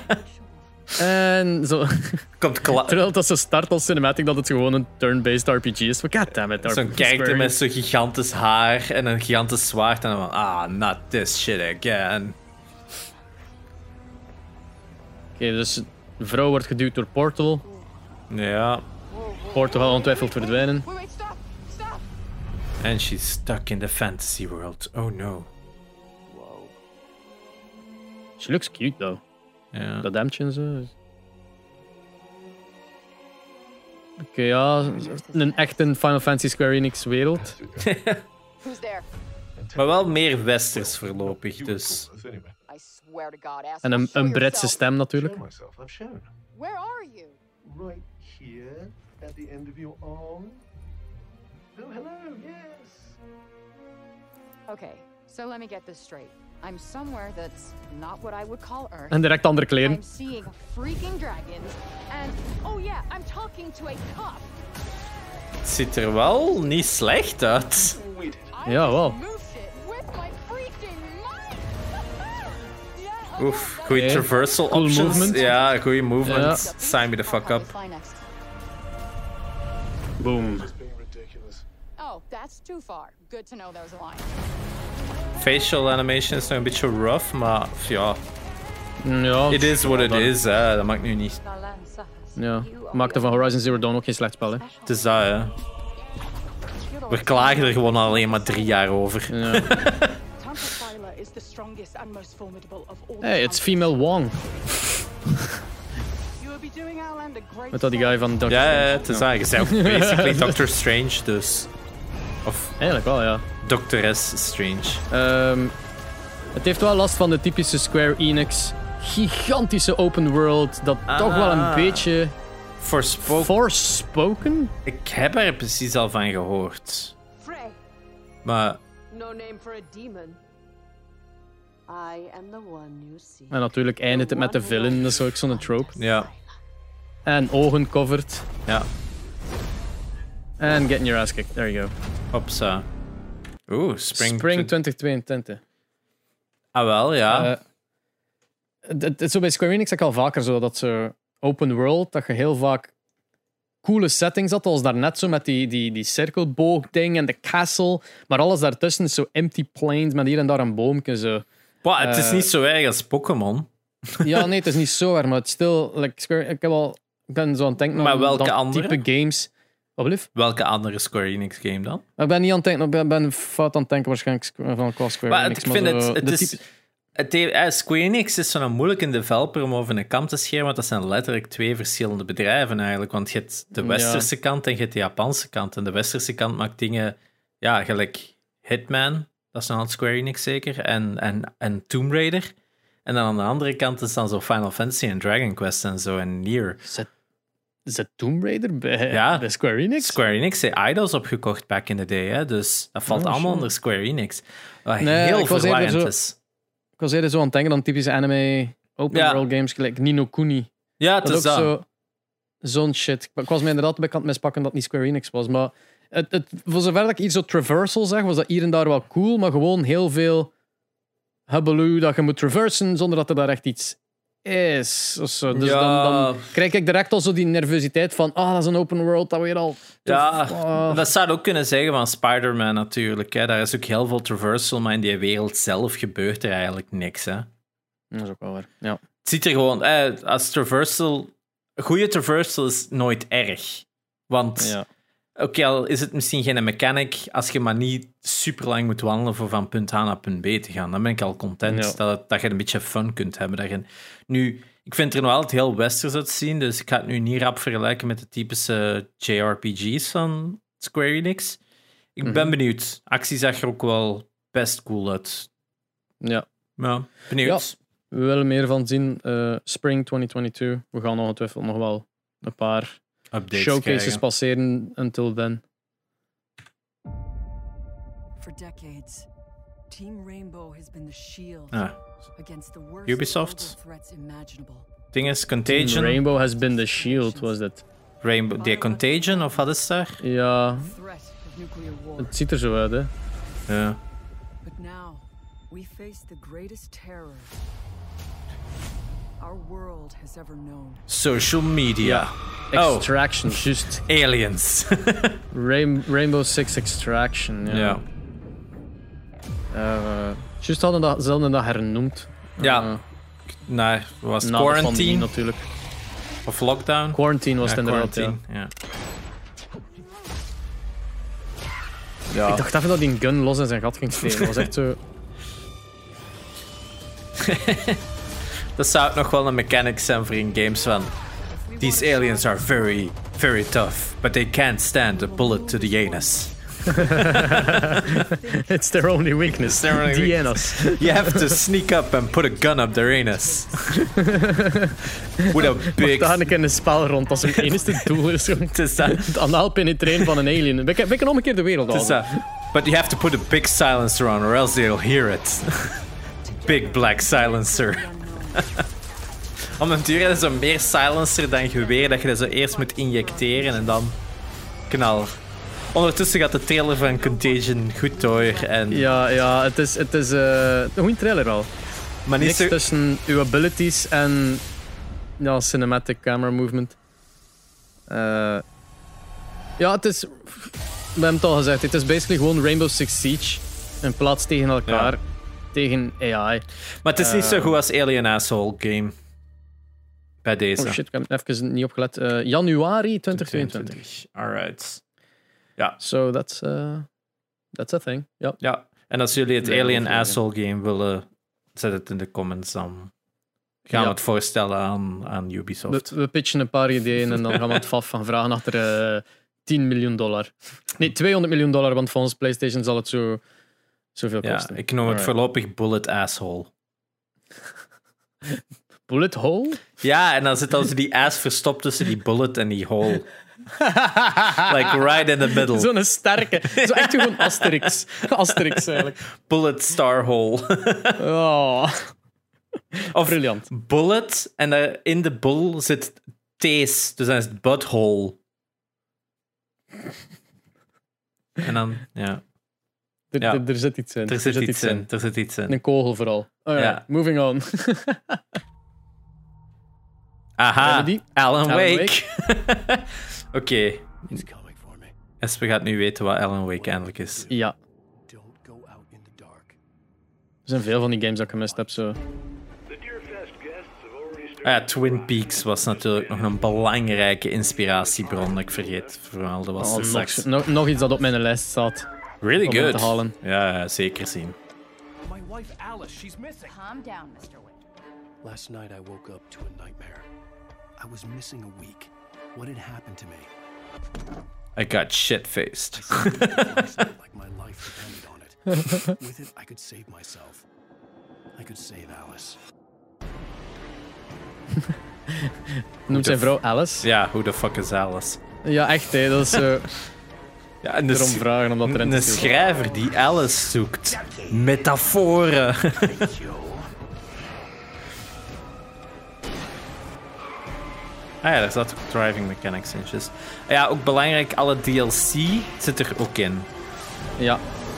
En zo... Komt Terwijl dat ze start als cinematic, dat het gewoon een turn-based RPG is. Goddammit. zo'n character met zo'n gigantisch haar en een gigantisch zwaard. En dan van, not this shit again. Oké, dus de vrouw wordt geduwd door Portal. Ja. Portal gaat ontwijfeld verdwijnen. And she's stuck in the fantasy world. Oh no. She looks cute, though. Ja. Dat hemdje en zo. Oké, ja. Een echte Final Fantasy Square Enix wereld. Maar wel meer westers voorlopig, dus. En een Britse stem natuurlijk. Where are you? Right here, at the end of your arm. Oh, hello, yes. Okay, so let me get this straight. I'm somewhere that's not what I would call Earth. En direct andere kleren. I'm seeing freaking dragons, and oh yeah, I'm talking to a cop. Het ziet er wel niet slecht uit. Ja, wel. Move shit with my freaking might. Oef, goeie Okay. traversal Cool options. movement. Ja, goeie movement. Ja. Sign me the fuck up. Fly next. Boom. Being ridiculous. Oh, that's too far. Good to know there's a line. Facial animation is nog een beetje rough, maar ja, Ja, it is what it is. Hè. Dat maakt nu niet. Ja. Maakte van Horizon Zero Dawn ook geen slecht spel, hè. Het is dat, hè. We klagen er gewoon alleen maar 3 jaar over. Ja. Hey, it's female Wong. Met dat die guy van Doctor Ja, Strange. het is dat. Je zei ook basically Doctor Strange, dus. Of Eigenlijk wel, ja. Doctoress Strange. Het heeft wel last van de typische Square Enix gigantische open world, dat toch wel een beetje Forspoken? Ik heb er precies al van gehoord. Maar No name for a demon. I am the one you see. En natuurlijk eindigt het met de villain, dat is ook zo'n trope. ja, En ogen covered. ja. En getting your ass kicked. There you go. Hopsa. Oeh, Spring 2022. Ah, wel, ja. Het is zo bij Square Enix heb ik al vaker zo dat ze open world, dat je heel vaak coole settings had, als daarnet zo met die cirkelboog-ding en de castle, maar alles daartussen is zo empty plains met hier en daar een boomje zo. Wow, het is niet zo erg als Pokémon. Ja, nee, het is niet zo erg, maar het is still like Square, ik ben zo aan het denken Maar aan welke dat andere? type games. Wat blieft? Welke andere Square Enix game dan? Ik ben niet aan het denken, ik ben fout aan het denken waarschijnlijk van qua Square Maar Enix. ik vind zo het de is... type- Square Enix is zo'n moeilijke developer om over een kam te scheren, want dat zijn letterlijk 2 verschillende bedrijven eigenlijk. Want je hebt de westerse kant en je hebt de Japanse kant. En de westerse kant maakt dingen, ja, gelijk Hitman, dat is dan Square Enix zeker, en Tomb Raider. En dan aan de andere kant is dan zo Final Fantasy en Dragon Quest en zo, en Nier. Is het Tomb Raider bij Square Enix? Square Enix heeft Eidos opgekocht back in the day, hè, dus dat valt allemaal shit. onder Square Enix. Wat Nee, heel ik was eerder verwarrend zo- is. Ik was eerder zo aan het denken aan typische anime open world games, gelijk Ni no Kuni. Ja, het Dat is is ook dat. zo'n shit. Ik was me inderdaad bij kant mispakken dat het niet Square Enix was, maar voor zover dat ik hier zo traversal zeg, was dat hier en daar wel cool, maar gewoon heel veel hubbeloo dat je moet traversen zonder dat er daar echt iets is. Of zo. Dus dan krijg ik direct al zo die nervositeit van dat is een open world, dat weer al... Ja, dat zou je ook kunnen zeggen van Spider-Man natuurlijk. Hè. Daar is ook heel veel traversal, maar in die wereld zelf gebeurt er eigenlijk niks. Hè. Dat is ook wel waar. Ja. Het ziet er gewoon... als traversal... Goede traversal is nooit erg. Want Oké, al is het misschien geen mechanic, als je maar niet super lang moet wandelen voor van punt A naar punt B te gaan, dan ben ik al content dat je een beetje fun kunt hebben. Nu, ik vind het er nog altijd heel westers uitzien, dus ik ga het nu niet rap vergelijken met de typische JRPG's van Square Enix. Ik ben benieuwd. Actie zag er ook wel best cool uit. Ja. Benieuwd. Ja, we willen meer van zien. Spring 2022. We gaan ongetwijfeld nog wel een paar Updates showcases krijgen. passeren until then. For decades, Team Rainbow has been the shield against the worst Ubisoft. global threats imaginable. Ding is Contagion. Rainbow has been the shield, was dat? Rainbow, die Contagion, of wat is daar? Ja, Threat of nuclear war. het ziet er zo uit, hè. Ja. But now, we face the greatest terror our world has ever known. Social media. Extraction, juist. Aliens. Rainbow Six Extraction, ja. Ja. Juist hadden ze dat hernoemd. Ja. Nee, was Na de pandemie Quarantine natuurlijk. of Lockdown? Quarantine was het inderdaad, ja. Quarantine, ja. Ik dacht even dat hij een gun los in zijn gat ging steken. Dat was echt zo... Dat zou ook nog wel een mechanic zijn voor in games van... These aliens are very, very tough, but they can't stand a bullet to the anus. It's their only weakness. their only The weakness. anus. You have to sneak up and put a gun up their anus. With a big... Daar een keer in een spel rond als hun enige doel is. Het is dat. Het anaal penetreren van een alien. We kunnen nog een keer de wereld Het is halen. dat. But you have to put a big silencer on or else they'll hear it. Big black silencer. Om een duur is er meer silencer dan geweer dat je dat zo eerst moet injecteren en dan knal. Ondertussen gaat de trailer van Contagion goed door. En... Ja, het is een goede trailer al. maar niet Niks zo... tussen uw abilities en cinematic camera movement. Ja, het is... We hebben het al gezegd. Het is basically gewoon Rainbow Six Siege. In plaats tegen elkaar. Ja. Tegen AI. Maar het is niet zo goed als Alien Asshole game. Bij deze. Oh shit, ik heb even niet opgelet. Januari 2022. Alright. Ja. So that's a thing. Ja. Ja. En als jullie het Nee, Alien over, ja. Asshole game willen, zet het in de comments. Dan gaan we het voorstellen aan Ubisoft. We pitchen een paar ideeën en dan gaan we het vaf van vragen achter $10 miljoen. Nee, $200 miljoen, want volgens PlayStation zal het zoveel Ja, kosten. ik noem het voorlopig Bullet Asshole. Bullet hole? Ja, en dan zit als die ass verstopt tussen die bullet en die hole. Like right in the middle. Zo'n sterke. Zo echt gewoon Asterix. Asterix eigenlijk. Bullet star hole. Oh. Of Briljant. bullet en daar in de bull zit T's, dus dan is het butthole. En dan, ja. Er zit iets in. Er zit iets in. Er zit iets in. Een kogel vooral. Alright, Ja. moving on. Aha, Remedy? Alan Alan Wake. Oké. It's coming for me. Espe gaat nu weten wat Alan Wake eindelijk is. Ja. Don't go out in the dark. Er zijn veel van die games dat ik gemist heb. Zo. Ja, Twin Peaks was natuurlijk nog een belangrijke inspiratiebron. Ik vergeet vooral, dat was straks. Nog iets dat op mijn lijst staat. Really om good. te halen. Ja, zeker zien. My wife Alice, she's missing. Calm down, Mr. Wayne. Last night I woke up to a nightmare. I was missing a week. What had happened to me? I got shit-faced. I seemed to feel like my life depended on it. With it, I could save myself. I could save Alice. Noemt zijn vrouw Alice? Ja, who the fuck is Alice? Ja, echt, hè. Dat is Ja, en erom vragen om dat erin te een sturen. schrijver die Alice zoekt. Metaforen. Ah ja, daar zat ook driving mechanics in. Dus. Ja, ook belangrijk, alle DLC zit er ook in. Ja.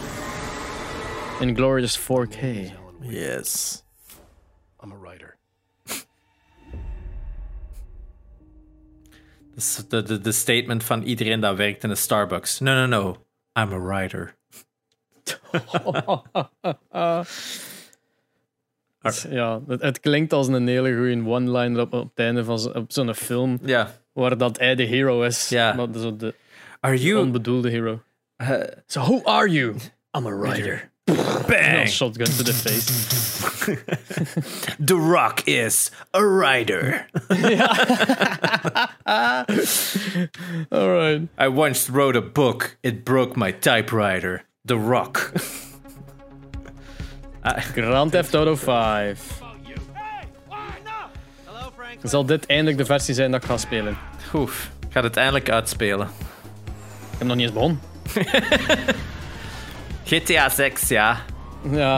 In glorious 4K. Yes. I'm a writer. Dus de statement van iedereen dat werkt in de Starbucks. No. I'm a writer. Ja, het klinkt als een hele goede one-liner op het einde van op zo'n film. Ja. Waar dat hij de hero is. Ja. Maar zo Are you... Onbedoelde hero. So who are you? I'm a writer. Bang! Shotgun to the face. The Rock is a writer. Alright. I once wrote a book. It broke my typewriter. The Rock. Grand Theft Auto 5. Zal dit eindelijk de versie zijn dat ik ga spelen? Oef, ik ga het eindelijk uitspelen. Ik heb nog niet eens begonnen. GTA 6, ja. Ja,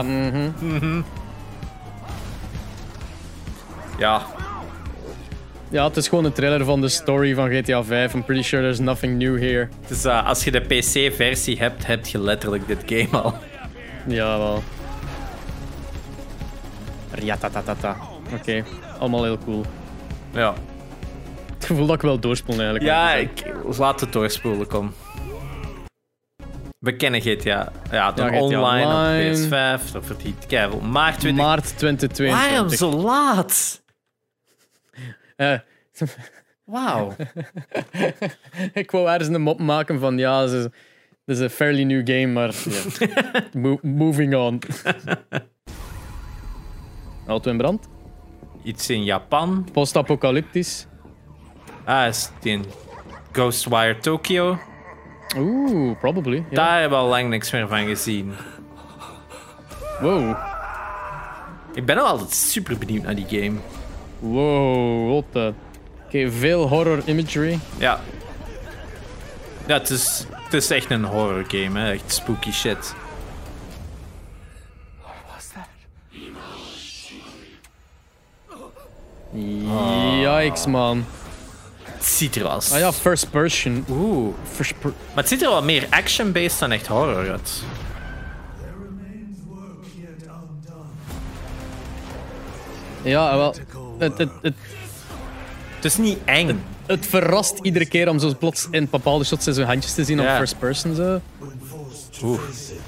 Ja. Ja, het is gewoon een trailer van de story van GTA 5. I'm pretty sure there's nothing new here. Dus als je de PC-versie hebt, heb je letterlijk dit game al. Ja, wel. Riatatatata. Oké, allemaal heel cool. Ja. Het gevoel dat ik wel doorspoel eigenlijk. Ja, ik laat het doorspoelen, kom. We kennen GTA. Ja, dan GTA online Online. op PS5. Dat verdient keiveel. Maart 2022. Maart 2022. Waarom zo laat? Wauw. Ik wou ergens een mop maken van ja, het is een fairly new game, maar ja. Moving on. Auto in brand. Iets in Japan. Post-apocalyptisch. Is het in Ghostwire Tokyo? Oeh, probably. Yeah. Daar hebben we al lang niks meer van gezien. Wow. Ik ben nog altijd super benieuwd naar die game. Wow, what the... Oké, veel horror imagery. Ja. Ja, het is echt een horror game, hè. Echt spooky shit. Yikes, man. Het ziet er als... Ah ja, first person. Oeh. Maar het ziet er wel meer action-based dan echt horror uit. Ja, wel... Het is niet eng. Het verrast iedere keer om zo plots in bepaalde shots zijn handjes te zien op first person. Zo. Oeh.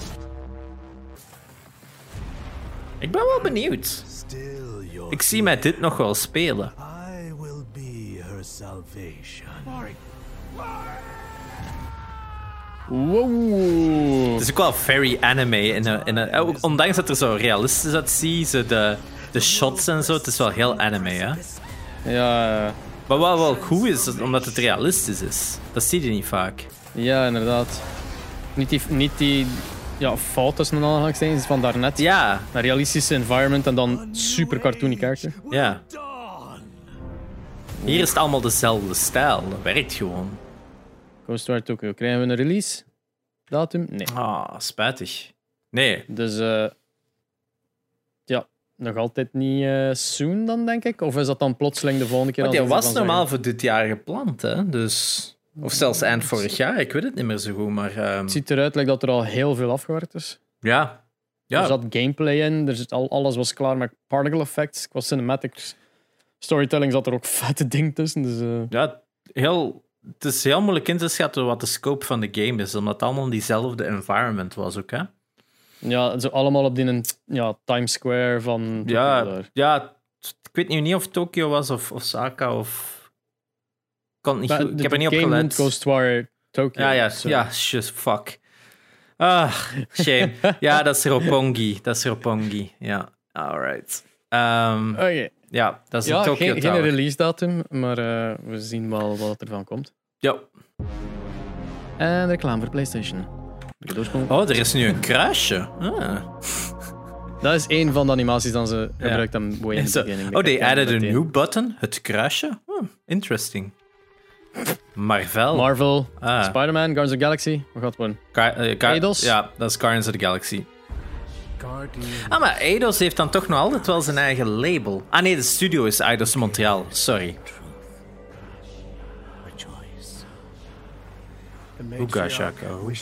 Ik ben wel benieuwd. Ik zie mij dit nog wel spelen. I will be her salvation. Wow. Het is ook wel very anime. Ondanks dat er zo realistisch uitziet, de shots en zo, het is wel heel anime, hè? Ja. Maar wat wel goed is, omdat het realistisch is. Dat zie je niet vaak. Ja, inderdaad. Niet die fout tussen de aanhalingstekens van daarnet. Ja. Een realistische environment en dan super cartoony character. Ja. Hier is het allemaal dezelfde stijl. Dat werkt gewoon. Ghostwire Tokyo. Krijgen we een release datum? Nee. Spijtig. Nee. Dus nog altijd niet soon dan, denk ik? Of is dat dan plotseling de volgende keer? Maar die was normaal voor dit jaar gepland, hè? Dus... Of zelfs eind vorig jaar, ik weet het niet meer zo goed, maar... Het ziet eruit dat er al heel veel afgewerkt is. Ja. Er zat gameplay in, alles was klaar met particle effects. Qua cinematics storytelling zat er ook vette dingen tussen. Dus, Ja, het is heel moeilijk in te schatten wat de scope van de game is, omdat het allemaal diezelfde environment was ook, hè? Ja, zo allemaal op die Times Square van... Ja, ik weet nu niet of Tokyo was of Osaka of... Ik heb er niet op gelet. Ghostwire Tokyo. Ja, fuck. Shame. Ja, dat is Roppongi. Ja, alright. Oké. Ja, dat is een Tokyo Tower. Geen release datum, maar we zien wel wat er van komt. Ja. En reclame voor PlayStation. Oh, er is nu een kruisje. Dat is één van de animaties dan ze gebruikt aan way in the beginning. Oh, they added a new button. Het kruisje. Interesting. Marvel. Spider-Man, Guardians of the Galaxy. Wat gaat het worden? Eidos? Ja, dat is Guardians of the Galaxy. Maar Eidos heeft dan toch nog altijd wel zijn eigen label. Nee, de studio is Eidos Montreal. Sorry. Hoeka Shaka.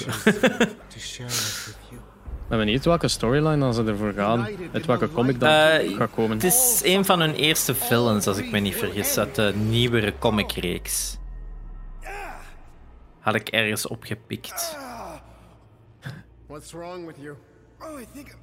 Ik ben benieuwd welke storyline dan ze ervoor gaan. Uit welke comic dat gaat komen. Het is een van hun eerste villains, als ik me niet vergis, uit de nieuwere comicreeks. Had ik ergens opgepikt. What's wrong with you? Oh, I think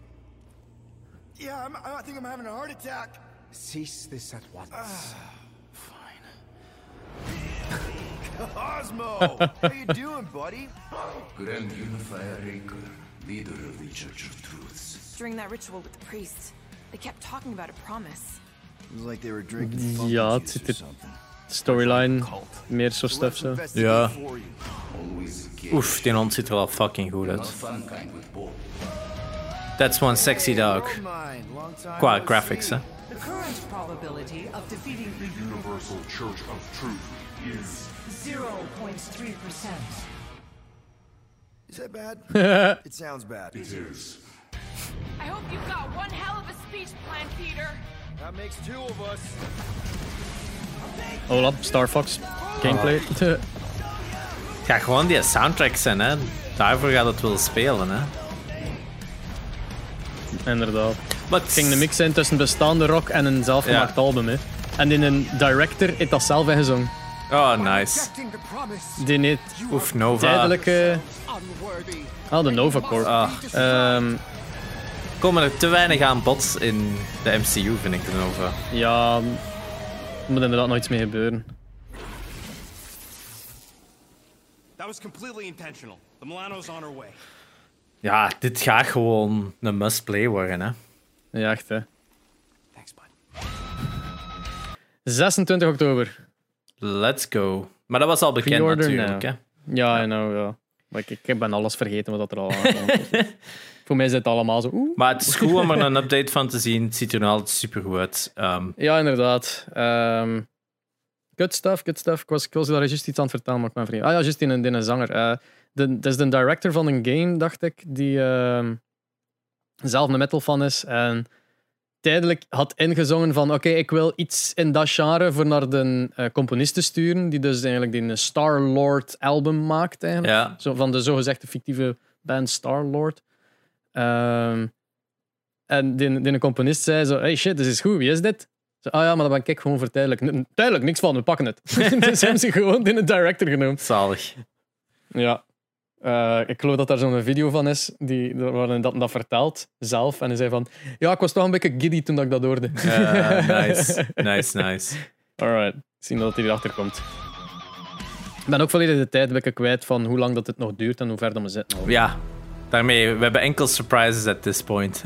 I'm having a heart attack. Cease this at once. Fine. Osmo! How you doing, buddy? Grand Unifier Raker, leader of the Church of Truths. During that ritual with the priests, they kept talking about a promise. It was like they were drinking Ja, het zit de storyline, meer zo stuff zo. Ja. Oef, die hond ziet er wel fucking goed uit. That's one sexy dog. Qua graphics, hè. The current probability of defeating the Universal Church of Truth is 0.3%. Is that bad? It sounds bad. It is. I hope you've got one hell of a speech plan, Peter. That makes two of us. Hold up, Star Fox. Gameplay. Het gaat gewoon die soundtrack zijn, hè. Daarvoor gaat het wel spelen, hè. Inderdaad. Het ging de mix zijn tussen bestaande rock en een zelfgemaakt album. Hè. En in een director heeft dat zelf ingezongen. Oh, nice. Die heeft Oef, Nova. tijdelijke... de Nova Corps. Komen er te weinig aan bod in de MCU, vind ik, de Nova. Ja, er moet inderdaad nog iets mee gebeuren. That was completely intentional. The Milano's on her way. Ja, dit gaat gewoon een must-play worden, hè. Ja, echt, hè. Thanks, bud. 26 oktober. Let's go. Maar dat was al bekend Pre-order natuurlijk, now. hè. Ja, I know, ja. Maar ik ben alles vergeten wat er al aankomt. Voor mij is het allemaal zo... Maar het is goed om er een update van te zien. Het ziet er nog altijd super goed uit. Ja, inderdaad. Good stuff. Ik was daar juist iets aan het vertellen, maar ik ben vergeten. Ah ja, juist in een zanger. Dat is de director van een game, dacht ik, die zelf een metal fan is. En tijdelijk had ingezongen van oké, ik wil iets in dat genre voor naar de componist te sturen, die dus eigenlijk die Star-Lord album maakt, eigenlijk. Ja. Zo, van de zogezegde fictieve band Star-Lord. En die componist zei zo, hey shit, dit is goed, wie is dit? Zo, ah ja, maar dat ben ik gewoon voor tijdelijk. Tijdelijk, niks van, we pakken het. Dus hebben ze gewoon in een director genoemd. Zalig. Ja. Ik geloof dat daar zo'n video van is waarin dat vertelt zelf. En hij zei van, ja, ik was toch een beetje giddy toen ik dat hoorde. Nice. Alright, zien dat hij erachter komt. Ik ben ook volledig de tijd een beetje kwijt van hoe lang dat het nog duurt en hoe ver dat we zitten. Ja, daarmee, we hebben enkel surprises at this point.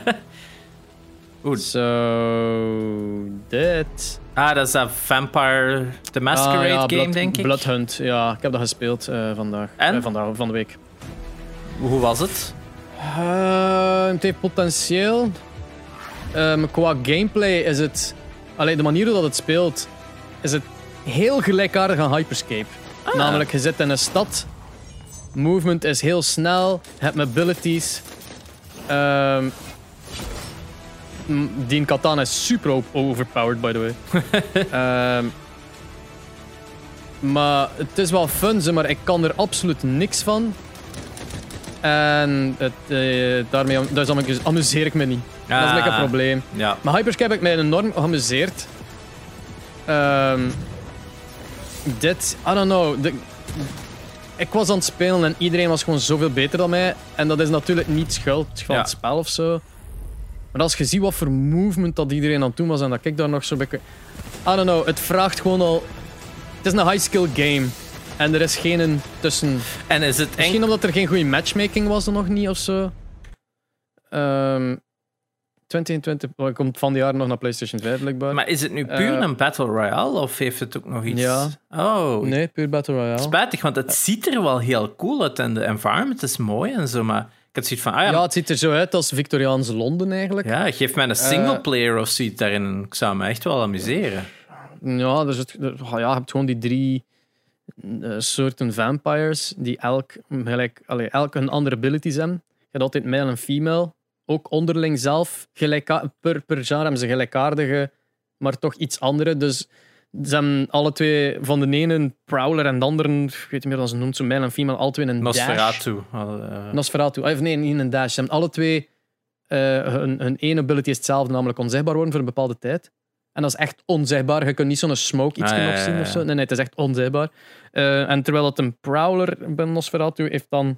Dit. Dat is dat Vampire the Masquerade game, denk ik. Bloodhunt, ja. Ik heb dat gespeeld vandaag. En? Van de week. Hoe was het? Het heeft potentieel. Qua gameplay is het... Allee, de manier hoe dat het speelt, is het heel gelijkaardig aan Hyperscape. Namelijk, je zit in een stad. Movement is heel snel. Je hebt mobilities. Die katana is super overpowered, by the way. Maar het is wel fun, maar ik kan er absoluut niks van. En daarmee amuseer ik me niet. Dat is een beetje een probleem. Ja. Maar Hyperscape heb ik mij enorm geamuseerd. Dit, I don't know. Ik was aan het spelen en iedereen was gewoon zoveel beter dan mij. En dat is natuurlijk niet schuld van het spel of zo. Maar als je ziet wat voor movement dat iedereen aan het doen was en dat ik daar nog zo beetje... I don't know, het vraagt gewoon al... Het is een high-skill game. En er is geen tussen... En is het Misschien omdat er geen goede matchmaking was er nog niet of zo. 2020 komt van die jaar nog naar PlayStation 5 blijkbaar. Maar is het nu puur een Battle Royale of heeft het ook nog iets... Ja. Oh. Nee, puur Battle Royale. Spijtig, want het ziet er wel heel cool uit en de environment is mooi en zo, maar... Ik had zoiets van, ja, het ziet er zo uit als Victoriaans Londen eigenlijk. Ja, geef mij een singleplayer of zoiets daarin. Ik zou me echt wel amuseren. Ja, je hebt gewoon die 3 soorten vampires die elk een andere abilities hebben. Je hebt altijd male en female. Ook onderling zelf. Per genre hebben ze gelijkaardige, maar toch iets andere. Dus ze hebben alle twee van de ene een prowler en de andere, ik weet niet meer wat ze noemt, zo male en female, alle twee een Nosferatu. Dash. Nosferatu. Of nee, niet een dash. Ze hebben alle twee hun ene ability is hetzelfde, namelijk onzichtbaar worden voor een bepaalde tijd. En dat is echt onzichtbaar. Je kunt niet zo'n smoke iets nog zien of zo. Nee, het is echt onzichtbaar. En terwijl het een prowler bij Nosferatu heeft dan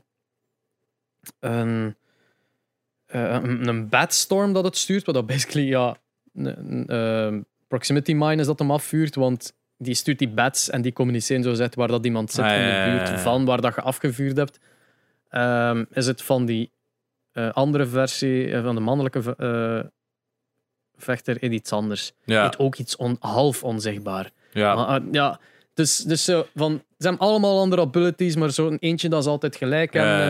een batstorm dat het stuurt, wat dat basically een proximity mine is dat hem afvuurt, want die stuurt die bats en die communiceren zo zegt waar dat iemand zit in de buurt van waar dat je afgevuurd hebt. Is het van die andere versie, van de mannelijke vechter, iets anders. Heeft ook iets half onzichtbaar. Ja. Maar, dus zo van, ze hebben allemaal andere abilities, maar zo'n eentje dat is altijd gelijk.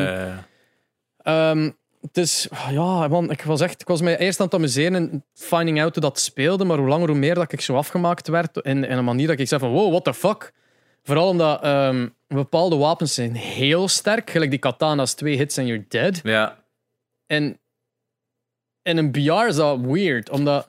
Het is, man, ik was mij eerst aan het amuseren en finding out hoe dat speelde, maar hoe langer hoe meer dat ik zo afgemaakt werd in een manier dat ik zei van wow, what the fuck? Vooral omdat bepaalde wapens zijn heel sterk, gelijk die katana's, 2 hits and you're dead. Ja. En in een BR is dat weird, omdat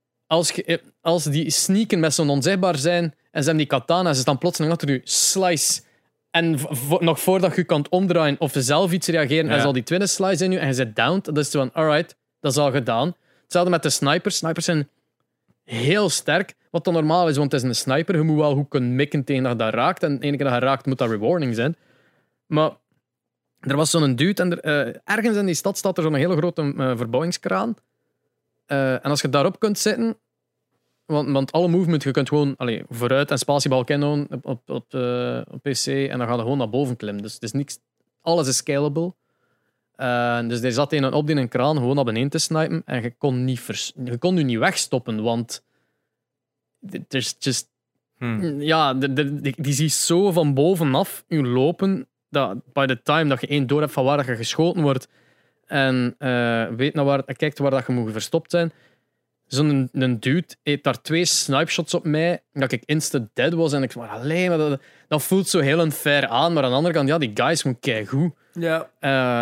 als die sneaken met zo'n onzichtbaar zijn en ze hebben die katana's, is dan plotseling achter je slice. En nog voordat je kan omdraaien of zelf iets reageren, en zal die tweede slice in je en je zit down. Dat is van, alright, dat is al gedaan. Hetzelfde met de snipers. Snipers zijn heel sterk, wat dan normaal is, want het is een sniper. Je moet wel goed kunnen mikken tegen dat je dat raakt. En de ene keer dat je raakt, moet dat rewarding zijn. Maar er was zo'n dude en ergens in die stad staat er zo'n hele grote verbouwingskraan. En als je daarop kunt zitten, want alle movement, je kunt gewoon vooruit en spatiebalk inhouden op PC en dan ga je gewoon naar boven klimmen. Dus het is niks, alles is scalable. Dus er zat een op in een kraan gewoon naar beneden te snipen en je kon nu niet wegstoppen, want there's just... die ziet zo van bovenaf je lopen dat by the time dat je één door hebt van waar dat je geschoten wordt en weet naar waar, kijkt waar dat je moet verstopt zijn. Zo'n dude heeft daar 2 snipeshots op mij dat ik instant dead was en ik maar alleen, maar dat voelt zo heel unfair aan, maar aan de andere kant, die guys gewoon keigoed. Ja.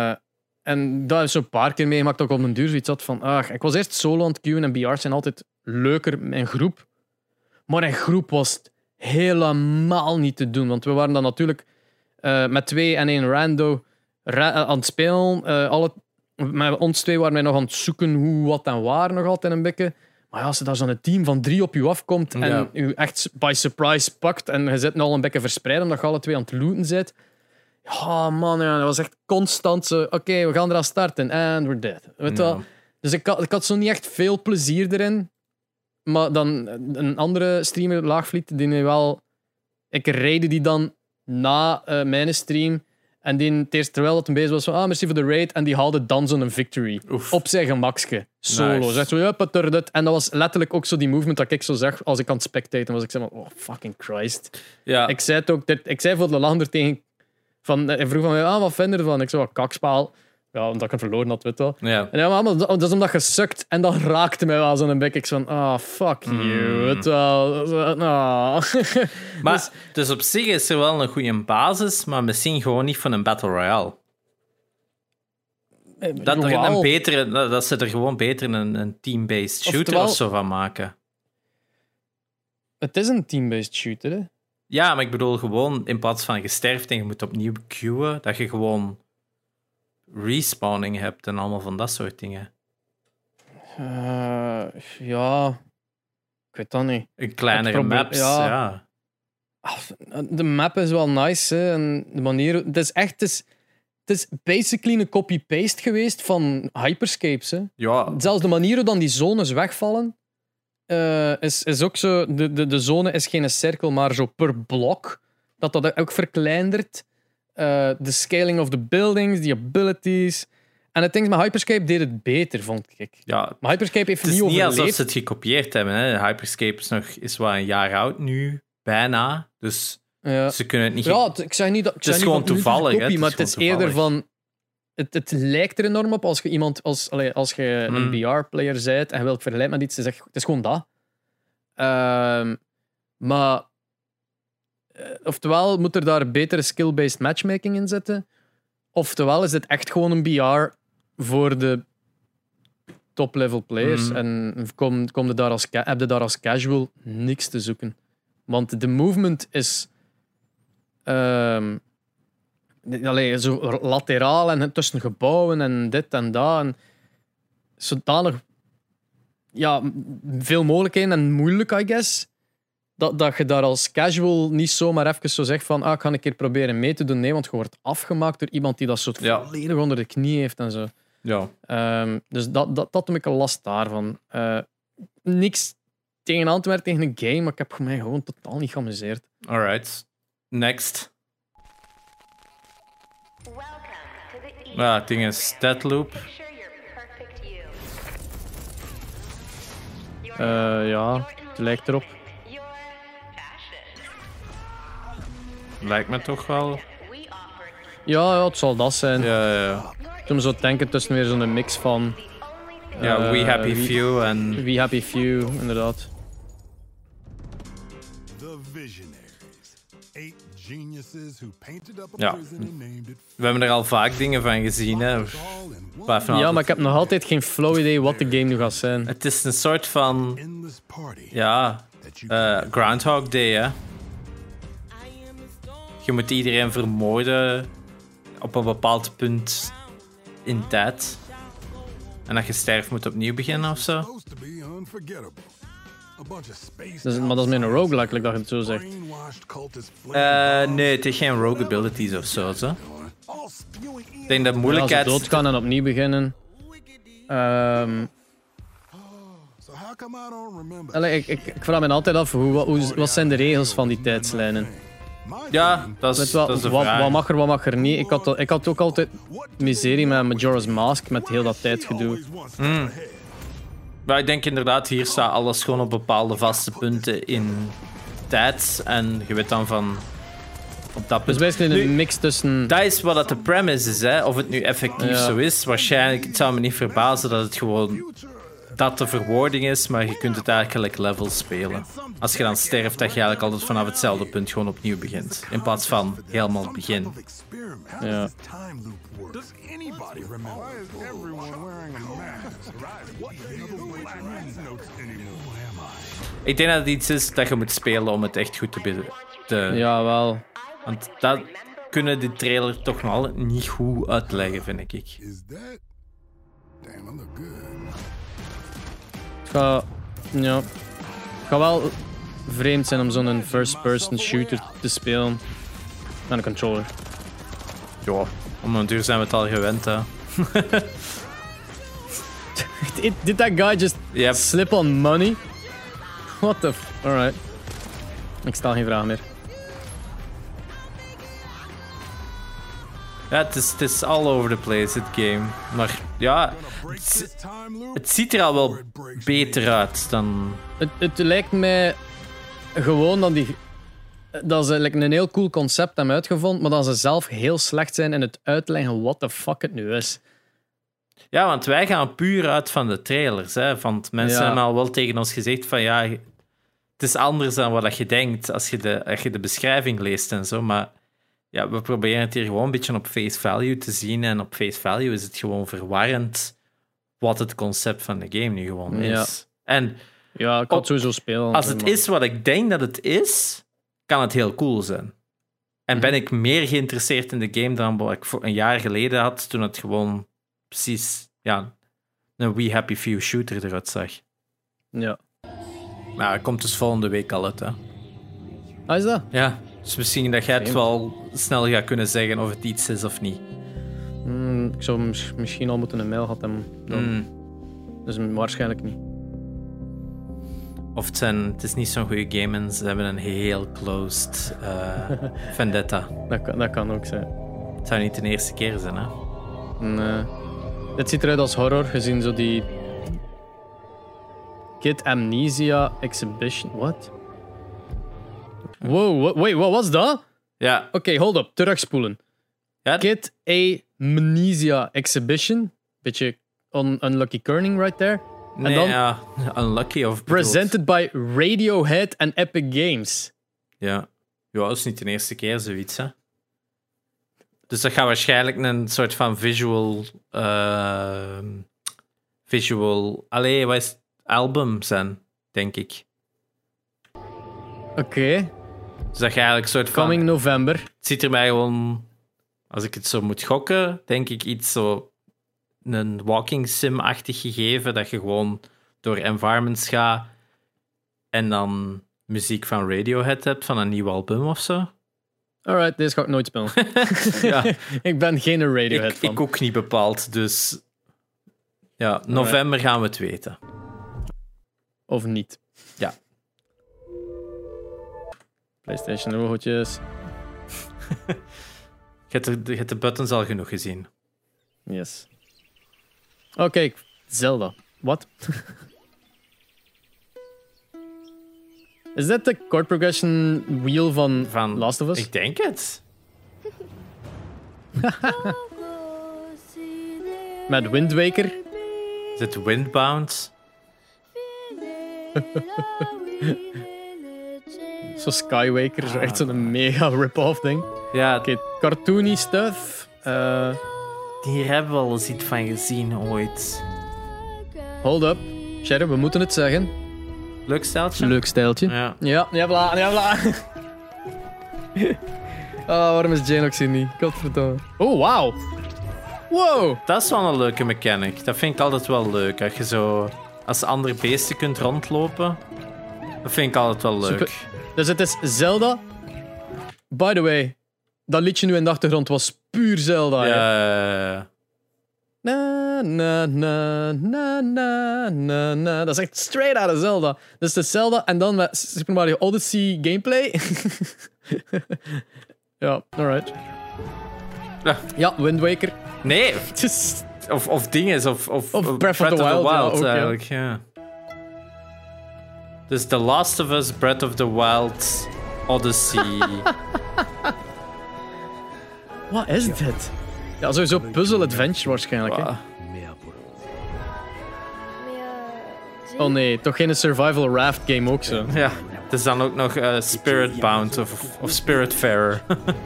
En dat is zo'n paar keer meegemaakt dat ik op een duur zoiets had van ik was eerst solo aan het queuen en BR's zijn altijd leuker in groep, maar in groep was het helemaal niet te doen, want we waren dan natuurlijk met 2 en 1 rando aan het spelen, met ons 2 waren wij nog aan het zoeken hoe, wat en waar nog altijd een beetje. Maar als er daar zo'n team van 3 op je afkomt en je echt by surprise pakt en je zit nu al een beetje verspreid omdat je alle 2 aan het looten zit. Ja, man, dat was echt constant zo. Oké, we gaan eraan starten and we're dead. Weet wel? Dus ik had zo niet echt veel plezier erin. Maar dan een andere streamer, Laagvliet, die nu wel... Ik raidde die dan na mijn stream. En die, terwijl dat een bezig was van merci voor de raid. En die haalde dan zo'n victory. Op zijn gemakske. Solo. Nice. Zegt zo, en dat was letterlijk ook zo die movement dat ik zo zag als ik aan het spectaten was. Ik zei van, oh fucking Christ. Ja. Ik zei het ook, ik zei voor de langer tegen... Hij vroeg van mij, wat vind je ervan? Ik zei, kakspaal. Ja, omdat ik hem verloren had, weet je wel. Ja. En ja, maar dat is omdat je sukt. En dat raakte mij wel zo'n bek. Ik zei van, fuck you. Weet je wel. Maar, dus op zich is er wel een goede basis, maar misschien gewoon niet van een Battle Royale. Dat ze er gewoon beter een team-based shooter of zo van maken. Het is een team-based shooter, hè? Ja, maar ik bedoel gewoon, in plaats van je sterft en je moet opnieuw queuen, dat je gewoon respawning hebt en allemaal van dat soort dingen. Ja, ik weet dat niet. Een kleinere maps, ja. De map is wel nice, hè, en de manier... Het is basically een copy-paste geweest van Hyperscapes, hè. Ja. Zelfs de manier hoe dan die zones wegvallen, is ook zo... De zone is geen cirkel, maar zo per blok. Dat ook verkleindert. De scaling of the buildings, die abilities. En het ding met Hyperscape deed het beter, vond ik. Ja, maar Hyperscape heeft niet overleefd. Het is niet alsof ze het gekopieerd hebben. Hè. Hyperscape is wel een jaar oud nu, bijna. Dus ze kunnen het niet... Ja, ik zeg niet dat... Het is gewoon toevallig. Maar het is eerder van... Het lijkt er enorm op als je iemand... Als je een BR-player bent en je wilt vergelijken met iets, het is gewoon dat. Maar... Oftewel moet er daar betere skill-based matchmaking in zitten. Oftewel is dit echt gewoon een BR voor de top-level players. En heb je daar als casual niks te zoeken. Want de movement is zo lateraal en tussen gebouwen en dit en dat. En zodanig veel mogelijkheden en moeilijk, I guess. Dat je daar als casual niet zomaar even zo zegt van ik ga een keer proberen mee te doen. Nee, want je wordt afgemaakt door iemand die dat soort volledig onder de knie heeft en zo. Ja. Dus dat heb ik een last daarvan. Niks tegen Antwerpen tegen een game, maar ik heb mij gewoon totaal niet geamuseerd. Alright. Next. Ja, het ding is Deathloop. Ja, het lijkt erop. Lijkt me toch wel. Ja, het zal dat zijn. Ja. Toen zo denken tussen weer zo'n mix van... Ja, We Happy Few en... We Happy Few, inderdaad. The Visionaries. 8 geniuses who painted up a Ja. prison and named it. We hebben er al vaak dingen van gezien, hè. Ja, maar ik heb nog altijd geen flow idee wat de game nu gaat zijn. Het is een soort van... Ja... Groundhog Day, hè. Je moet iedereen vermoorden op een bepaald punt in tijd. En als je sterft, moet je opnieuw beginnen of zo. Dus, maar dat is meer een roguelike, like dat je het zo zegt. Nee, het is geen rogue abilities of zo. Ik denk dat moeilijkheid... Ja, als doodgaan en opnieuw beginnen. Ik vraag me altijd af, wat zijn de regels van die tijdslijnen? Ja, dat is de vraag. Wat mag er niet? Ik had ook altijd miserie met Majora's Mask, met heel dat tijdgedoe. Maar ik denk inderdaad, hier staat alles gewoon op bepaalde vaste punten in tijd. En je weet dan van... Op dat punt. Dus basically een mix tussen... Dat is wat het de premise is, hè. Of het nu effectief zo is. Waarschijnlijk, het zou me niet verbazen dat het gewoon... dat de verwoording is, maar je kunt het eigenlijk level spelen. Als je dan sterft, dat je eigenlijk altijd vanaf hetzelfde punt gewoon opnieuw begint. In plaats van helemaal het begin. Ja. Ik denk dat het iets is dat je moet spelen om het echt goed te... Ja, wel. Want dat kunnen die trailer toch nog altijd niet goed uitleggen, vind ik. Het gaat wel vreemd zijn om zo'n first-person shooter te spelen met een controller. Ja, om een duur zijn we het al gewend, hè. Did that guy just slip on money? What the Alright. Ik stel geen vraag meer. Ja, het is all over the place, het game. Maar ja, het ziet er al wel beter uit dan... Het lijkt mij gewoon dat ze een heel cool concept hebben uitgevonden, maar dat ze zelf heel slecht zijn in het uitleggen wat de fuck het nu is. Ja, want wij gaan puur uit van de trailers. Hè? Want mensen hebben al wel tegen ons gezegd van ja, het is anders dan wat je denkt als je de beschrijving leest en zo. Maar ja, we proberen het hier gewoon een beetje op face value te zien. En op face value is het gewoon verwarrend wat het concept van de game nu gewoon is. En ja, ik kan het sowieso spelen. Als het is wat ik denk dat het is, kan het heel cool zijn. En ben ik meer geïnteresseerd in de game dan wat ik voor een jaar geleden had, toen het gewoon precies een We Happy Few shooter eruit zag. Ja. Maar het komt dus volgende week al uit, hè. Ah, is dat? Ja, dus misschien dat jij het wel snel gaat kunnen zeggen of het iets is of niet. Ik zou misschien al moeten een mail gehad hebben. Dus waarschijnlijk niet. Of het is niet zo'n goede game en ze hebben een heel closed vendetta. Dat kan ook zijn. Het zou niet de eerste keer zijn, hè? Nee. Het ziet eruit als horror, gezien zo die... Kid Amnesia Exhibition... What? Wow, wait, wat was dat? Ja. Oké, hold up. Terugspoelen. Ja? Kid Amnesia Exhibition. Beetje unlucky kerning right there. Nee, en dan, ja. Unlucky of... Presented by Radiohead en Epic Games. Ja. Ja, dat is niet de eerste keer zoiets, hè. Dus dat gaat waarschijnlijk een soort van wat is het? Album zijn, denk ik. Oké. Dus dat je eigenlijk een soort van... Coming November. Het ziet er mij gewoon... Als ik het zo moet gokken, denk ik iets zo... Een walking sim-achtig gegeven, dat je gewoon door environments gaat en dan muziek van Radiohead hebt, van een nieuw album of zo. Alright, deze ga ik nooit spelen. Ja. Ik ben geen Radiohead fan. Ik ook niet bepaald, dus... Ja, november gaan we het weten. Of niet. Ja. PlayStation logootjes. Je hebt de buttons al genoeg gezien. Yes. Oh, kijk. Zelda. Wat? Is dat de chord progression wheel van Last of Us? Ik denk het. Met Wind Waker. Is het Windbound? Zo Skywaker, zo echt zo'n mega rip-off ding. Ja. Oké, cartoony stuff. Hier hebben we al eens iets van gezien ooit. Hold up. Shadow, we moeten het zeggen. Leuk stijltje? Leuk stijltje. Ja. Ja, bla. Waarom is Jane ook zo niet? Godverdomme. Oh, wauw. Wow. Dat is wel een leuke mechanic. Dat vind ik altijd wel leuk. Als je zo als andere beesten kunt rondlopen. Dat vind ik altijd wel leuk. Super. Dus het is Zelda. By the way, dat liedje nu in de achtergrond was puur Zelda. Ja. Na, na, na, na, na, na, na. Dat is echt straight out of Zelda. Dus het is Zelda en dan met Super Mario Odyssey gameplay. Ja, alright. Ja, Wind Waker. Nee. Of dingen. Of Breath of the Wild. Eigenlijk, ja. Dus The Last of Us, Breath of the Wild, Odyssey. Wat is dit? Ja, sowieso puzzle adventure waarschijnlijk. Hè? Oh nee, toch geen survival raft game ook zo. Ja, het is dan ook nog Spiritbound of Spiritfarer.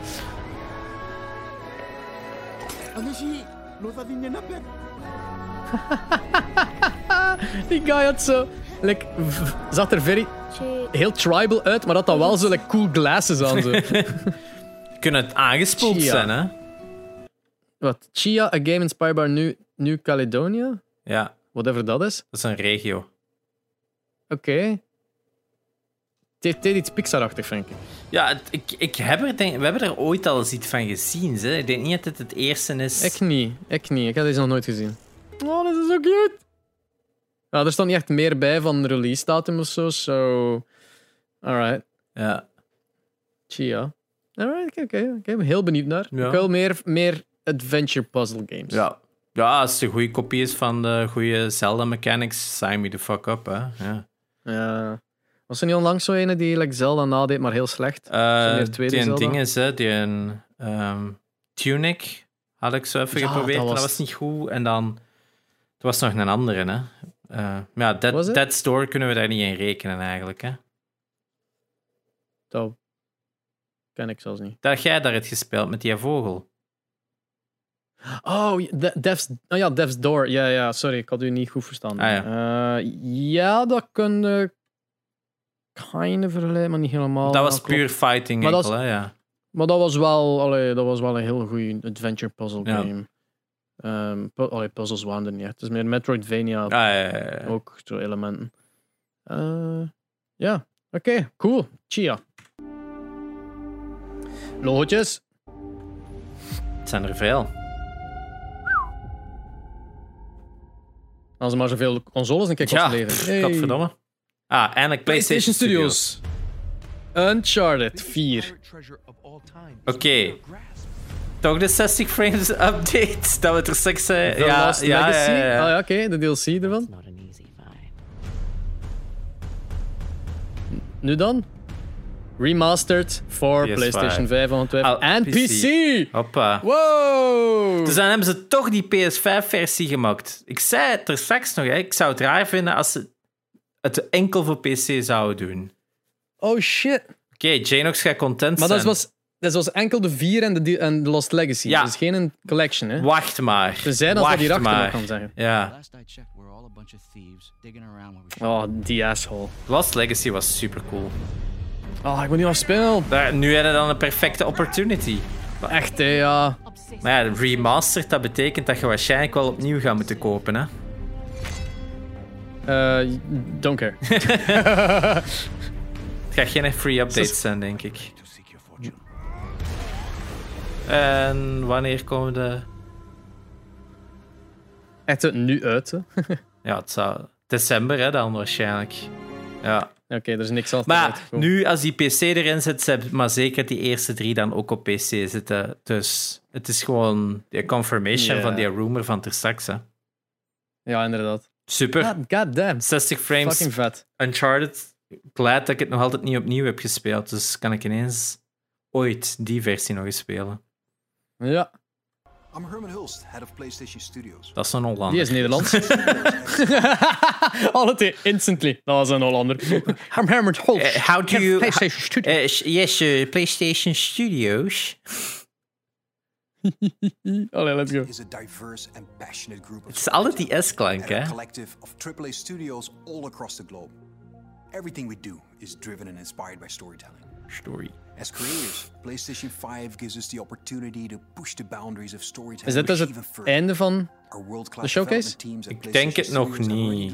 Die guy had zo... zag er heel tribal uit, maar had dan wel zo cool glasses aan. Zo. Kunnen het aangespoeld zijn, hè? Wat? Chia, a game inspired by New Caledonia? Ja. Whatever dat is. Dat is een regio. Oké. Het heeft iets Pixar-achtig, vind ik. Ja, we hebben er ooit al eens iets van gezien. Hè? Ik denk niet dat het eerste is. Ik niet. Ik heb deze nog nooit gezien. Oh, dat is zo cute. Ja, er stond niet echt meer bij van release datum of zo. So... Alright. Ja. Chia. Alright, oké. Ik ben heel benieuwd naar. Ja. Ik wil meer adventure puzzle games. Ja. Ja, als het een goede kopie is van de goede Zelda mechanics, sign me the fuck up, hè. Ja. Was er niet onlangs zo ene die Zelda nadeed, maar heel slecht? Die een ding is, hè. Die een Tunic had ik zo even geprobeerd, maar dat was niet goed. En dan... Er was nog een andere, hè. Ja, Dead Store kunnen we daar niet in rekenen, eigenlijk, hè. Dat ken ik zelfs niet. Dat jij daar hebt gespeeld met die vogel. Oh, Death's Door. Ja, sorry, ik had u niet goed verstaan. Ja, dat kun je kind of vergelijken, maar niet helemaal. Dat was puur fighting enkel, hè, ja. Maar dat was wel een heel goede adventure puzzle game. Puzzles waren er niet echt. Het is meer Metroidvania. Ja. Ook zo elementen. Ja, oké, cool. Chia. Logootjes. Het zijn er veel. Als er maar zoveel consoles een keer kosten leveren. Ja, godverdomme. Eindelijk PlayStation Studios. Uncharted 4. Oké. Toch de 60 frames update dat we het er straks The Lost Legacy. Oké, de DLC ervan. Nu dan? Remastered voor PS5. PlayStation 5 en PC. Hoppa. Wow! Dus dan hebben ze toch die PS5-versie gemaakt. Ik zei het er straks nog, hè. Ik zou het raar vinden als ze het enkel voor PC zouden doen. Oh shit. Oké, Janox gaat content zijn. Maar dat was enkel de 4 en de Lost Legacy. Ja. Dat is geen collection, hè? Wacht maar. Tenzij dat hierachter nog kan zeggen. Ja. Oh, die asshole. Lost Legacy was super cool. Oh, ik moet niet afspelen. Nu heb je dan een perfecte opportunity. Echt, hè, ja. Maar ja, remastered, dat betekent dat je waarschijnlijk wel opnieuw gaat moeten kopen, hè? Don't care. Het gaat geen free updates zijn, denk ik. En wanneer komen de... Echt nu uit, hè? Ja, het zou... December, hè, dan waarschijnlijk. Ja. Oké, er is niks altijd Maar uitgekomen. nu, als die PC erin zit, ze hebben maar zeker die eerste 3 dan ook op PC zitten. Dus het is gewoon de confirmation van die rumor van ter straks. Hè. Ja, inderdaad. Super. God damn. 60 frames. Fucking vet. Uncharted. Blij dat ik het nog altijd niet opnieuw heb gespeeld. Dus kan ik ineens ooit die versie nog eens spelen. Ja. I'm Herman Hulst, head of PlayStation Studios. Dat is een Hollander. Die is Nederlands. Alle twee, instantly. Dat was een Hollander. I'm Herman Hulst. How do you... PlayStation Studios. Yes, PlayStation Studios. Allee, let's go. Is a diverse and passionate group of Het is altijd die S-klank, hè? a collective of AAA studios all across the globe. Everything we do is driven and inspired by storytelling. Story. As creators, PlayStation 5 gives us the opportunity to push the boundaries of storytelling. Is dit dus het einde van de showcase? Ik denk het nog niet.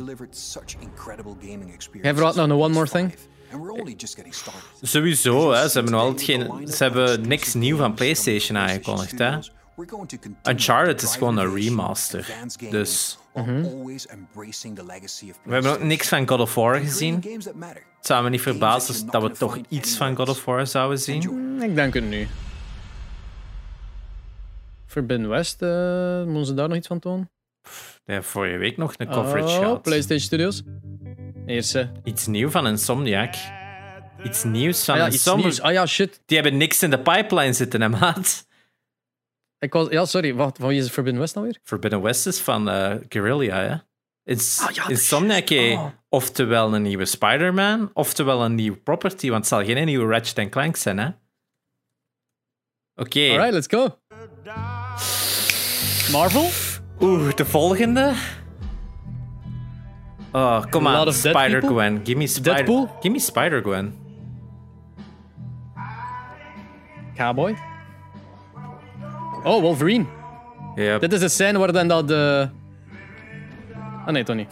Jij verwacht nog een One More Thing? Sowieso, hè. Ze hebben nog altijd geen... Ze hebben niks nieuw van PlayStation aangekondigd, hè. Uncharted is gewoon een remaster. Dus... We hebben ook niks van God of War gezien. Het zou me niet verbazen dat we toch iets van God of War zouden zien. Ik denk het nu. Forbidden West, moeten ze daar nog iets van tonen? Ja, vorige week nog een coverage gehad. PlayStation Studios. Eerste. Iets nieuws van Insomniac. Iets nieuws van Insomniac. Ah ja, shit. Die hebben niks in de pipeline zitten, hè, maat. Sorry, wacht, van wie is Forbidden West nou weer? Forbidden West is van Guerrilla, hè. Insomniac oftewel een nieuwe Spider-Man, oftewel een nieuwe property, want het zal geen nieuwe Ratchet & Clank zijn, hè. Oké. Alright, let's go. Marvel? De volgende. Oh, come on, Spider-Gwen. Give me Spider-Gwen. Cowboy? Oh, Wolverine. Yep. Dit is de scène waar dan dat... Ah nee, toch niet.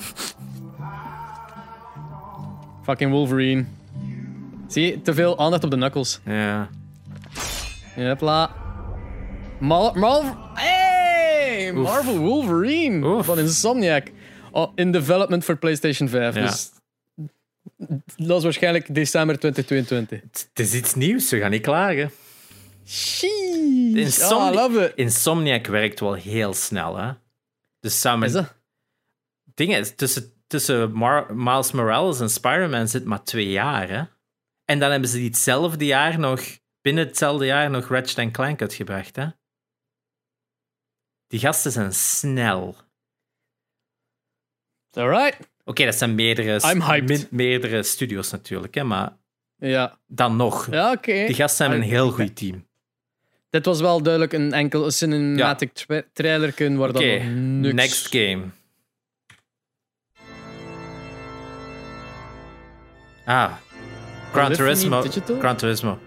Fucking Wolverine. Zie je, te veel aandacht op de knuckles. Ja. Hopla. Marvel Wolverine van Insomniac. Oh, in development voor PlayStation 5. Ja. Dus dat is waarschijnlijk december 2022. Het is iets nieuws, we gaan niet klagen. Insomniac werkt wel heel snel, hè. Dus samen... Is dat? Dingen, tussen Miles Morales en Spider-Man zit maar 2 jaar, hè. En dan hebben ze binnen hetzelfde jaar nog Ratchet & Clank uitgebracht, hè. Die gasten zijn snel. Alright. Oké, dat zijn meerdere studios natuurlijk, hè, maar ja. Dan nog. Ja, oké. Die gasten hebben een heel goed team. Dit was wel duidelijk een enkel cinematic trailer waar dan niks... Next game. Gran Turismo.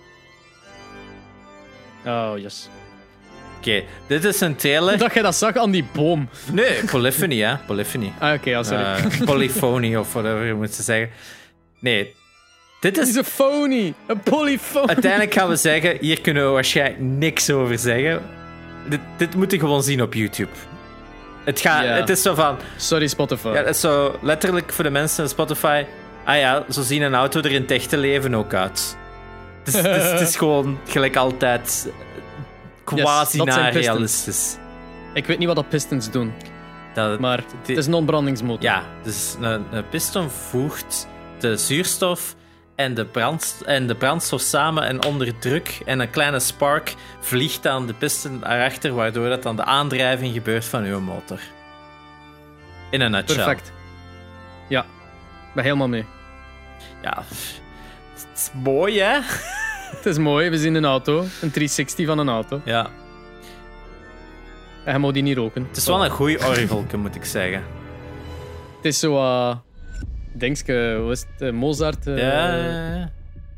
Oh, yes. Oké, dit is een trailer... Ik dacht jij dat zag aan die boom. Nee, Polyphony, hè. Polyphony. Oké, sorry. Polyphony, of whatever je moet zeggen. Nee, dit is... een phony. Een polyphony. Uiteindelijk gaan we zeggen, hier kunnen we waarschijnlijk niks over zeggen. Dit moet je gewoon zien op YouTube. Het is zo van... Sorry, Spotify. Ja, het is zo letterlijk voor de mensen op Spotify... Ah ja, zo zien een auto er in het echte leven ook uit. Het is gewoon gelijk altijd quasi-realistisch. Ik weet niet wat dat pistons doen. Maar het is een ontbrandingsmotor. Ja, dus een piston voegt de zuurstof en de brandstof samen en onder druk. En een kleine spark vliegt dan de piston erachter, waardoor dat dan de aandrijving gebeurt van uw motor. In een nutshell. Perfect. Ja, ik ben helemaal mee. Ja, het is mooi, hè? Het is mooi, we zien een auto. Een 360 van een auto. Ja. En je moet die niet roken. Het is wel een goeie orgelke, moet ik zeggen. Het is zo... Denkske, hoe is het? Mozart? Ja.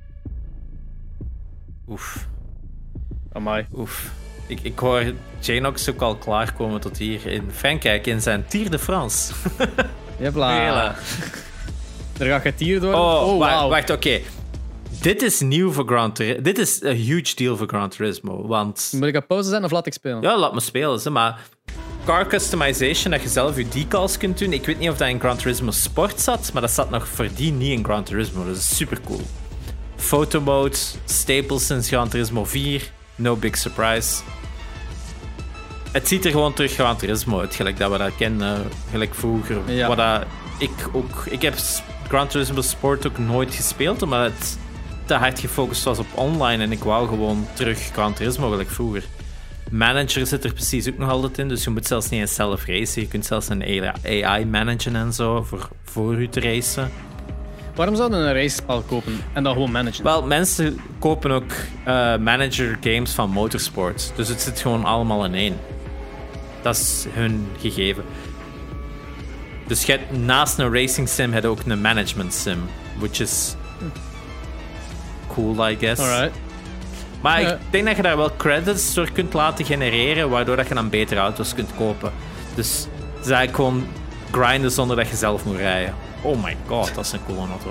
Oef. Amai. Oef. Ik hoor Janox ook al klaarkomen tot hier in Frankrijk in zijn Tour de France. Jepla. Daar gaat het hier door. Wacht, oké. Dit is nieuw voor Gran Turismo. Dit is een huge deal voor Gran Turismo, want... Moet ik op pauze zijn of laat ik spelen? Ja, laat me spelen, maar... car customization, dat je zelf je decals kunt doen. Ik weet niet of dat in Gran Turismo Sport zat, maar dat zat nog voordien niet in Gran Turismo. Dat is super cool. Photo mode, staples sinds Gran Turismo 4. No big surprise. Het ziet er gewoon terug Gran Turismo uit, gelijk dat we dat kennen, gelijk vroeger. Ja. Wat dat ik heb Gran Turismo Sport ook nooit gespeeld, omdat het te hard gefocust was op online en ik wou gewoon terug Gran Turismo gelijk vroeger. Manager zit er precies ook nog altijd in, dus je moet zelfs niet eens zelf racen. Je kunt zelfs een AI managen en zo voor je te racen. Waarom zouden een racespel kopen en dan gewoon managen? Wel, mensen kopen ook manager games van motorsport, dus het zit gewoon allemaal in één. Dat is hun gegeven. Dus je hebt naast een racing sim heb je ook een management sim, which is cool, I guess. Alright. Maar ik denk dat je daar wel credits door kunt laten genereren, waardoor dat je dan betere auto's kunt kopen. Dus het is eigenlijk gewoon grinden zonder dat je zelf moet rijden. Oh my god, dat is een coole auto.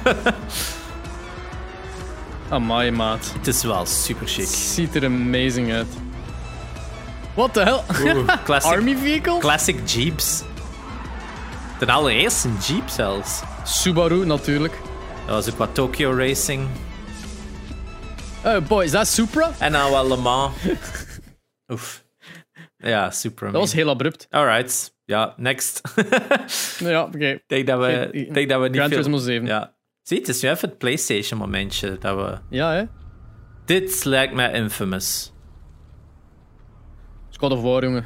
Amai, maat. Het is wel super chic. Het ziet er amazing uit. What the hell? Classic, Army vehicle? Classic Jeeps. Ten allereerste een Jeep zelfs. Subaru, natuurlijk. Dat was ook wat Tokyo Racing. Oh boy, is dat Supra? En dan wel Le Mans. Oef. Ja, Supra. Dat was heel abrupt. Alright. Ja, next. Ja, oké. Ik denk dat we niet Gran veel... Turismo 7. Ja. Zie, het is nu even het PlayStation momentje dat we... Ja, hè? Dit lijkt mij Infamous. God of War, jongen.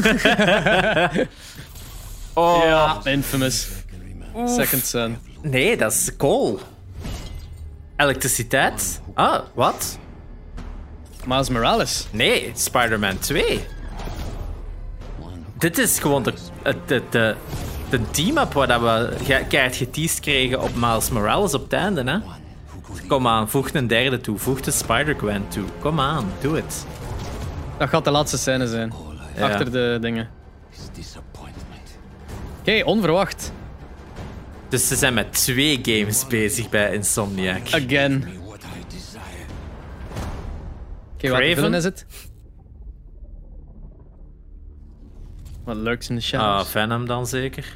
Oh. Ja, Infamous. Second Son. Nee, dat is coal. Elektriciteit. Ah, wat? Miles Morales. Nee, Spider-Man 2. Dit is gewoon de team-up waar we keihard geteased kregen op Miles Morales op het einde, hè? Kom aan, voeg een derde toe. Voeg de Spider-Gwen toe. Kom aan, doe het. Dat gaat de laatste scène zijn. Ja. Achter de dingen. Oké, onverwacht. Dus ze zijn met 2 games bezig bij Insomniac. Again. Oké, wat villain is het? Wat lurks in de shadows. Ah, Venom dan zeker?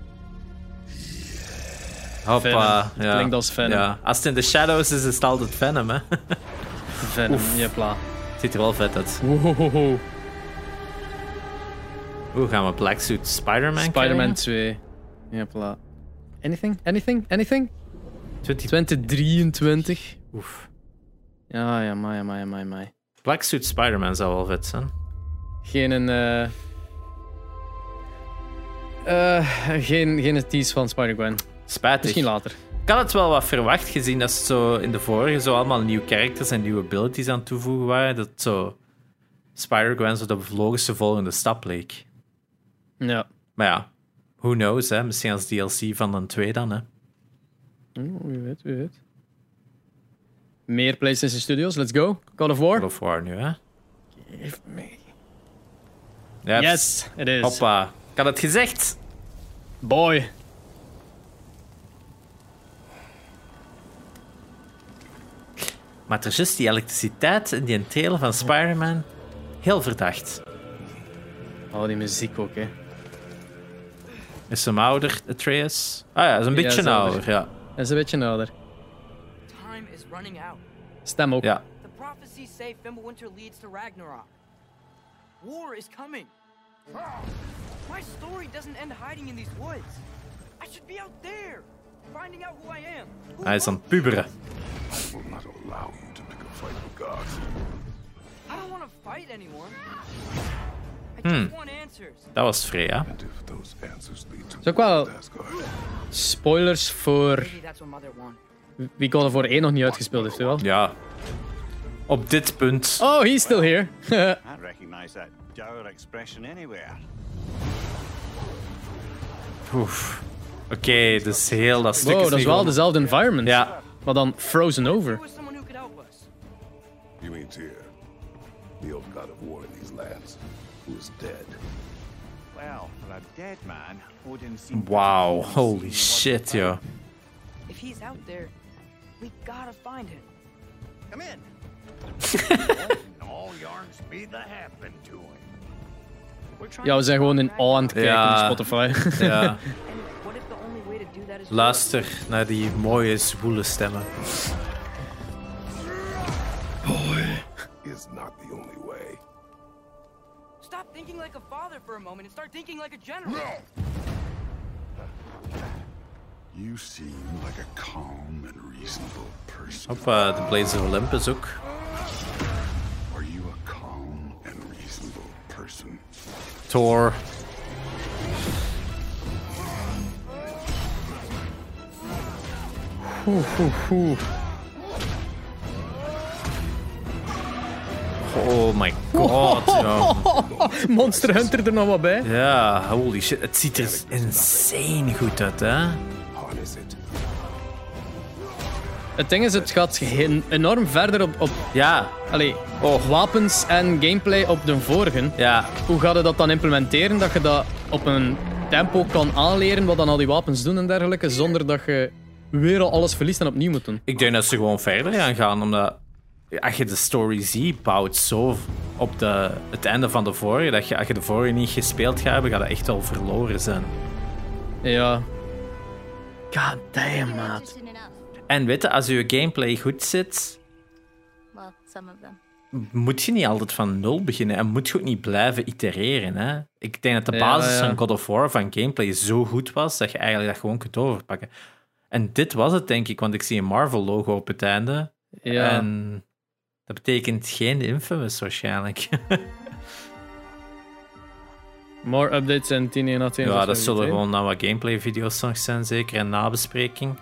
Hoppa. Venom. Klinkt als Venom. Ja. Als het in de shadows is het altijd Venom, hè? Venom, jepla. Ziet er wel vet uit. Woehoehoe. Hoe gaan we Black Suit Spider-Man Spider-Man 2. Jepla. Anything? 2023. Oef. Ja, my. Black Suit Spider-Man zou wel vet zijn. Geen tease van Spider-Gwen. Spijtig. Misschien later. Ik had het wel wat verwacht, gezien dat ze zo in de vorige zo allemaal nieuwe characters en nieuwe abilities aan het toevoegen waren. Dat zo Spider-Gwen zo de logische volgende stap leek. Ja. Maar ja, who knows, hè? Misschien als DLC van een 2 dan, hè? Wie weet. Meer PlayStation Studios, let's go. God of War. God of War nu, hè? Give me. Yep. Yes, it is. Hoppa. Ik had het gezegd. Boy. Maar er is juist die elektriciteit in die trailer van Spider-Man heel verdacht. Oh, die muziek ook, hè. Is hem ouder, Atreus? Ah ja, is een beetje ouder, ja. Hij is een beetje ouder. Time is running out. Stem ook. Ja. The prophecies say Fimbulwinter leads to Ragnarok. War is coming. My story doesn't end hiding in these woods. I should be out there, finding out who I am. Hij is aan het puberen. I will not allow you to pick a fight with gods. I don't want to fight anyone. I just want answers. Dat was vrij, hè? Is ook wel spoilers voor wie God of War 1 nog niet uitgespeeld heeft, wel? Ja. Op dit punt. Oh, he's still here. I recognize that dour expression anywhere. Oef. Oké, dus heel dat stuk wow, is dat is wel dezelfde environment. Ja. Maar dan frozen over. You mean Tyr, the old god of war in these lands, who is dead. Well, for a dead man, Odin seemed Wow, holy shit, yo. If he's out there, we gotta find him. Come in. All yarns be the happen to him. Ja, we zijn gewoon in awe aan het kijken op Spotify. Ja. Luister naar die mooie, zwoele stemmen. Boy is not the only way. Stop thinking like a father for a moment and start thinking like a general. You seem like a calm and reasonable person. Hoppa, de Blades of Olympus ook. Are you a calm and reasonable person? Thor. Oh my god, ja. Monster Hunter er nog wat bij. Ja, holy shit. Het ziet er insane goed uit, hè? Het ding is, het gaat enorm verder op ja. Wapens en gameplay op de vorige. Ja. Hoe ga je dat dan implementeren? Dat je dat op een tempo kan aanleren, wat dan al die wapens doen en dergelijke, zonder dat je weer al alles verliest en opnieuw moet doen. Ik denk dat ze gewoon verder gaan gaan, omdat als je de story ziet, bouwt zo op het einde van de vorige, dat je, als je de vorige niet gespeeld gaat hebben, gaat dat echt wel verloren zijn. Ja. God damn, maat. En weet je, als je gameplay goed zit, Well, some of them. moet je niet altijd van nul beginnen en moet je ook niet blijven itereren. Hè? Ik denk dat de basis van God of War, van gameplay, zo goed was dat je eigenlijk dat gewoon kunt overpakken. En dit was het, denk ik, want ik zie een Marvel-logo op het einde. Ja. En dat betekent geen Infamous waarschijnlijk. More updates en 10 en 10. Ja, dat zullen gewoon nou wat gameplay-video's nog zijn, zeker. En nabespreking.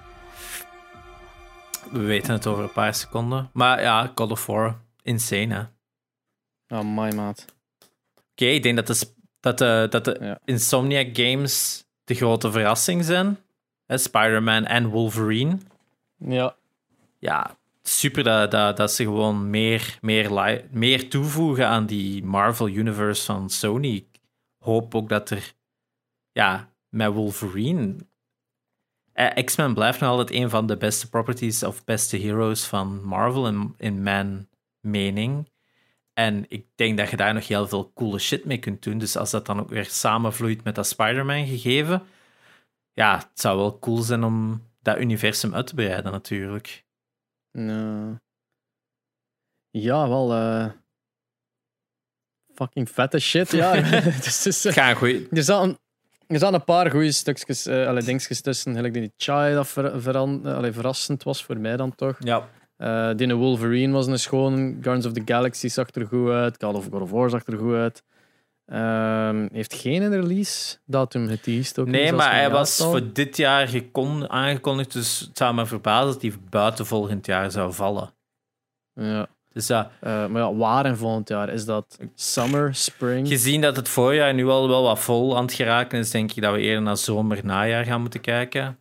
We weten het over een paar seconden. Maar ja, God of War, insane, hè? Oh, my maat. Oké, ik denk dat de Insomniac Games de grote verrassing zijn. Spider-Man en Wolverine. Ja. Ja, super dat ze gewoon meer toevoegen aan die Marvel Universe van Sony. Ik hoop ook dat er... Ja, met Wolverine... X-Men blijft nog altijd een van de beste properties of beste heroes van Marvel, in mijn mening. En ik denk dat je daar nog heel veel coole shit mee kunt doen. Dus als dat dan ook weer samenvloeit met dat Spider-Man gegeven... Ja, het zou wel cool zijn om dat universum uit te breiden, natuurlijk. Ja, wel... fucking vette shit, ja. Ga goed. Er zaten een paar goede stukjes, dingetjes tussen. Gelijk die Chai, dat verrassend was voor mij dan toch. Ja. Die Wolverine was een schoon. Guardians of the Galaxy zag er goed uit. God of War zag er goed uit. Heeft geen release datum geteased ook. Nee, maar hij was voor dit jaar aangekondigd, dus het zou me verbazen dat hij buiten volgend jaar zou vallen. Ja. Dus maar ja, waar in volgend jaar? Is dat summer, spring? Gezien dat het voorjaar nu al wel wat vol aan het geraken is, denk ik dat we eerder naar zomer, najaar gaan moeten kijken.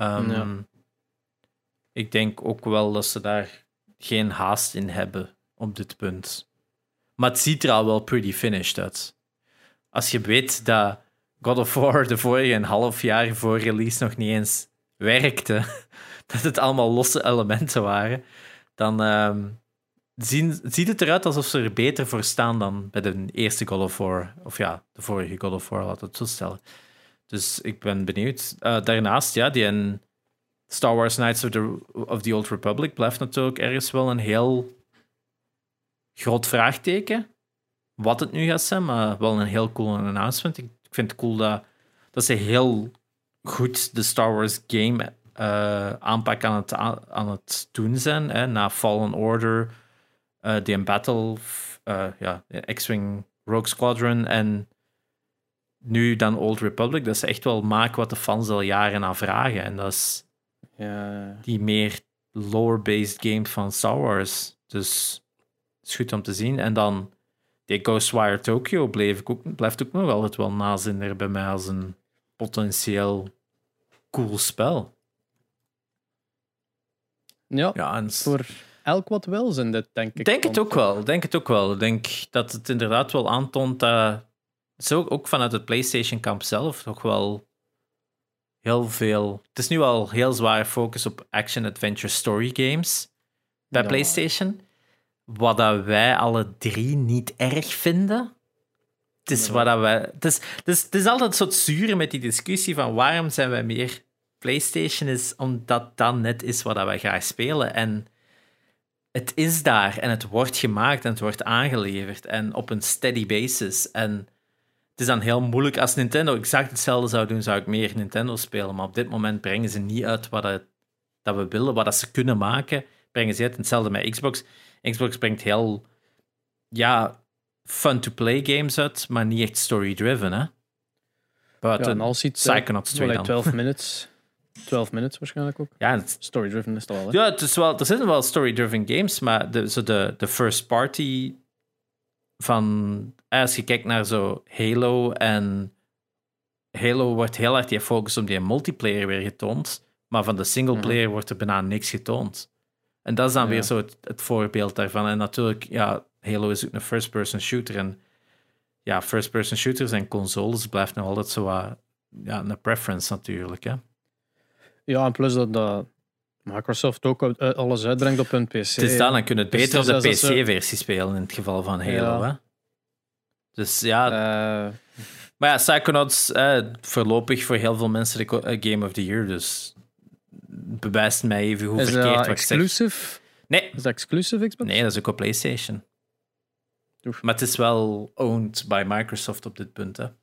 Ik denk ook wel dat ze daar geen haast in hebben op dit punt. Maar het ziet er al wel pretty finished uit. Als je weet dat God of War de vorige een half jaar voor release nog niet eens werkte, dat het allemaal losse elementen waren, dan ziet het eruit alsof ze er beter voor staan dan bij de eerste God of War. Of ja, de vorige God of War, laat het zo stellen. Dus ik ben benieuwd. Daarnaast, ja, die Star Wars Knights of the Old Republic blijft natuurlijk ergens wel een heel groot vraagteken. Wat het nu gaat zijn, maar wel een heel cool announcement. Ik vind het cool dat ze heel goed de Star Wars game aanpak aan het doen zijn. Hè, na Fallen Order, The Battle, X-Wing Rogue Squadron en nu dan Old Republic. Dat ze echt wel maken wat de fans al jaren aan vragen. En dat is die meer lore-based game van Star Wars. Dus het is goed om te zien. En dan die Ghostwire Tokyo blijft ook nog altijd wel nazinder bij mij als een potentieel cool spel. Ja, en voor elk wat wel zijn dit, denk ik. Denk het ook wel. Ik denk dat het inderdaad wel aantoont dat zo ook vanuit het PlayStation-kamp zelf toch wel heel veel... Het is nu al heel zwaar focus op action-adventure story games bij PlayStation. Wat dat wij alle drie niet erg vinden. Het is wat dat we... Het is altijd zo zuur met die discussie van waarom zijn wij meer PlayStation, is omdat dat net is wat dat wij graag spelen. En het is daar en het wordt gemaakt en het wordt aangeleverd en op een steady basis. En het is dan heel moeilijk. Als Nintendo exact hetzelfde zou doen, zou ik meer Nintendo spelen. Maar op dit moment brengen ze niet uit wat dat we willen, wat dat ze kunnen maken. Brengen ze uit. Hetzelfde met Xbox. Xbox brengt heel fun-to-play games uit, maar niet echt story-driven. Hè? En als iets Psychonauts 2 dan. 12 minutes. 12 minutes waarschijnlijk ook. Ja, story-driven is het al. Hè? Ja, er zitten wel story-driven games, maar de first party van... Als je kijkt naar zo Halo, en Halo wordt heel erg die focus op die multiplayer weer getoond, maar van de singleplayer wordt er bijna niks getoond. En dat is dan weer zo het voorbeeld daarvan. En natuurlijk, Halo is ook een first-person shooter. En first-person shooters en consoles blijft nog altijd zo een preference natuurlijk, hè. Ja, en plus dat Microsoft ook alles uitbrengt op hun PC. Het is dan kunnen het beter op de PC-versie spelen in het geval van Halo, hè. Dus maar ja, Psychonauts voorlopig voor heel veel mensen de Game of the Year, dus bewijst mij even hoe verkeerd wat ik zeg. Is dat exclusive? Nee. Is dat exclusive Xbox? Nee, dat is ook op PlayStation. Oef. Maar het is wel owned by Microsoft op dit punt, hè.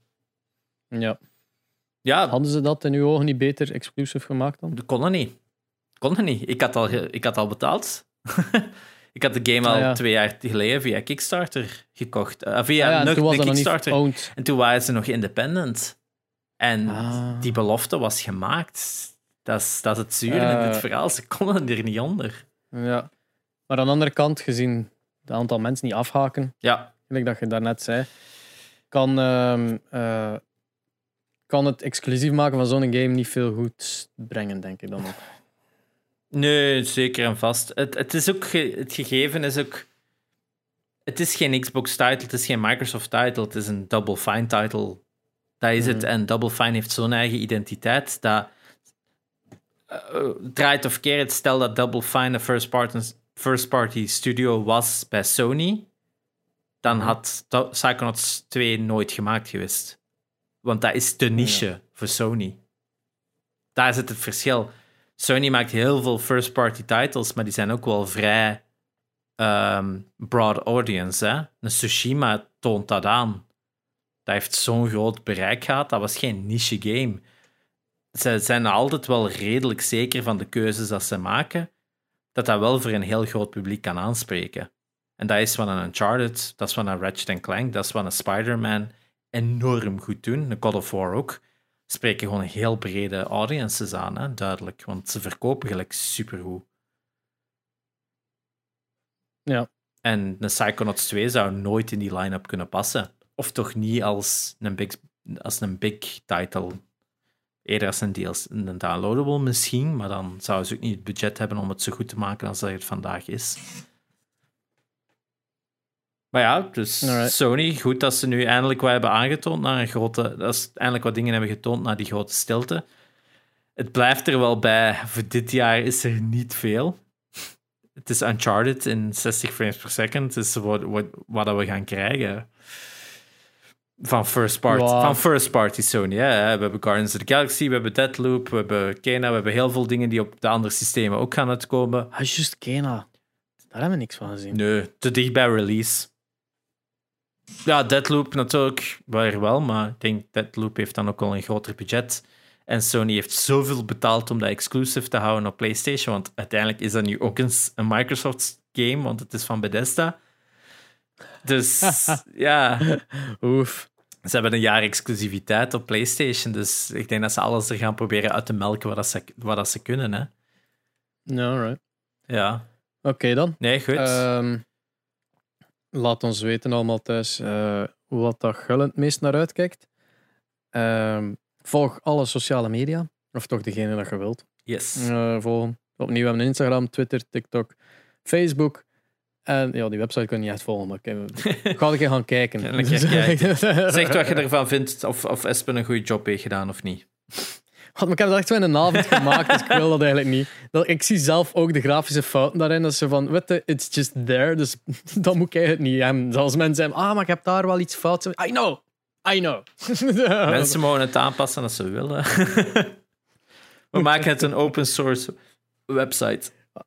Ja. Hadden ze dat in uw ogen niet beter exclusive gemaakt dan? Dat kon het niet. Ik had al betaald. Ik had de game al 2 jaar geleden via Kickstarter gekocht. Via de Kickstarter. En toen waren ze nog independent. En die belofte was gemaakt. Dat is het zure in dit verhaal. Ze konden er niet onder. Ja. Maar aan de andere kant, gezien het aantal mensen die afhaken, gelijk dat je daarnet zei, kan het exclusief maken van zo'n game niet veel goed brengen, denk ik dan ook. Nee, zeker en vast. Het is ook het gegeven is ook... Het is geen Xbox-title, het is geen Microsoft-title, het is een Double Fine-title. Dat is het. En Double Fine heeft zo'n eigen identiteit dat... draait of keert, stel dat Double Fine een first-party studio was bij Sony, dan had Psychonauts 2 nooit gemaakt geweest. Want dat is te niche voor Sony. Daar zit het verschil. Sony maakt heel veel first-party titles, maar die zijn ook wel vrij broad audience. Hè? Een Tsushima toont dat aan. Dat heeft zo'n groot bereik gehad. Dat was geen niche game. Ze zijn altijd wel redelijk zeker van de keuzes dat ze maken, dat wel voor een heel groot publiek kan aanspreken. En dat is wat een Uncharted, dat is wat een Ratchet & Clank, dat is wat een Spider-Man enorm goed doen. De God of War ook. Spreken gewoon heel brede audiences aan, hè? Duidelijk. Want ze verkopen gelijk supergoed. Ja. En een Psychonauts 2 zou nooit in die line-up kunnen passen. Of toch niet als een big title. Eerder als een downloadable misschien, maar dan zouden ze ook niet het budget hebben om het zo goed te maken als dat het vandaag is. Maar ja, dus Sony, goed dat ze nu eindelijk wat hebben aangetoond naar dat ze eindelijk wat dingen hebben getoond naar die grote stilte. Het blijft er wel bij, voor dit jaar is er niet veel. Het is Uncharted in 60 frames per second, het is wat we gaan krijgen. Van first party Sony. Hè. We hebben Guardians of the Galaxy, we hebben Deathloop, we hebben Kena, we hebben heel veel dingen die op de andere systemen ook gaan uitkomen. Juist Kena. Daar hebben we niks van gezien. Nee, te dicht bij release. Ja, Deathloop natuurlijk wel, maar ik denk Deathloop heeft dan ook wel een groter budget. En Sony heeft zoveel betaald om dat exclusive te houden op PlayStation, want uiteindelijk is dat nu ook een Microsoft game, want het is van Bethesda. Dus ja. Oef. Ze hebben een jaar exclusiviteit op PlayStation, dus ik denk dat ze alles er gaan proberen uit te melken wat ze kunnen. Hè. Alright. Ja. Oké dan. Nee, goed. Laat ons weten allemaal thuis wat dat Gulle het meest naar uitkijkt. Volg alle sociale media, of toch degene dat je wilt. Yes. Volgen. Opnieuw, we hebben een Instagram, Twitter, TikTok, Facebook. En ja, die website kan je niet echt volgen, maar ik ga een keer gaan kijken. Zeg wat je ervan vindt, of Espen een goede job heeft gedaan of niet. God, maar ik heb dat echt zo in een avond gemaakt, dus ik wil dat eigenlijk niet. Ik zie zelf ook de grafische fouten daarin. Dat ze van, weet je, it's just there, dus dat moet ik eigenlijk niet hebben. Zoals mensen zeggen, maar ik heb daar wel iets fout. I know, I know. Mensen mogen het aanpassen als ze willen. We maken het een open source website.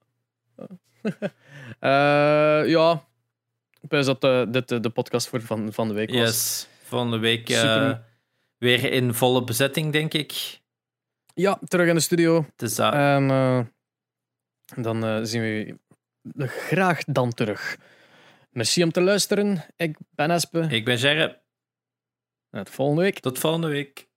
Ja, ik weet dat dit de podcast van de week was. Yes, van de week weer in volle bezetting, denk ik. Ja, terug in de studio. Dus, en dan zien we je graag dan terug. Merci om te luisteren. Ik ben Espe. Ik ben Gerre. Tot volgende week. Tot volgende week.